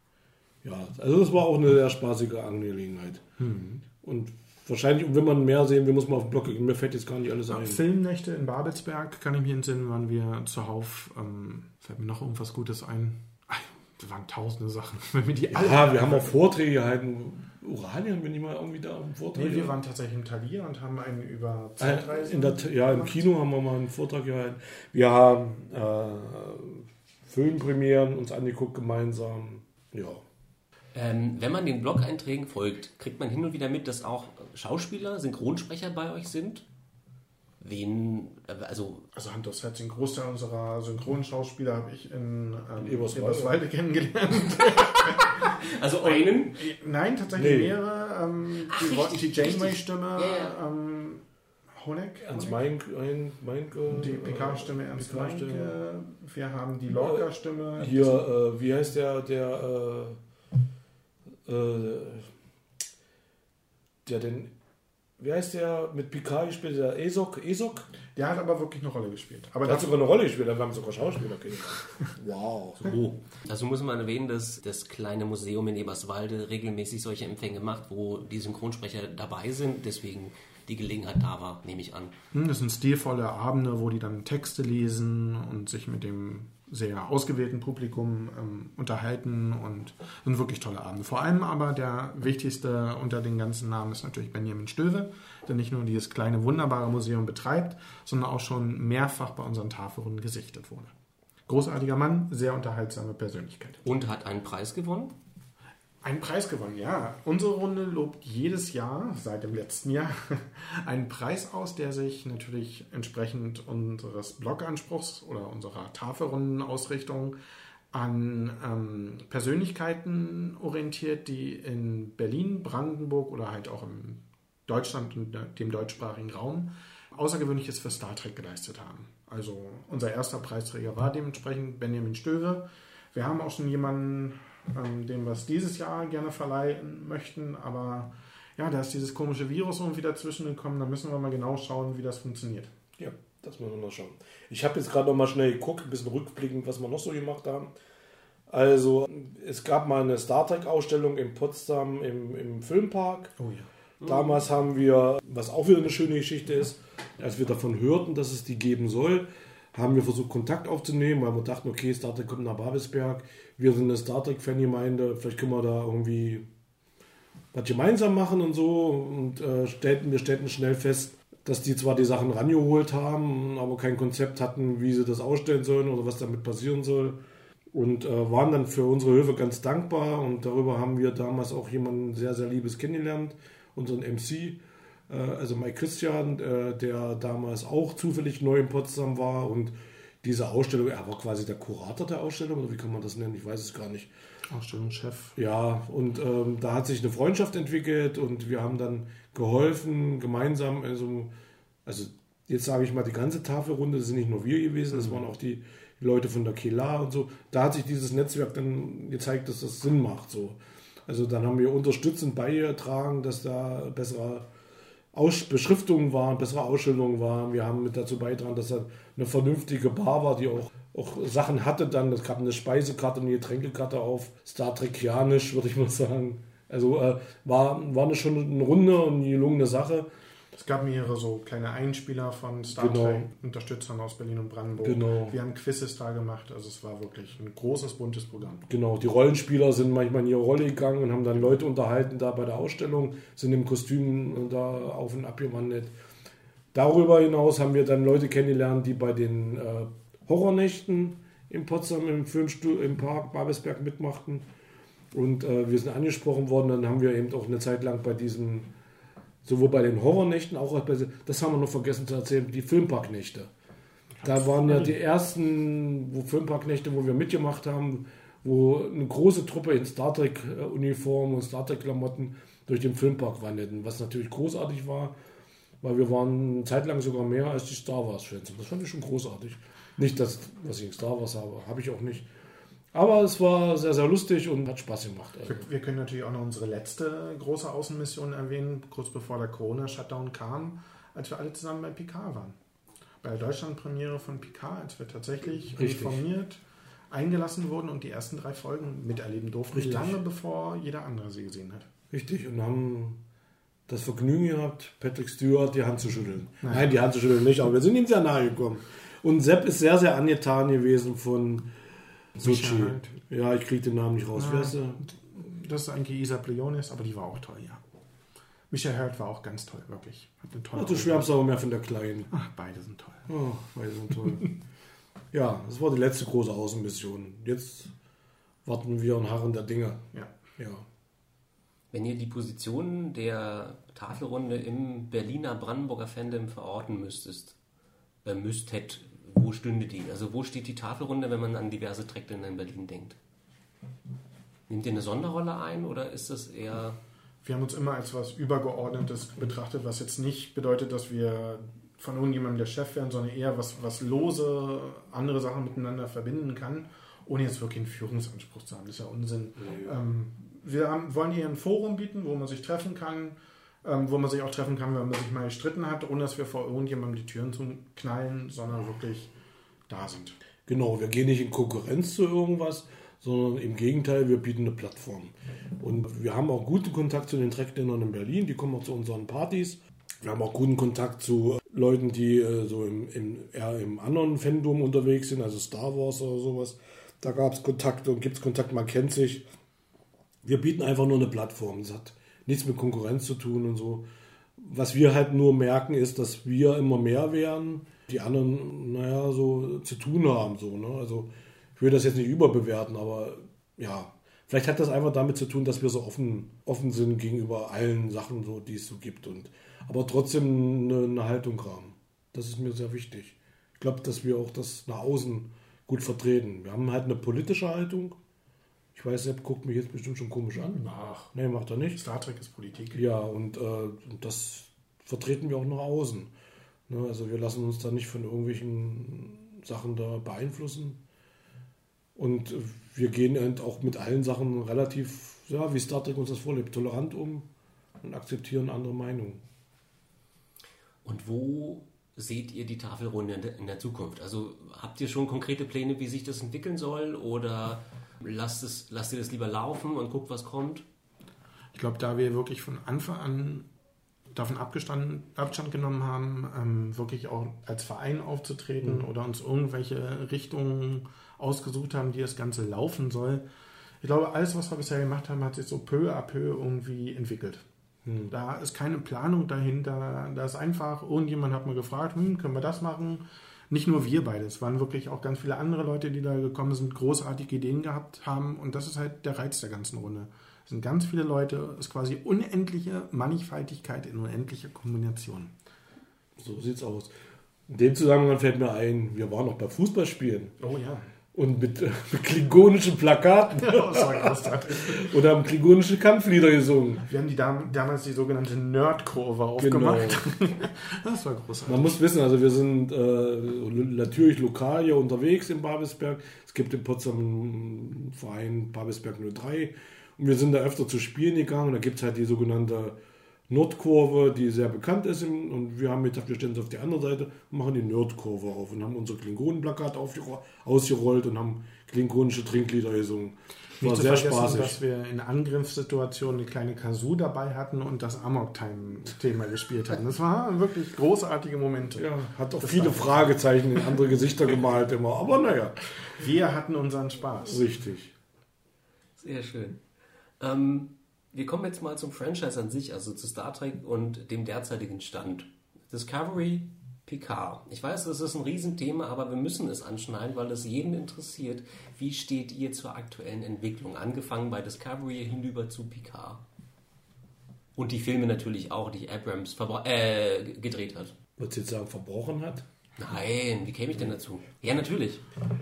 ja, also das war auch eine sehr spaßige Angelegenheit. Und wahrscheinlich, wenn man mehr sehen will, muss man auf den Blog gehen. Mir fällt jetzt gar nicht alles ein. Filmnächte in Babelsberg, kann ich mich entsinnen, waren wir zuhauf. Fällt mir noch irgendwas Gutes ein? Das waren tausende Sachen. Wenn wir die alle Ja, wir haben auch Vorträge gehalten. Uranien, bin ich mal irgendwie da auf dem Vortrag. Nee, wir waren tatsächlich im Thalia und haben einen über Zeitreisen. Im Kino haben wir mal einen Vortrag gehalten. Wir haben Filmpremieren uns angeguckt gemeinsam. Ja. Wenn man den Blog-Einträgen folgt, kriegt man hin und wieder mit, dass auch Schauspieler, Synchronsprecher bei euch sind? Also Hand aufs Herz, den Großteil unserer Synchronschauspieler habe ich in Eberswalde kennengelernt. Also einen? Nein, tatsächlich mehrere. Die Janeway-Stimme, Ja. Honeck. Ernst Meinke. Die PK-Stimme Ernst Meinke. Wir haben die Lorca-Stimme. Hier, wie heißt der wie heißt der mit Picard gespielt, der Esok? Der hat aber wirklich eine Rolle gespielt. Aber der hat sogar eine Rolle gespielt, wir haben sogar Schauspieler kennengelernt. Wow. So. Also muss man erwähnen, dass das kleine Museum in Eberswalde regelmäßig solche Empfänge macht, wo die Synchronsprecher dabei sind, deswegen die Gelegenheit da war, nehme ich an. Das sind stilvolle Abende, wo die dann Texte lesen und sich mit dem sehr ausgewählten Publikum unterhalten und sind wirklich tolle Abende. Vor allem aber der wichtigste unter den ganzen Namen ist natürlich Benjamin Stöwe, der nicht nur dieses kleine, wunderbare Museum betreibt, sondern auch schon mehrfach bei unseren Tafelrunden gesichtet wurde. Großartiger Mann, sehr unterhaltsame Persönlichkeit. Und hat einen Preis gewonnen? Einen Preis gewonnen, ja. Unsere Runde lobt jedes Jahr, seit dem letzten Jahr, einen Preis aus, der sich natürlich entsprechend unseres Bloganspruchs oder unserer Tafelrundenausrichtung an Persönlichkeiten orientiert, die in Berlin, Brandenburg oder halt auch in Deutschland und dem deutschsprachigen Raum Außergewöhnliches für Star Trek geleistet haben. Also unser erster Preisträger war dementsprechend Benjamin Stöwe. Wir haben auch schon jemanden, den wir es dieses Jahr gerne verleihen möchten, aber ja, da ist dieses komische Virus irgendwie dazwischen gekommen, da müssen wir mal genau schauen, wie das funktioniert. Ja, das müssen wir mal schauen. Ich habe jetzt gerade noch mal schnell geguckt, ein bisschen rückblickend, was wir noch so gemacht haben. Also, es gab mal eine Star Trek-Ausstellung in Potsdam im Filmpark. Oh ja. Damals haben wir, was auch wieder eine schöne Geschichte ist, als wir davon hörten, dass es die geben soll, haben wir versucht, Kontakt aufzunehmen, weil wir dachten, okay, Star Trek kommt nach Babelsberg, wir sind eine Star Trek-Fangemeinde, vielleicht können wir da irgendwie was gemeinsam machen und so. Und wir stellten schnell fest, dass die zwar die Sachen rangeholt haben, aber kein Konzept hatten, wie sie das ausstellen sollen oder was damit passieren soll. Und waren dann für unsere Hilfe ganz dankbar. Und darüber haben wir damals auch jemanden sehr, sehr Liebes kennengelernt, unseren MC, also Mike Christian, der damals auch zufällig neu in Potsdam war. Und diese Ausstellung, er war quasi der Kurator der Ausstellung, oder wie kann man das nennen? Ich weiß es gar nicht. Ausstellungschef. Ja, und da hat sich eine Freundschaft entwickelt und wir haben dann geholfen, gemeinsam, also jetzt sage ich mal, die ganze Tafelrunde, das sind nicht nur wir gewesen, das waren auch die Leute von der Kela und so. Da hat sich dieses Netzwerk dann gezeigt, dass das Sinn macht. So. Also dann haben wir unterstützend beigetragen, dass da bessere Beschriftungen waren, bessere Ausstellungen waren. Wir haben mit dazu beigetragen, dass da eine vernünftige Bar war, die auch Sachen hatte dann. Es gab eine Speisekarte und eine Getränkekarte auf Star Trekianisch, würde ich mal sagen. Also war schon eine runde und gelungene Sache. Es gab mehrere so kleine Einspieler von Star Trek, Unterstützern aus Berlin und Brandenburg. Genau. Wir haben Quizzes da gemacht, also es war wirklich ein großes, buntes Programm. Genau, die Rollenspieler sind manchmal in ihre Rolle gegangen und haben dann Leute unterhalten da bei der Ausstellung, sind im Kostüm da auf und ab gewandelt. Darüber hinaus haben wir dann Leute kennengelernt, die bei den Horrornächten in Potsdam im Park Babelsberg mitmachten. Und wir sind angesprochen worden, dann haben wir eben auch eine Zeit lang bei diesen, sowohl bei den Horrornächten, auch bei, das haben wir noch vergessen zu erzählen, die Filmparknächte. Da waren ja die ersten Filmparknächte, wo wir mitgemacht haben, wo eine große Truppe in Star Trek-Uniform und Star Trek-Klamotten durch den Filmpark wandelten, was natürlich großartig war, weil wir waren eine Zeit lang sogar mehr als die Star Wars-Fans. Und das fand ich schon großartig. Nicht das, was ich in Star Wars habe ich auch nicht. Aber es war sehr, sehr lustig und hat Spaß gemacht. Also. Wir können natürlich auch noch unsere letzte große Außenmission erwähnen, kurz bevor der Corona-Shutdown kam, als wir alle zusammen bei Picard waren. Bei der Deutschlandpremiere von Picard, als wir tatsächlich informiert, eingelassen wurden und die ersten 3 Folgen miterleben durften, lange bevor jeder andere sie gesehen hat. Richtig, und haben das Vergnügen gehabt, Patrick Stewart die Hand zu schütteln. Nein, die Hand zu schütteln nicht, aber wir sind ihm sehr nahe gekommen. Und Sepp ist sehr, sehr angetan gewesen von Sochi. Halt. Ja, ich kriege den Namen nicht raus. Wer ist der? Das ist eigentlich Isa Pleonis, aber die war auch toll, ja. Michael Hurt war auch ganz toll, wirklich. Hat eine tolle Ach, du schwärmst aber mehr von der Kleinen. Ach, beide sind toll. Oh, beide sind toll. Ja, das war die letzte große Außenmission. Jetzt warten wir und harren der Dinge. Ja. Wenn ihr die Position der Tafelrunde im Berliner Brandenburger Fandom verorten müsstet, wo stünde die? Also wo steht die Tafelrunde, wenn man an diverse Trackländer in Berlin denkt? Nehmt ihr eine Sonderrolle ein oder ist das eher... Wir haben uns immer als was Übergeordnetes betrachtet, was jetzt nicht bedeutet, dass wir von irgendjemandem der Chef werden, sondern eher was lose andere Sachen miteinander verbinden kann, ohne jetzt wirklich einen Führungsanspruch zu haben. Das ist ja Unsinn. Wir wollen eher ein Forum bieten, wo man sich treffen kann, wo man sich auch treffen kann, wenn man sich mal gestritten hat, ohne dass wir vor irgendjemandem die Türen zu knallen, sondern wirklich da sind. Genau, wir gehen nicht in Konkurrenz zu irgendwas, sondern im Gegenteil, wir bieten eine Plattform. Und wir haben auch guten Kontakt zu den Trackländern in Berlin, die kommen auch zu unseren Partys. Wir haben auch guten Kontakt zu Leuten, die so eher im anderen Fandom unterwegs sind, also Star Wars oder sowas. Da gab es Kontakte und gibt es Kontakt, man kennt sich. Wir bieten einfach nur eine Plattform. Das hat nichts mit Konkurrenz zu tun und so. Was wir halt nur merken, ist, dass wir immer mehr werden, die anderen, so zu tun haben. So, ne? Also ich will das jetzt nicht überbewerten, aber ja, vielleicht hat das einfach damit zu tun, dass wir so offen sind gegenüber allen Sachen, so, die es so gibt. Aber trotzdem eine Haltung haben. Das ist mir sehr wichtig. Ich glaube, dass wir auch das nach außen gut vertreten. Wir haben halt eine politische Haltung. Ich weiß, Sepp guckt mich jetzt bestimmt schon komisch an. Ach, nee, macht er nicht. Star Trek ist Politik. Ja, und das vertreten wir auch nach außen. Ne, also wir lassen uns da nicht von irgendwelchen Sachen da beeinflussen. Und wir gehen halt auch mit allen Sachen relativ, wie Star Trek uns das vorlebt, tolerant um und akzeptieren andere Meinungen. Und wo seht ihr die Tafelrunde in der Zukunft? Also habt ihr schon konkrete Pläne, wie sich das entwickeln soll, oder lasst ihr das lieber laufen und guckt, was kommt? Ich glaube, da wir wirklich von Anfang an davon Abstand genommen haben, wirklich auch als Verein aufzutreten oder uns irgendwelche Richtungen ausgesucht haben, die das Ganze laufen soll. Ich glaube, alles, was wir bisher gemacht haben, hat sich so peu à peu irgendwie entwickelt. Da ist keine Planung dahinter. Da ist einfach, irgendjemand hat mal gefragt, können wir das machen? Nicht nur wir beide, es waren wirklich auch ganz viele andere Leute, die da gekommen sind, großartige Ideen gehabt haben, und das ist halt der Reiz der ganzen Runde. Es sind ganz viele Leute, es ist quasi unendliche Mannigfaltigkeit in unendlicher Kombination. So sieht's aus. In dem Zusammenhang fällt mir ein, wir waren noch bei Fußballspielen. Oh ja. Und mit klingonischen Plakaten. Das war großartig. Oder haben klingonische Kampflieder gesungen. Wir haben damals die sogenannte Nerdkurve aufgemacht. Genau. Das war großartig. Man muss wissen, also wir sind natürlich lokal hier unterwegs in Babelsberg. Es gibt in Potsdam einen Verein Babelsberg 03. Und wir sind da öfter zu Spielen gegangen. Und da gibt es halt die sogenannte Nordkurve, die sehr bekannt ist. Und wir haben gedacht, wir stellen uns auf die andere Seite und machen die Nordkurve auf. Und haben unser Klingonenplakat ausgerollt und haben klingonische Trinklieder gesungen. War sehr spaßig. Dass wir in Angriffssituationen eine kleine Kazoo dabei hatten und das Amok-Time-Thema gespielt hatten. Das waren wirklich großartige Momente. Ja, hat auch viele Fragezeichen in andere Gesichter gemalt immer. Aber naja. Wir hatten unseren Spaß. Richtig. Sehr schön. Wir kommen jetzt mal zum Franchise an sich, also zu Star Trek und dem derzeitigen Stand. Discovery, Picard. Ich weiß, das ist ein Riesenthema, aber wir müssen es anschneiden, weil es jeden interessiert. Wie steht ihr zur aktuellen Entwicklung? Angefangen bei Discovery hinüber zu Picard. Und die Filme natürlich auch, die Abrams gedreht hat. Wolltest du jetzt sagen, verbrochen hat? Nein, wie käme ich denn dazu? Ja, natürlich.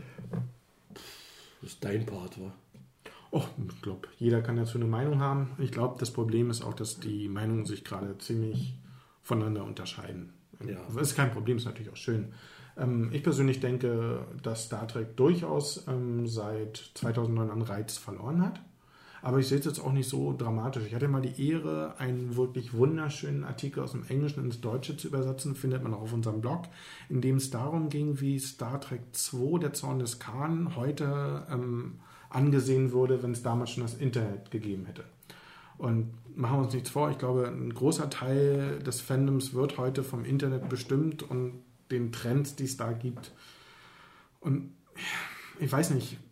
Das ist dein Part, wa? Oh, ich glaube, jeder kann dazu eine Meinung haben. Ich glaube, das Problem ist auch, dass die Meinungen sich gerade ziemlich voneinander unterscheiden. Ja. Das ist kein Problem, ist natürlich auch schön. Ich persönlich denke, dass Star Trek durchaus seit 2009 an Reiz verloren hat. Aber ich sehe es jetzt auch nicht so dramatisch. Ich hatte mal die Ehre, einen wirklich wunderschönen Artikel aus dem Englischen ins Deutsche zu übersetzen, findet man auch auf unserem Blog, in dem es darum ging, wie Star Trek 2, der Zorn des Khan, heute angesehen würde, wenn es damals schon das Internet gegeben hätte. Und machen wir uns nichts vor, ich glaube, ein großer Teil des Fandoms wird heute vom Internet bestimmt und den Trends, die es da gibt. Und ich weiß nicht,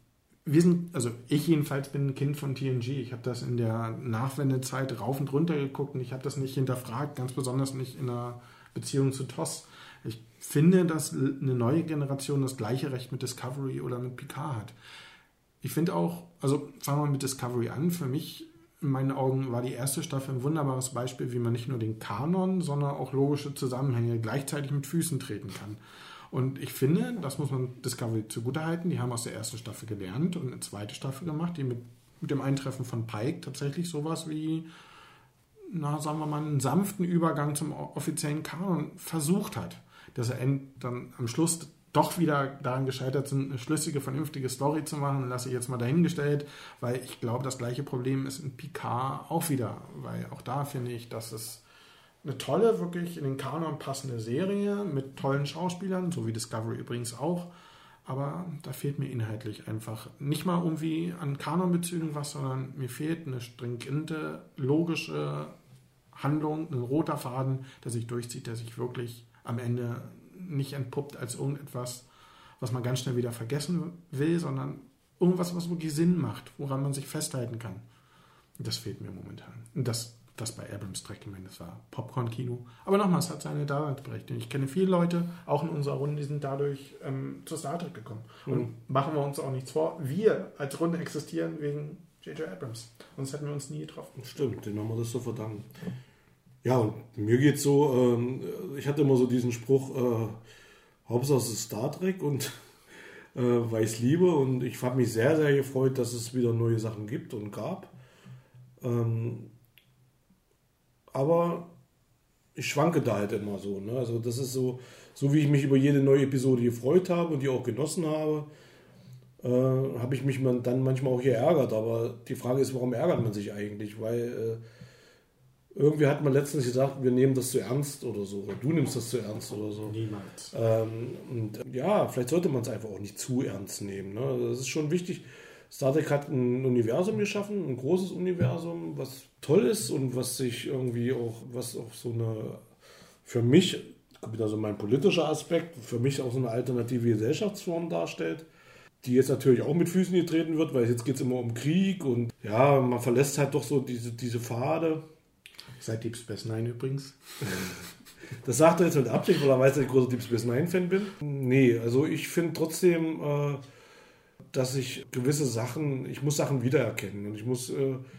ich jedenfalls bin ein Kind von TNG. Ich habe das in der Nachwendezeit rauf und runter geguckt und ich habe das nicht hinterfragt, ganz besonders nicht in einer Beziehung zu TOS. Ich finde, dass eine neue Generation das gleiche Recht mit Discovery oder mit Picard hat. Ich finde auch, also fangen wir mit Discovery an, für mich in meinen Augen war die erste Staffel ein wunderbares Beispiel, wie man nicht nur den Kanon, sondern auch logische Zusammenhänge gleichzeitig mit Füßen treten kann. Und ich finde, das muss man Discovery zugutehalten, die haben aus der ersten Staffel gelernt und eine zweite Staffel gemacht, die mit dem Eintreffen von Pike tatsächlich sowas wie, sagen wir mal, einen sanften Übergang zum offiziellen Kanon versucht hat. Dass er dann am Schluss doch wieder daran gescheitert sind, eine schlüssige, vernünftige Story zu machen, lasse ich jetzt mal dahingestellt, weil ich glaube, das gleiche Problem ist in Picard auch wieder, weil auch da finde ich, dass es eine tolle, wirklich in den Kanon passende Serie mit tollen Schauspielern, so wie Discovery übrigens auch, aber da fehlt mir inhaltlich einfach nicht mal irgendwie an Kanonbezügen was, sondern mir fehlt eine stringente, logische Handlung, ein roter Faden, der sich durchzieht, der sich wirklich am Ende nicht entpuppt als irgendetwas, was man ganz schnell wieder vergessen will, sondern irgendwas, was wirklich Sinn macht, woran man sich festhalten kann. Und das fehlt mir momentan. Und das bei Abrams direkt gemeint, das war Popcorn-Kino. Aber nochmal, es hat seine Daseinsberechtigung. Ich kenne viele Leute, auch in unserer Runde, die sind dadurch zu Star Trek gekommen. Und machen wir uns auch nichts vor, wir als Runde existieren wegen J.J. Abrams. Sonst hätten wir uns nie getroffen. Stimmt, den haben wir das so verdanken. Ja, und mir geht's so, ich hatte immer so diesen Spruch, Hauptsache es ist Star Trek und weil ich es liebe und ich habe mich sehr, sehr gefreut, dass es wieder neue Sachen gibt und gab. Aber ich schwanke da halt immer so. Ne? Also das ist so wie ich mich über jede neue Episode gefreut habe und die auch genossen habe, habe ich mich dann manchmal auch geärgert. Aber die Frage ist, warum ärgert man sich eigentlich? Weil irgendwie hat man letztens gesagt, wir nehmen das zu ernst oder so. Oder du nimmst das zu ernst oder so. Niemals. Und ja, vielleicht sollte man es einfach auch nicht zu ernst nehmen. Ne? Das ist schon wichtig. Star Trek hat ein Universum geschaffen, ein großes Universum, was toll ist und was sich irgendwie auch, was auch so eine, für mich, wieder so mein politischer Aspekt, für mich auch so eine alternative Gesellschaftsform darstellt, die jetzt natürlich auch mit Füßen getreten wird, weil jetzt geht es immer um Krieg und ja, man verlässt halt doch so diese Pfade. Seit Deep Space Nine übrigens. Das sagt er jetzt mit Absicht, weil er weiß, dass ich großer Deep Space Nine-Fan bin. Nee, also ich finde trotzdem, dass ich gewisse Sachen, ich muss Sachen wiedererkennen und ich muss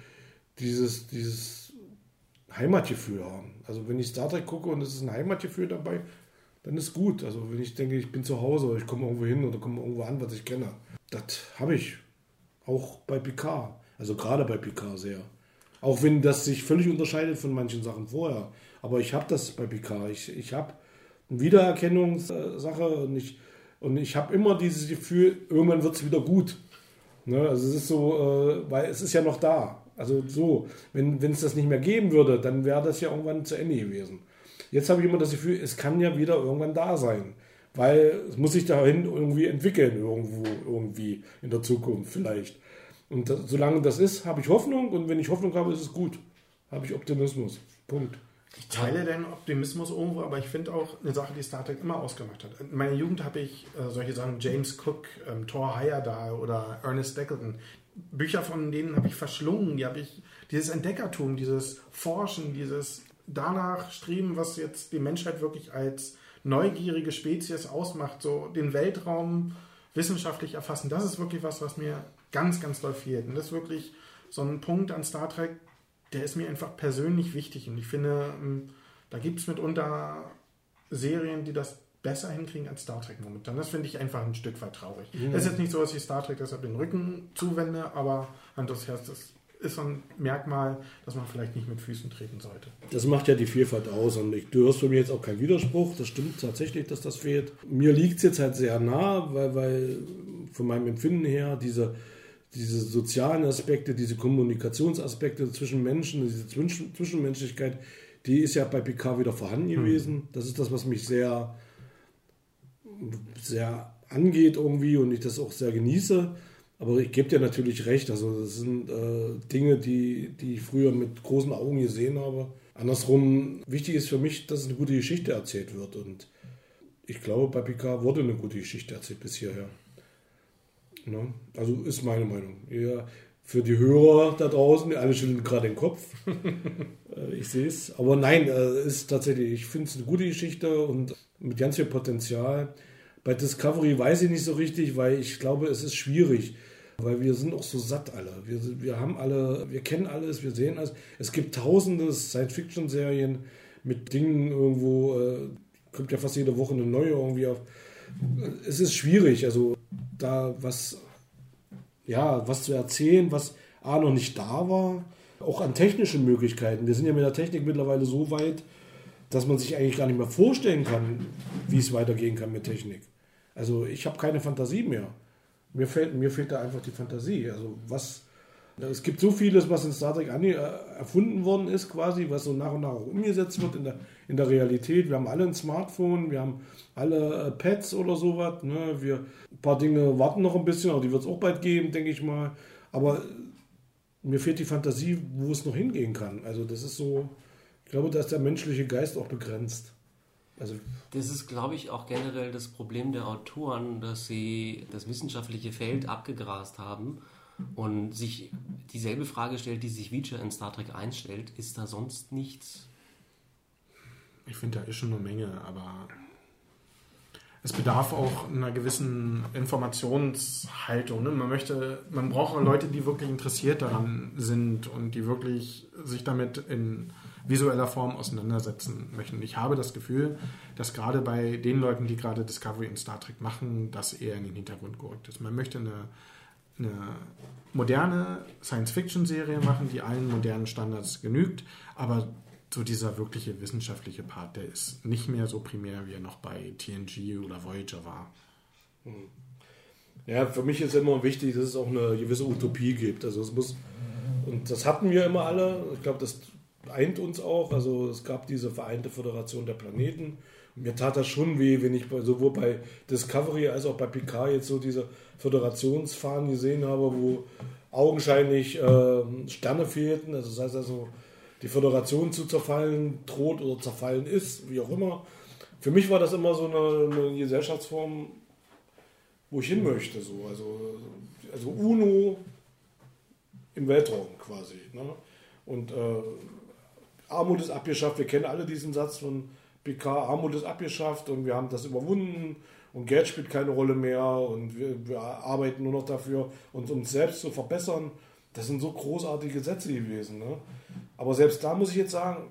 dieses Heimatgefühl haben. Also wenn ich Star Trek gucke und es ist ein Heimatgefühl dabei, dann ist gut. Also wenn ich denke, ich bin zu Hause oder ich komme irgendwo hin oder komme irgendwo an, was ich kenne. Das habe ich auch bei Picard. Also gerade bei Picard sehr. Auch wenn das sich völlig unterscheidet von manchen Sachen vorher. Aber ich habe das bei Picard. Ich habe eine Wiedererkennungssache und ich habe immer dieses Gefühl, irgendwann wird es wieder gut. Ne? Also es ist so, weil es ist ja noch da. Also so, wenn es das nicht mehr geben würde, dann wäre das ja irgendwann zu Ende gewesen. Jetzt habe ich immer das Gefühl, es kann ja wieder irgendwann da sein. Weil es muss sich dahin irgendwie entwickeln, irgendwie in der Zukunft vielleicht. Und solange das ist, habe ich Hoffnung und wenn ich Hoffnung habe, ist es gut. Habe ich Optimismus. Punkt. Ich teile deinen Optimismus irgendwo, aber ich finde auch eine Sache, die Star Trek immer ausgemacht hat. In meiner Jugend habe ich solche Sachen, James Cook, Thor Heyerdahl oder Ernest Shackleton, Bücher von denen habe ich verschlungen. Die habe ich, dieses Entdeckertum, dieses Forschen, dieses danach streben, was jetzt die Menschheit wirklich als neugierige Spezies ausmacht, so den Weltraum wissenschaftlich erfassen. Das ist wirklich was mir ganz, ganz doll fehlt. Und das ist wirklich so ein Punkt an Star Trek, der ist mir einfach persönlich wichtig. Und ich finde, da gibt es mitunter Serien, die das besser hinkriegen als Star Trek momentan. Das finde ich einfach ein Stück weit traurig. Es ist jetzt nicht so, dass ich Star Trek deshalb den Rücken zuwende, aber Hand aufs Herz, das ist so ein Merkmal, das man vielleicht nicht mit Füßen treten sollte. Das macht ja die Vielfalt aus und du hörst von mir jetzt auch keinen Widerspruch. Das stimmt tatsächlich, dass das fehlt. Mir liegt es jetzt halt sehr nah, weil von meinem Empfinden her diese sozialen Aspekte, diese Kommunikationsaspekte zwischen Menschen, diese Zwischenmenschlichkeit, die ist ja bei Picard wieder vorhanden gewesen. Das ist das, was mich sehr, sehr angeht irgendwie und ich das auch sehr genieße. Aber ich gebe dir natürlich recht, also das sind Dinge, die ich früher mit großen Augen gesehen habe. Andersrum, wichtig ist für mich, dass eine gute Geschichte erzählt wird und ich glaube, bei Picard wurde eine gute Geschichte erzählt bis hierher. Ne? Also ist meine Meinung. Ja, für die Hörer da draußen, alle schütteln gerade den Kopf. Ich sehe es. Aber nein, ist tatsächlich, ich finde es eine gute Geschichte und mit ganz viel Potenzial. Bei Discovery weiß ich nicht so richtig, weil ich glaube, es ist schwierig. Weil wir sind auch so satt alle. Wir kennen alles, wir sehen alles. Es gibt tausende Science-Fiction-Serien mit Dingen irgendwo, kommt ja fast jede Woche eine neue irgendwie auf. Es ist schwierig, also da was zu erzählen, was noch nicht da war. Auch an technischen Möglichkeiten. Wir sind ja mit der Technik mittlerweile so weit, dass man sich eigentlich gar nicht mehr vorstellen kann, wie es weitergehen kann mit Technik. Also ich habe keine Fantasie mehr. Mir fehlt da einfach die Fantasie. Also es gibt so vieles, was in Star Trek erfunden worden ist, quasi, was so nach und nach auch umgesetzt wird in der Realität. Wir haben alle ein Smartphone, wir haben alle Pads oder sowas. Ne? Ein paar Dinge warten noch ein bisschen, aber die wird es auch bald geben, denke ich mal. Aber mir fehlt die Fantasie, wo es noch hingehen kann. Also das ist so, ich glaube, da ist der menschliche Geist auch begrenzt. Also das ist, glaube ich, auch generell das Problem der Autoren, dass sie das wissenschaftliche Feld abgegrast haben und sich dieselbe Frage stellt, die sich Reacher in Star Trek 1 stellt. Ist da sonst nichts? Ich finde, da ist schon eine Menge, aber es bedarf auch einer gewissen Informationshaltung. Ne? Man braucht auch Leute, die wirklich interessiert daran sind und die wirklich sich damit in visueller Form auseinandersetzen möchten. Ich habe das Gefühl, dass gerade bei den Leuten, die gerade Discovery in Star Trek machen, das eher in den Hintergrund gerückt ist. Man möchte eine moderne Science-Fiction-Serie machen, die allen modernen Standards genügt, aber so dieser wirkliche wissenschaftliche Part, der ist nicht mehr so primär, wie er noch bei TNG oder Voyager war. Ja, für mich ist immer wichtig, dass es auch eine gewisse Utopie gibt. Also und das hatten wir immer alle. Ich glaube, das eint uns auch. Also es gab diese vereinte Föderation der Planeten. Und mir tat das schon weh, wenn ich sowohl bei Discovery als auch bei Picard jetzt so diese Föderationsfahnen gesehen habe, wo augenscheinlich Sterne fehlten. Also das heißt also, die Föderation zu zerfallen droht oder zerfallen ist, wie auch immer. Für mich war das immer so eine Gesellschaftsform, wo ich hin möchte. So. Also UNO im Weltraum quasi. Ne? Und Armut ist abgeschafft. Wir kennen alle diesen Satz von Picard, Armut ist abgeschafft und wir haben das überwunden und Geld spielt keine Rolle mehr und wir arbeiten nur noch dafür, uns selbst zu verbessern. Das sind so großartige Sätze gewesen. Ne? Aber selbst da muss ich jetzt sagen,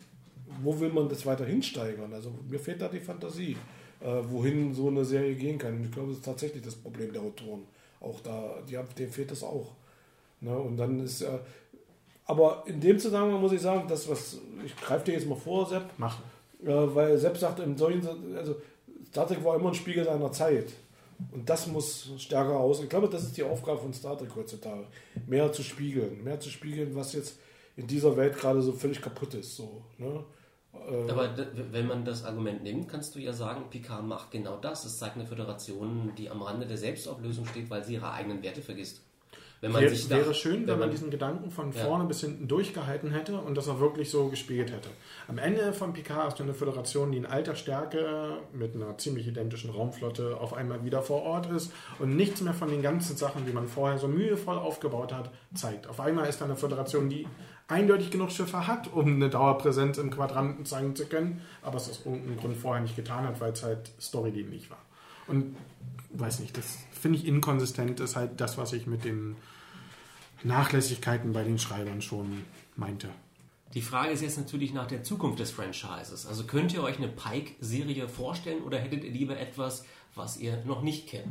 wo will man das weiter hinsteigern? Also mir fehlt da die Fantasie, wohin so eine Serie gehen kann. Und ich glaube, das ist tatsächlich das Problem der Autoren. Auch da, denen fehlt das auch. Ne? Und dann ist aber in dem Zusammenhang muss ich sagen, ich greife dir jetzt mal vor, Sepp. Mach. Weil Sepp sagt, also Star Trek war immer ein Spiegel seiner Zeit. Und das muss stärker aus. Ich glaube, das ist die Aufgabe von Star Trek heutzutage. Mehr zu spiegeln, was jetzt in dieser Welt gerade so völlig kaputt ist. So, ne? Aber wenn man das Argument nimmt, kannst du ja sagen, Picard macht genau das. Es zeigt eine Föderation, die am Rande der Selbstauflösung steht, weil sie ihre eigenen Werte vergisst. Wäre schön, wenn man diesen Gedanken von vorne bis hinten durchgehalten hätte und das auch wirklich so gespiegelt hätte. Am Ende von Picard hast du eine Föderation, die in alter Stärke mit einer ziemlich identischen Raumflotte auf einmal wieder vor Ort ist und nichts mehr von den ganzen Sachen, die man vorher so mühevoll aufgebaut hat, zeigt. Auf einmal ist da eine Föderation, die eindeutig genug Schiffe hat, um eine Dauerpräsenz im Quadranten zeigen zu können, aber es aus irgendeinem Grund vorher nicht getan hat, weil es halt storydienlich war. Und weiß nicht, das finde ich inkonsistent, ist halt das, was ich mit den Nachlässigkeiten bei den Schreibern schon meinte. Die Frage ist jetzt natürlich nach der Zukunft des Franchises. Also könnt ihr euch eine Pike-Serie vorstellen oder hättet ihr lieber etwas, was ihr noch nicht kennt?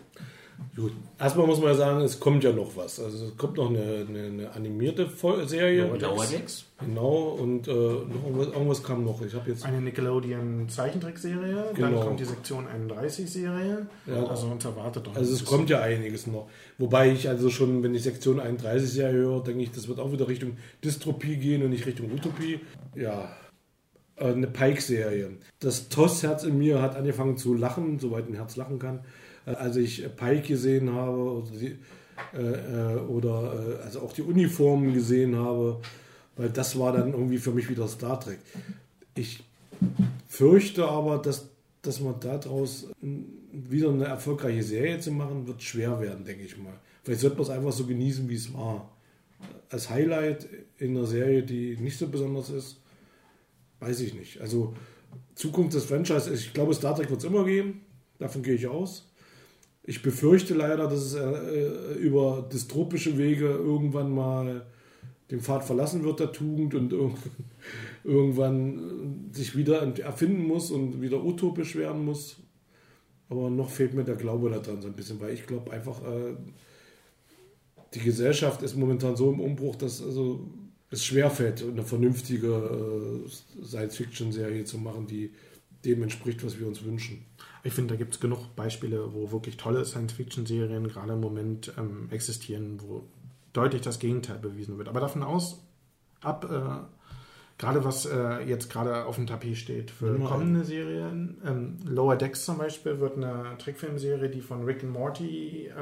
Gut, erstmal muss man ja sagen, es kommt ja noch was. Also es kommt noch eine animierte Serie. Lower Decks. Genau, und irgendwas kam noch. Ich habe jetzt eine Nickelodeon-Zeichentrickserie, genau. Dann kommt die Sektion 31-Serie. Ja. Also uns erwartet doch. Also es kommt ja einiges noch. Wobei ich also schon, wenn ich Sektion 31-Serie höre, denke ich, das wird auch wieder Richtung Dystopie gehen und nicht Richtung Utopie. Ja, eine Pike-Serie. Das TOS-Herz in mir hat angefangen zu lachen, soweit ein Herz lachen kann. Als ich Pike gesehen habe also auch die Uniformen gesehen habe, weil das war dann irgendwie für mich wieder Star Trek. Ich fürchte aber, dass dass man daraus wieder eine erfolgreiche Serie zu machen, wird schwer werden, denke ich mal. Vielleicht sollte man es einfach so genießen, wie es war. Als Highlight in einer Serie, die nicht so besonders ist, weiß ich nicht. Also Zukunft des Franchise, ich glaube, Star Trek wird es immer geben. Davon gehe ich aus. Ich befürchte leider, dass es über dystropische Wege irgendwann mal den Pfad verlassen wird, der Tugend, und irgendwann sich wieder erfinden muss und wieder utopisch werden muss. Aber noch fehlt mir der Glaube daran so ein bisschen, weil ich glaube einfach, die Gesellschaft ist momentan so im Umbruch, dass es schwerfällt, eine vernünftige Science-Fiction-Serie zu machen, die dem entspricht, was wir uns wünschen. Ich finde, da gibt es genug Beispiele, wo wirklich tolle Science-Fiction-Serien gerade im Moment existieren, wo deutlich das Gegenteil bewiesen wird. Aber davon gerade was jetzt gerade auf dem Tapet steht für kommende Serien. Lower Decks zum Beispiel wird eine Trickfilmserie, die von Rick and Morty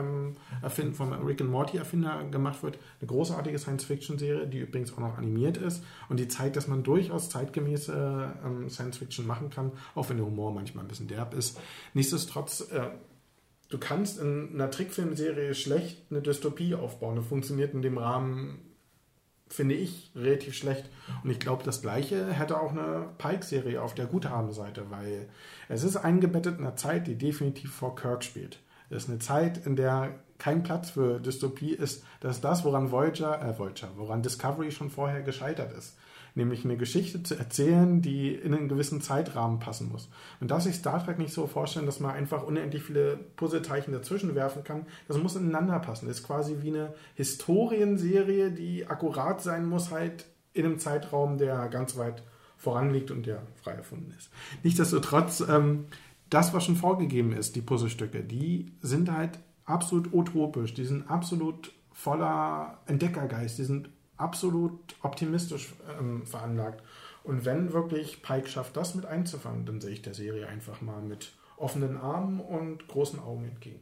Erfinder gemacht wird. Eine großartige Science-Fiction-Serie, die übrigens auch noch animiert ist und die zeigt, dass man durchaus zeitgemäße Science-Fiction machen kann, auch wenn der Humor manchmal ein bisschen derb ist. Nichtsdestotrotz, du kannst in einer Trickfilmserie schlecht eine Dystopie aufbauen. Das funktioniert in dem Rahmen, finde ich, relativ schlecht. Und ich glaube, das Gleiche hätte auch eine Pike-Serie auf der Guthabenseite, weil es ist eingebettet in einer Zeit, die definitiv vor Kirk spielt. Es ist eine Zeit, in der kein Platz für Dystopie ist. Das ist das, woran woran Discovery schon vorher gescheitert ist. Nämlich eine Geschichte zu erzählen, die in einen gewissen Zeitrahmen passen muss. Man darf sich Star Trek nicht so vorstellen, dass man einfach unendlich viele Puzzleteilchen dazwischen werfen kann. Das muss ineinander passen. Das ist quasi wie eine Historienserie, die akkurat sein muss, halt in einem Zeitraum, der ganz weit voranliegt und der frei erfunden ist. Nichtsdestotrotz, das, was schon vorgegeben ist, die Puzzlestücke, die sind halt absolut utopisch, die sind absolut voller Entdeckergeist, die sind absolut optimistisch veranlagt. Und wenn wirklich Pike schafft, das mit einzufangen, dann sehe ich der Serie einfach mal mit offenen Armen und großen Augen entgegen.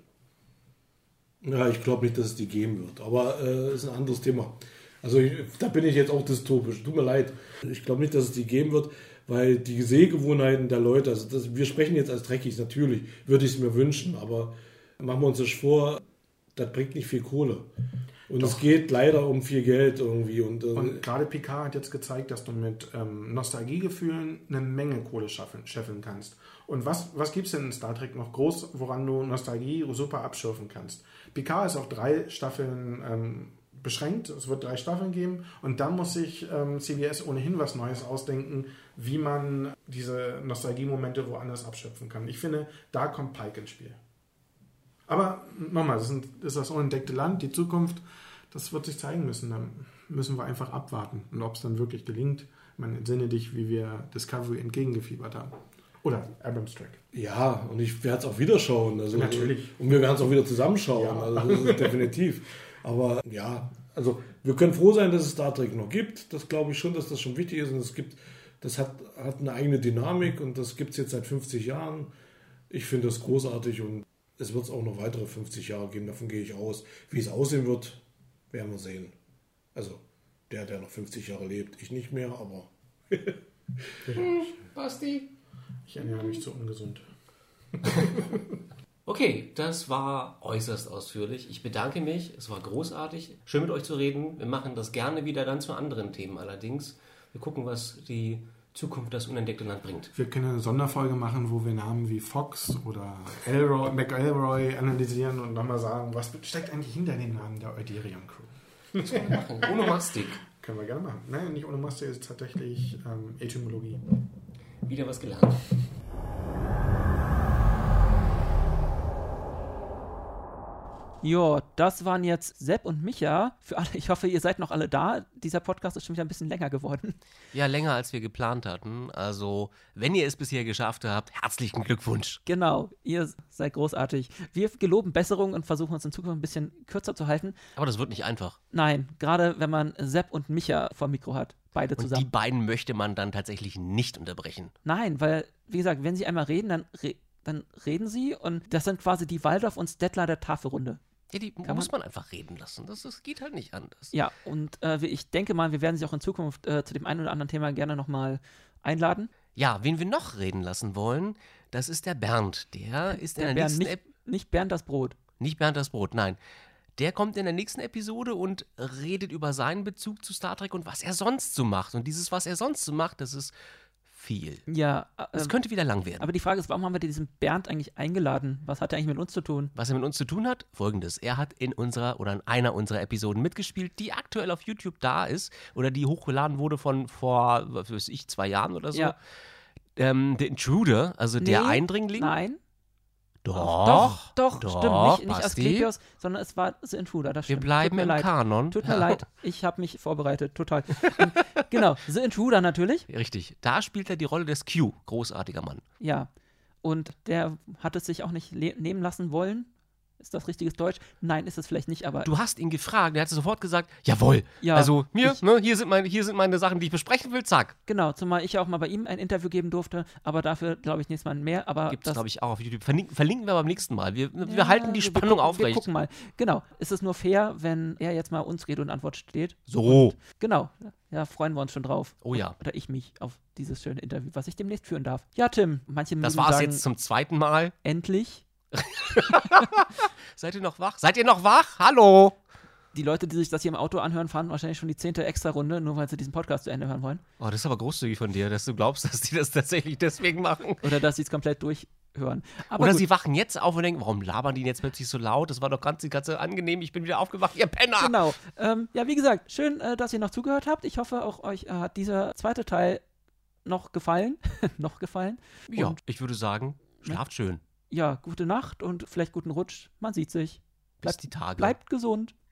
Ja, ich glaube nicht, dass es die geben wird, aber ist ein anderes Thema. Also da bin ich jetzt auch dystopisch, tut mir leid. Ich glaube nicht, dass es die geben wird, weil die Sehgewohnheiten der Leute, wir sprechen jetzt als Trekkies, natürlich würde ich es mir wünschen, aber machen wir uns das vor, das bringt nicht viel Kohle. Und es geht leider um viel Geld irgendwie. Und gerade Picard hat jetzt gezeigt, dass du mit Nostalgiegefühlen eine Menge Kohle scheffeln kannst. Und was gibt es denn in Star Trek noch groß, woran du Nostalgie super abschürfen kannst? Picard ist auf 3 Staffeln beschränkt. Es wird 3 Staffeln geben. Und dann muss sich CBS ohnehin was Neues ausdenken, wie man diese Nostalgiemomente woanders abschöpfen kann. Ich finde, da kommt Pike ins Spiel. Aber nochmal, das ist das unentdeckte Land, die Zukunft, das wird sich zeigen müssen. Dann müssen wir einfach abwarten. Und ob es dann wirklich gelingt, man entsinne dich, wie wir Discovery entgegengefiebert haben. Oder Abrams Track. Ja, und ich werde es auch wieder schauen. Also, natürlich. Und wir werden es auch wieder zusammenschauen. Ja. Also das ist definitiv. Aber ja, also wir können froh sein, dass es Star Trek noch gibt. Das glaube ich schon, dass das schon wichtig ist. Und das hat eine eigene Dynamik und das gibt es jetzt seit 50 Jahren. Ich finde das großartig und es wird es auch noch weitere 50 Jahre geben, davon gehe ich aus. Wie es aussehen wird, werden wir sehen. Also, der noch 50 Jahre lebt. Ich nicht mehr, aber... Basti? Ich ernähre mich zu ungesund. Okay, das war äußerst ausführlich. Ich bedanke mich. Es war großartig. Schön mit euch zu reden. Wir machen das gerne wieder dann zu anderen Themen allerdings. Wir gucken, was die Zukunft das unentdeckte Land bringt. Wir können eine Sonderfolge machen, wo wir Namen wie Fox oder McElroy analysieren und nochmal sagen, was steckt eigentlich hinter den Namen der Euderian Crew. Das können wir machen. Onomastik. Können wir gerne machen. Nein, nicht Onomastik, ist tatsächlich Etymologie. Wieder was gelernt. Jo, das waren jetzt Sepp und Micha. Für alle, ich hoffe, ihr seid noch alle da. Dieser Podcast ist schon wieder ein bisschen länger geworden. Ja, länger als wir geplant hatten. Also, wenn ihr es bisher geschafft habt, herzlichen Glückwunsch. Genau, ihr seid großartig. Wir geloben Besserung und versuchen uns in Zukunft ein bisschen kürzer zu halten. Aber das wird nicht einfach. Nein, gerade wenn man Sepp und Micha vor dem Mikro hat. Beide zusammen. Und die beiden möchte man dann tatsächlich nicht unterbrechen. Nein, weil, wie gesagt, wenn sie einmal reden, dann reden sie und das sind quasi die Waldorf und Stettler der Tafelrunde. Ja, die muss man einfach reden lassen. Das geht halt nicht anders. Ja, und ich denke mal, wir werden sie auch in Zukunft zu dem einen oder anderen Thema gerne nochmal einladen. Ja, wen wir noch reden lassen wollen, das ist der Bernd. Der ist in der Bernd, nächsten nicht Bernd das Brot. Nicht Bernd das Brot, nein. Der kommt in der nächsten Episode und redet über seinen Bezug zu Star Trek und was er sonst so macht. Und dieses, was er sonst so macht, das ist viel. Ja, Das könnte wieder lang werden. aber die Frage ist, warum haben wir diesen Bernd eigentlich eingeladen? Was hat er eigentlich mit uns zu tun? Was er mit uns zu tun hat? Folgendes. Er hat in unserer oder in einer unserer Episoden mitgespielt, die aktuell auf YouTube da ist oder die hochgeladen wurde von vor, was weiß ich, 2 Jahren oder so. Ja. The Intruder, also der Nee, Eindringling. Nein. Doch, Stimmt. Nicht Basti. Asklepios, sondern es war The Intruder. Das Wir stimmt. bleiben Tut mir im leid. Kanon. Tut mir leid, ich habe mich vorbereitet, total. Genau, The Intruder natürlich. Richtig. Da spielt er die Rolle des Q. Großartiger Mann. Ja. Und der hat es sich auch nicht nehmen lassen wollen. Ist das richtiges Deutsch? Nein, ist es vielleicht nicht, aber Du hast ihn gefragt, er hat sofort gesagt, jawohl. Ja, Also hier sind meine Sachen, die ich besprechen will, zack. genau, zumal ich auch mal bei ihm ein Interview geben durfte, aber dafür glaube ich nächstes Mal mehr. Aber Gibt es, das glaube ich, auch auf YouTube. Verlinken wir beim nächsten Mal. Wir Ja, halten die Spannung wir aufrecht. gucken mal. Genau, ist es nur fair, wenn er jetzt mal uns Rede und Antwort steht? So. Genau, ja, freuen wir uns schon drauf. Oh ja. Oder ich mich auf dieses schöne Interview, was ich demnächst führen darf. Ja, Tim, manche Das mögen war es sagen, jetzt zum 2. Mal. endlich. Seid ihr noch wach? Seid ihr noch wach? Hallo? Die Leute, die sich das hier im Auto anhören, fahren wahrscheinlich schon die 10. Extra-Runde, nur weil sie diesen Podcast zu Ende hören wollen. Oh, das ist aber großzügig von dir, dass du glaubst, dass die das tatsächlich deswegen machen. Oder dass sie es komplett durchhören. Aber Oder gut, sie wachen jetzt auf und denken, warum labern die jetzt plötzlich so laut? Das war doch ganz angenehm, ich bin wieder aufgewacht, ihr Penner. genau. Ja, wie gesagt, schön, dass ihr noch zugehört habt. Ich hoffe, auch euch hat dieser zweite Teil noch gefallen. Ja, Und ich würde sagen, schlaft schön. ja, gute Nacht und vielleicht guten Rutsch. Man sieht sich. Bis die Tage. Bleibt gesund.